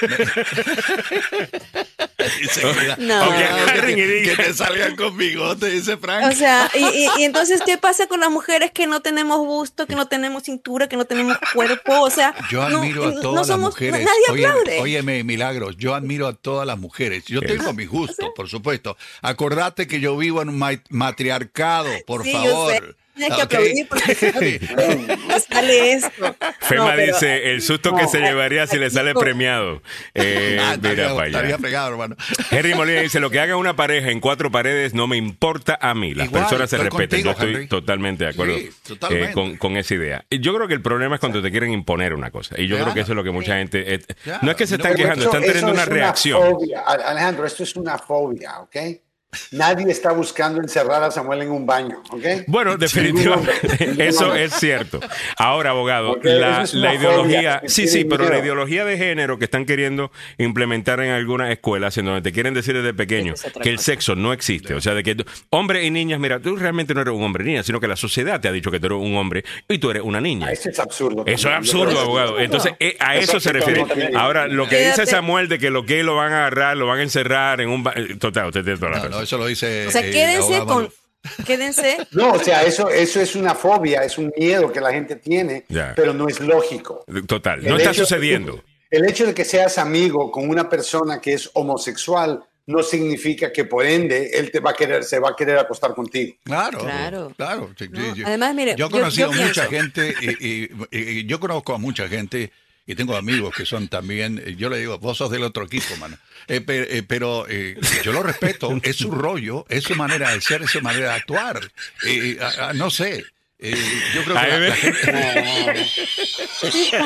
No. Ok, Ok, que, agarren y te, digan. que te salgan con bigote, dice Frank. O sea, y, y- y entonces, ¿qué pasa con las mujeres que no tenemos busto, que no tenemos cintura, que no tenemos cuerpo? O sea, Yo no- admiro no a todas somos- las mujeres. Nadie Oye, aplaude. óyeme, Milagros, yo admiro a todas las mujeres. Yo Sí. tengo mi gusto, por supuesto. Acordate que yo vivo en un ma- matriarcado, por Sí, yo favor. sé. Tienes que Ok. aplaudir porque si no, no sale esto. Fema No, pero- dice, el susto que no, se llevaría si le aquí sale con- premiado. Eh, Ah, mira estaría, para estaría allá. fregado, hermano. Henry Molina dice, lo que haga una pareja en cuatro paredes no me importa a mí. Las Igual, personas se estoy respeten. contigo, Yo estoy Henry. totalmente de acuerdo Sí, totalmente. eh, con, con esa idea. Y yo creo que el problema es cuando te quieren imponer una cosa. Y yo Ya. creo que eso es lo que mucha gente... eh, Ya. no es que se están No, quejando, Eso- están eso teniendo una es reacción. fobia. Al- Alejandro, esto es una fobia, ¿ok? Nadie está buscando encerrar a Samuel en un baño, ¿ok? Bueno, definitivamente, eso es cierto. Ahora, abogado, Porque la, eso es la una ideología, fobia que sí, tiene sí, pero la miedo. ideología de género que están queriendo implementar en algunas escuelas, en donde te quieren decir desde pequeño Eso es otra que el cosa. sexo no existe. O sea, de que tú- hombres y niñas, mira, tú realmente no eres un hombre y niña, sino que la sociedad te ha dicho que tú eres un hombre y tú eres una niña. Eso es absurdo. Eso es también. Yo absurdo, creo que- abogado. Entonces, eh, a eso se refiere. Ahora, lo que dice Quédate. Samuel de que los gays lo van a agarrar, lo van a encerrar en un... ba- eh, Total, usted tiene toda la No, razón. no, eso lo dice. O sea, eh, quédense abogado con... Manu. Quédense. No, o sea, eso, eso es una fobia, es un miedo que la gente tiene, Ya. pero no es lógico. Total, El no está hecho- sucediendo. El hecho de que seas amigo con una persona que es homosexual no significa que por ende él te va a querer, se va a querer acostar contigo. Claro, Claro. claro. Sí, No, sí, sí. además, mire, yo he yo- conocido yo mucha pienso- gente y, y- y- y yo conozco a mucha gente y tengo amigos que son también, eh, yo le digo, vos sos del otro equipo, mano. Eh, pe- eh, pero eh, yo lo respeto, es su rollo, es su manera de ser, es su manera de actuar. Eh, ah, ah, no sé. Eh, yo creo que Ay, la- ve. la gente- ¿Qué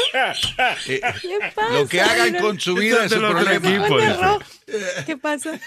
pasa? eh, ¿Qué pasa? lo que hagan Mira, con su vida es su del otro problema. equipo. Oye, dice. Ro, ¿qué pasa?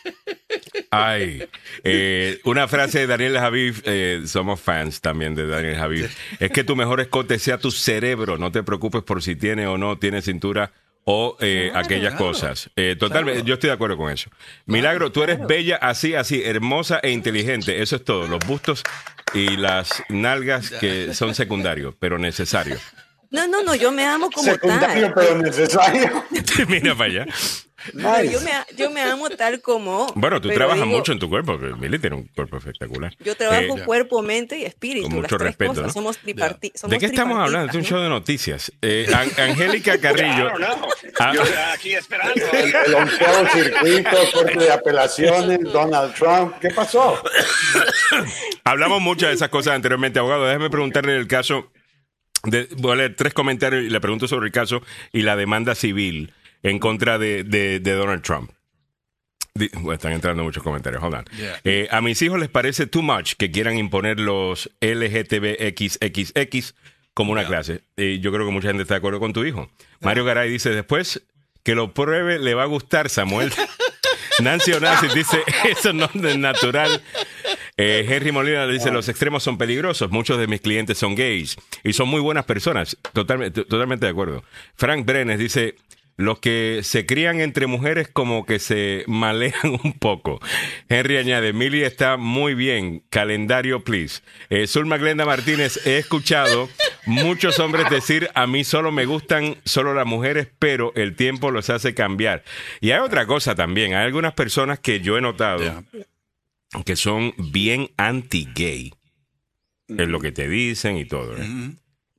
Ay, eh, una frase de Daniel Javid, eh, somos fans también de Daniel Javid, es que tu mejor escote sea tu cerebro, no te preocupes por si tiene o no tiene cintura o eh, Claro, aquellas claro. cosas. Eh, totalmente, Claro. yo estoy de acuerdo con eso. Milagro, tú eres bella así, así, hermosa e inteligente, eso es todo. Los bustos y las nalgas que son secundarios, pero necesarios. No, no, no, yo me amo como Secundario, tal. pero necesario. Mira para allá. No, yo, me, yo me amo tal como. Bueno, tú pero trabajas digo, mucho en tu cuerpo, porque Mili tiene un cuerpo espectacular. Yo trabajo Eh, cuerpo, mente y espíritu. con las mucho tres respeto, cosas. ¿no? Somos tripartitos. ¿De qué estamos hablando? Este es un show de noticias. Eh, An- Angélica Carrillo. Claro, no. Ah, Yo aquí esperando. El, el onceavo circuito, corte de apelaciones, Donald Trump. ¿Qué pasó? hablamos mucho de esas cosas anteriormente, abogado. Déjeme preguntarle el caso. De, voy a leer tres comentarios y le pregunto sobre el caso y la demanda civil en contra de, de, de Donald Trump. Di- Bueno, están entrando muchos comentarios. Hold on. Yeah. Eh, a mis hijos les parece too much que quieran imponer los L G T B X X X como una Yeah. clase. Y yo creo que mucha gente está de acuerdo con tu hijo. Mario Garay dice, después que lo pruebe, le va a gustar, Samuel. Nancy Onassis dice, eso no es natural. Eh, Henry Molina le dice, los extremos son peligrosos. Muchos de mis clientes son gays y son muy buenas personas. Totalmente, totalmente de acuerdo. Frank Brenes dice, los que se crían entre mujeres como que se malean un poco. Henry añade, Millie está muy bien. Calendario, please. Eh, Zulma Glenda Martínez, he escuchado muchos hombres decir, a mí solo me gustan solo las mujeres, pero el tiempo los hace cambiar. Y hay otra cosa también. Hay algunas personas que yo he notado Yeah. que son bien anti-gay. Es lo que te dicen y todo. ¿eh? Ujú.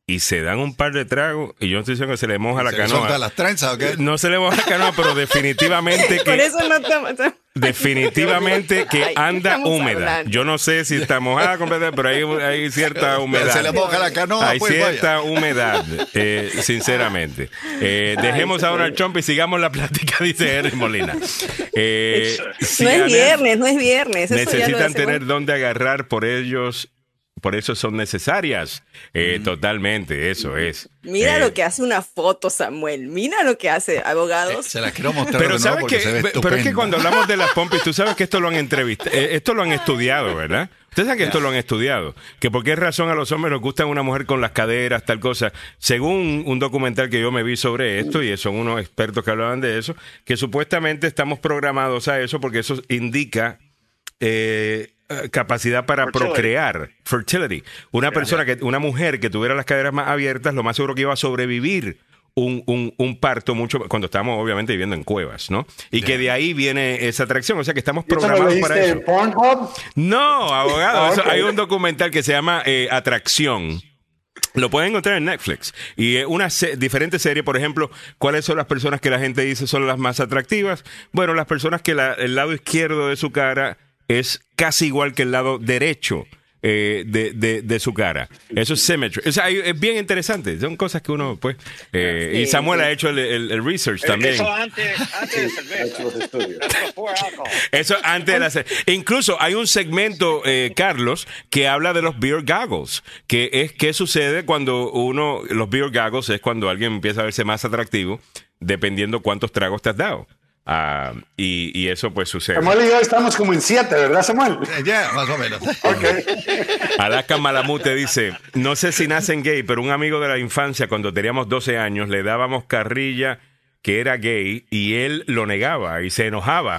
y se dan un par de tragos y yo no estoy diciendo que se le moja la ¿Se canoa. le soltan las trenzas o qué? No se le moja la canoa, pero definitivamente que... Por eso no estamos... Definitivamente que Ay, anda estamos húmeda. hablando. Yo no sé si está mojada completamente, pero hay, hay cierta humedad. Se le moja la canoa, Hay pues, cierta vaya. humedad, eh, sinceramente. Eh, dejemos ahora al Trump y sigamos la plática, dice Henry Molina. Eh, si No es ganan, viernes, no es viernes. Eso ya lo necesitan hacemos. tener dónde agarrar por ellos. Por eso son necesarias. Eh, Mm. Totalmente, eso es. Mira Eh, lo que hace una foto, Samuel. Mira lo que hace, abogados. Se las quiero mostrar Pero de nuevo sabes porque que, se ve pero es que estupenda. cuando hablamos de las pompis, tú sabes que esto lo han entrevistado, esto lo han estudiado, ¿verdad? Ustedes saben que esto lo han estudiado, que por qué razón a los hombres nos gusta una mujer con las caderas, tal cosa. Según un documental que yo me vi sobre esto, y son unos expertos que hablaban de eso, que supuestamente estamos programados a eso porque eso indica eh, eh, capacidad para Fertility. procrear, fertility. Una persona que, una mujer que tuviera las caderas más abiertas, lo más seguro que iba a sobrevivir un, un, un parto mucho cuando estamos obviamente viviendo en cuevas, ¿no? Y que de ahí viene esa atracción, o sea que estamos ¿Eso lo programados para viste eso. en Pornhub? No, abogado, Ah, eso- ok. hay un documental que se llama eh, Atracción. Lo pueden encontrar en Netflix. Y es una se- diferente serie, por ejemplo, ¿cuáles son las personas que la gente dice son las más atractivas? Bueno, las personas que la- el lado izquierdo de su cara es casi igual que el lado derecho eh, de, de, de su cara. Eso es symmetry. O sea, hay- es bien interesante. Son cosas que uno, pues... eh, Sí, y Samuel sí. ha hecho el, el- el research también. Eso antes, antes de cerveza. Los estudios. Before alcohol. Eso antes de la se- Incluso hay un segmento, eh, Carlos, que habla de los beer goggles, que es qué sucede cuando uno, los beer goggles es cuando alguien empieza a verse más atractivo, dependiendo cuántos tragos te has dado. Ah, y, y eso pues sucede. Samuel y yo estamos como en siete, ¿verdad, Samuel? Eh, Ya, más o menos. Ok. Alaska Malamute dice, no sé si nacen gay, pero un amigo de la infancia, cuando teníamos doce años, le dábamos carrilla que era gay y él lo negaba y se enojaba.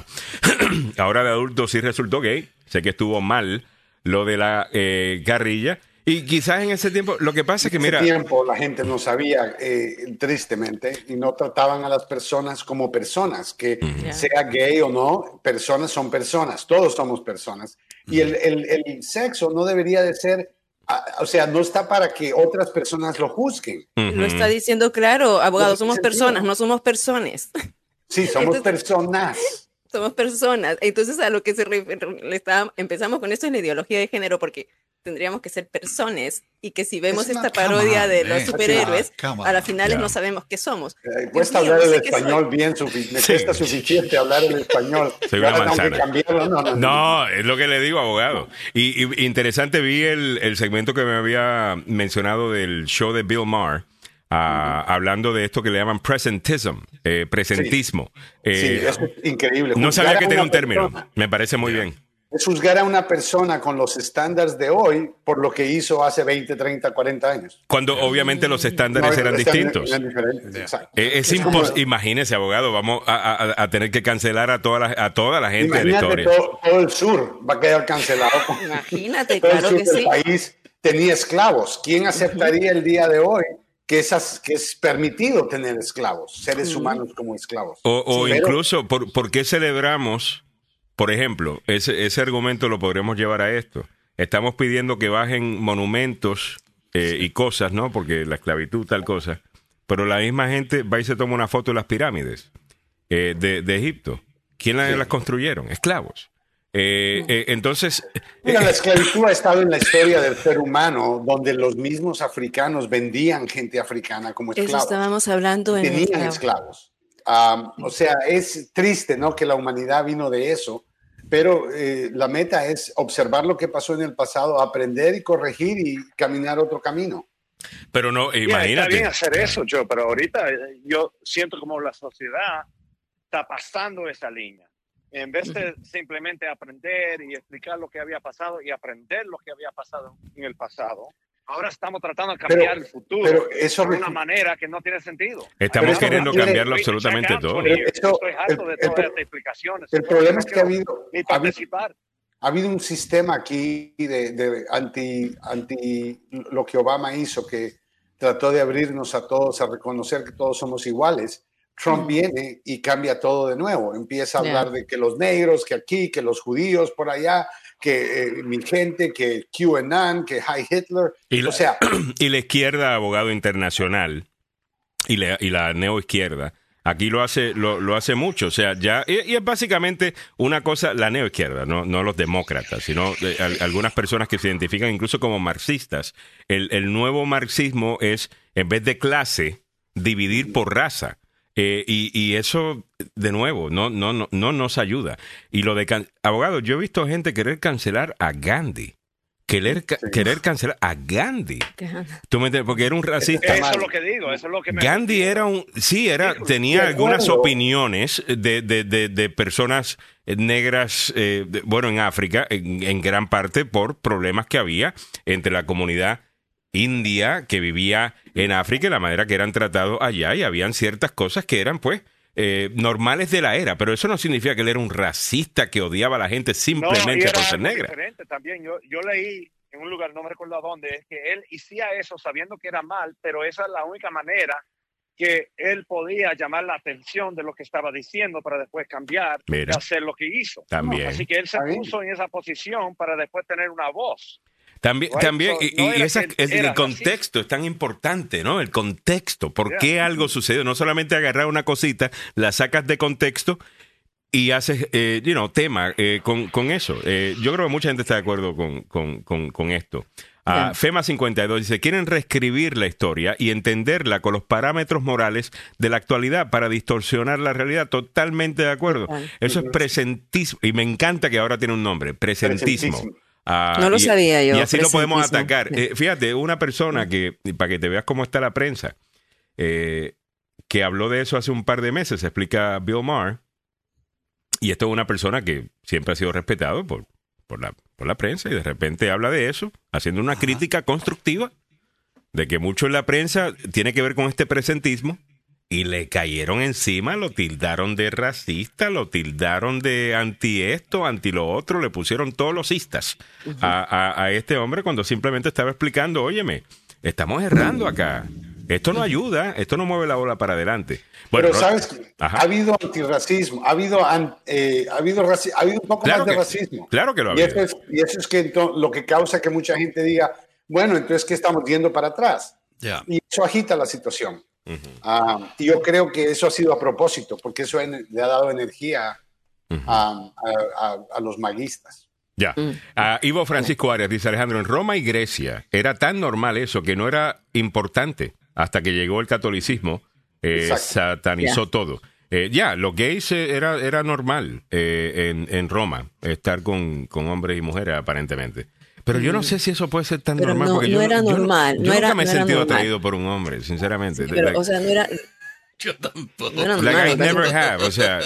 Ahora de adulto sí resultó gay. Sé que estuvo mal lo de la eh, carrilla. Y quizás en ese tiempo, lo que pasa es que, En mira, ese tiempo la gente no sabía, eh, tristemente, y no trataban a las personas como personas, que Ya. sea gay o no, personas son personas, todos somos personas. Y el, el- el sexo no debería de ser, ah, o sea, no está para que otras personas lo juzguen. Lo está diciendo claro, abogado. No tiene Somos sentido. personas, no somos personas. Sí, somos Entonces- personas. Somos personas. Entonces, a lo que se refiere, le está- empezamos con esto es la ideología de género, porque tendríamos que ser personas y que si vemos Es una- esta parodia come de on, los man. superhéroes, Come on. a las finales Yeah. no sabemos qué somos. Eh, Dios cuesta mío, hablar no el sé qué soy. español bien, sufi- me Sí. cuesta suficiente hablar el español. Soy una Y ahora tengo que manzana. cambiarlo. No, no, no. no, es lo que le digo, abogado. Y, y interesante, vi el, el segmento que me había mencionado del show de Bill Maher, ah, hablando de esto que le llaman presentism, eh, presentismo. Sí, Eh, eso es increíble. no Juzgar sabía a que tenía una un término. persona. Me parece muy bien. Es juzgar a una persona con los estándares de hoy por lo que hizo hace veinte, treinta, cuarenta años. Cuando obviamente los estándares No, eran están- distintos. eran diferentes, exacto. Eh, Es, Es como- imposible. Imagínese, abogado, vamos a, a- a tener que cancelar a toda la, a toda la gente de la Imagínate, historia. todo, todo el sur va a quedar cancelado. Imagínate, Todo el claro sur que del sí. país tenía esclavos. ¿Quién aceptaría el día de hoy que, esas, que es permitido tener esclavos, seres humanos como esclavos? O, o Sí, pero- incluso, por, ¿por qué celebramos, por ejemplo, ese, ese argumento lo podríamos llevar a esto? Estamos pidiendo que bajen monumentos eh, y cosas, ¿no? Porque la esclavitud, tal cosa. Pero la misma gente va y se toma una foto de las pirámides eh, de, de Egipto. ¿Quién las, las construyeron? Esclavos. Eh, eh, entonces... Mira, la eh, esclavitud ha estado en la historia del ser humano, donde los mismos africanos vendían gente africana como Eso esclavos. estábamos hablando en el Tenían clavo. esclavos. Um, o sea, es triste, ¿no? Que la humanidad vino de eso, pero eh, la meta es observar lo que pasó en el pasado, aprender y corregir y caminar otro camino. pero no, Yeah, está imagínate. bien hacer eso, yo, pero ahorita eh, yo siento como la sociedad está pasando esa línea. En vez de simplemente aprender y explicar lo que había pasado y aprender lo que había pasado en el pasado, ahora estamos tratando de cambiar Pero- el futuro pero eso de una requ- manera que no tiene sentido. Estamos eso queriendo requiere- cambiarlo absolutamente todo. Pero eso- Estoy harto el- de el todas pro- estas explicaciones. El No problema es que ha quiero habido, ni ha habido, participar. ha habido un sistema aquí de, de anti, anti lo que Obama hizo, que trató de abrirnos a todos, a reconocer que todos somos iguales, Trump viene y cambia todo de nuevo. Empieza a yeah. hablar de que los negros, que aquí, que los judíos por allá, que eh, mi gente, que QAnon, que High Hitler. Y la, o sea, y la izquierda, abogado internacional, y la, y la neoizquierda, aquí lo hace, lo, lo hace mucho. O sea, ya, y, y es básicamente una cosa, la neoizquierda, no, no los demócratas, sino eh, a, algunas personas que se identifican incluso como marxistas. El, el nuevo marxismo es, en vez de clase, dividir por raza. Eh, y, y eso, de nuevo, no, no, no, no nos ayuda. Y lo de can- abogado, yo he visto gente querer cancelar a Gandhi. Querer, ca- sí. querer cancelar a Gandhi. ¿Tú me entiendes? Porque era un racista. Eso es lo que digo, eso es lo que me Gandhi era un, sí, era, tenía algunas opiniones de, de, de, de personas negras, eh, de, bueno, en África, en, en gran parte por problemas que había entre la comunidad india que vivía en África y la manera que eran tratados allá, y habían ciertas cosas que eran pues eh, normales de la era, pero eso no significa que él era un racista que odiaba a la gente simplemente no, por ser negra. Diferente también. Yo, yo leí en un lugar, no me recuerdo dónde, es que él hacía eso sabiendo que era mal, pero esa es la única manera que él podía llamar la atención de lo que estaba diciendo para después cambiar y hacer lo que hizo. También. Así que él se puso en esa posición para después tener una voz. También, right? también so, y, no y esa, es, el contexto es tan importante, ¿no? El contexto, ¿por yeah. qué algo sucedió? No solamente agarrar una cosita, la sacas de contexto y haces, eh, you know, tema eh, con, con eso. Eh, yo creo que mucha gente está de acuerdo con, con, con, con esto. Uh, FEMA cincuenta y dos dice, quieren reescribir la historia y entenderla con los parámetros morales de la actualidad para distorsionar la realidad. Totalmente de acuerdo. Eso es presentismo. Y me encanta que ahora tiene un nombre, presentismo. presentismo. Uh, no lo y, sabía yo. Y así lo podemos atacar. Eh, fíjate, una persona que, para que te veas cómo está la prensa, eh, que habló de eso hace un par de meses, se explica Bill Maher, y esto es una persona que siempre ha sido respetado por, por, la, por la prensa, y de repente habla de eso, haciendo una Ajá. crítica constructiva, de que mucho en la prensa tiene que ver con este presentismo, y le cayeron encima, lo tildaron de racista, lo tildaron de anti esto, anti lo otro, le pusieron todos los istas uh-huh. a, a, a este hombre cuando simplemente estaba explicando, óyeme, estamos errando acá, esto no ayuda, esto no mueve la bola para adelante. Bueno, pero sabes que ha habido antirracismo, ha habido, eh, ha, habido raci- ha habido un poco claro más de que, racismo. Claro que lo ha y habido. Eso es, y eso es que ento- lo que causa que mucha gente diga, bueno, entonces, ¿qué estamos yendo para atrás? Yeah. Y eso agita la situación. Uh-huh. Uh, y yo creo que eso ha sido a propósito, porque eso en, le ha dado energía uh-huh. a, a, a los maguistas. Ya. Uh-huh. Uh, Ivo Francisco Arias dice, Alejandro, en Roma y Grecia era tan normal eso que no era importante hasta que llegó el catolicismo, eh, satanizó yeah. todo. Eh, ya, yeah, los gays eh, era, era normal eh, en, en Roma, estar con, con hombres y mujeres aparentemente. Pero yo no sé si eso puede ser tan pero normal. No, porque no yo, era yo, normal. Yo, no yo era, nunca me he no sentido normal. atraído por un hombre, sinceramente. Sí, pero, like, o sea, no era... Yo tampoco. No era like normal, I never have, o sea...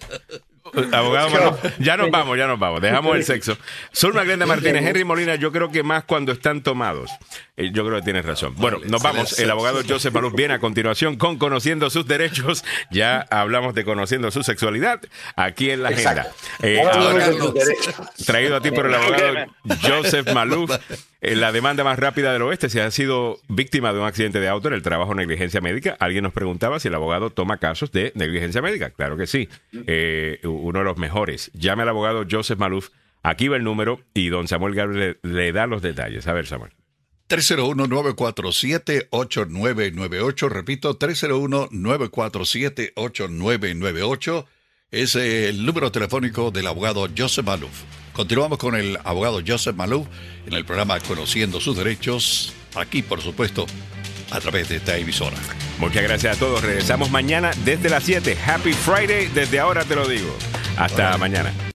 Abogado, bueno, ya nos vamos, ya nos vamos. Dejamos el sexo. Zulma Glenda Martínez, Henry Molina, yo creo que más cuando están tomados. Eh, yo creo que tienes razón. Bueno, nos vamos. El abogado Joseph Maluf viene a continuación con Conociendo sus Derechos. Ya hablamos de Conociendo su Sexualidad aquí en la agenda. Eh, ahora, traído a ti por el abogado Joseph Maluf. Eh, la demanda más rápida del oeste, si ha sido víctima de un accidente de auto en el trabajo o negligencia médica. Alguien nos preguntaba si el abogado toma casos de negligencia médica. Claro que sí. Eh, uno de los mejores. Llame al abogado Joseph Maluf. Aquí va el número y don Samuel Gabriel le, le da los detalles. A ver, Samuel. tres cero uno, nueve cuatro siete, ocho nueve nueve ocho. Repito, tres cero uno, nueve cuatro siete, ocho nueve nueve ocho. Es el número telefónico del abogado Joseph Maluf. Continuamos con el abogado Joseph Maluf en el programa Conociendo sus Derechos, aquí por supuesto a través de esta emisora. Muchas gracias a todos. Regresamos mañana desde las siete. Happy Friday, desde ahora te lo digo. Hasta bueno. mañana.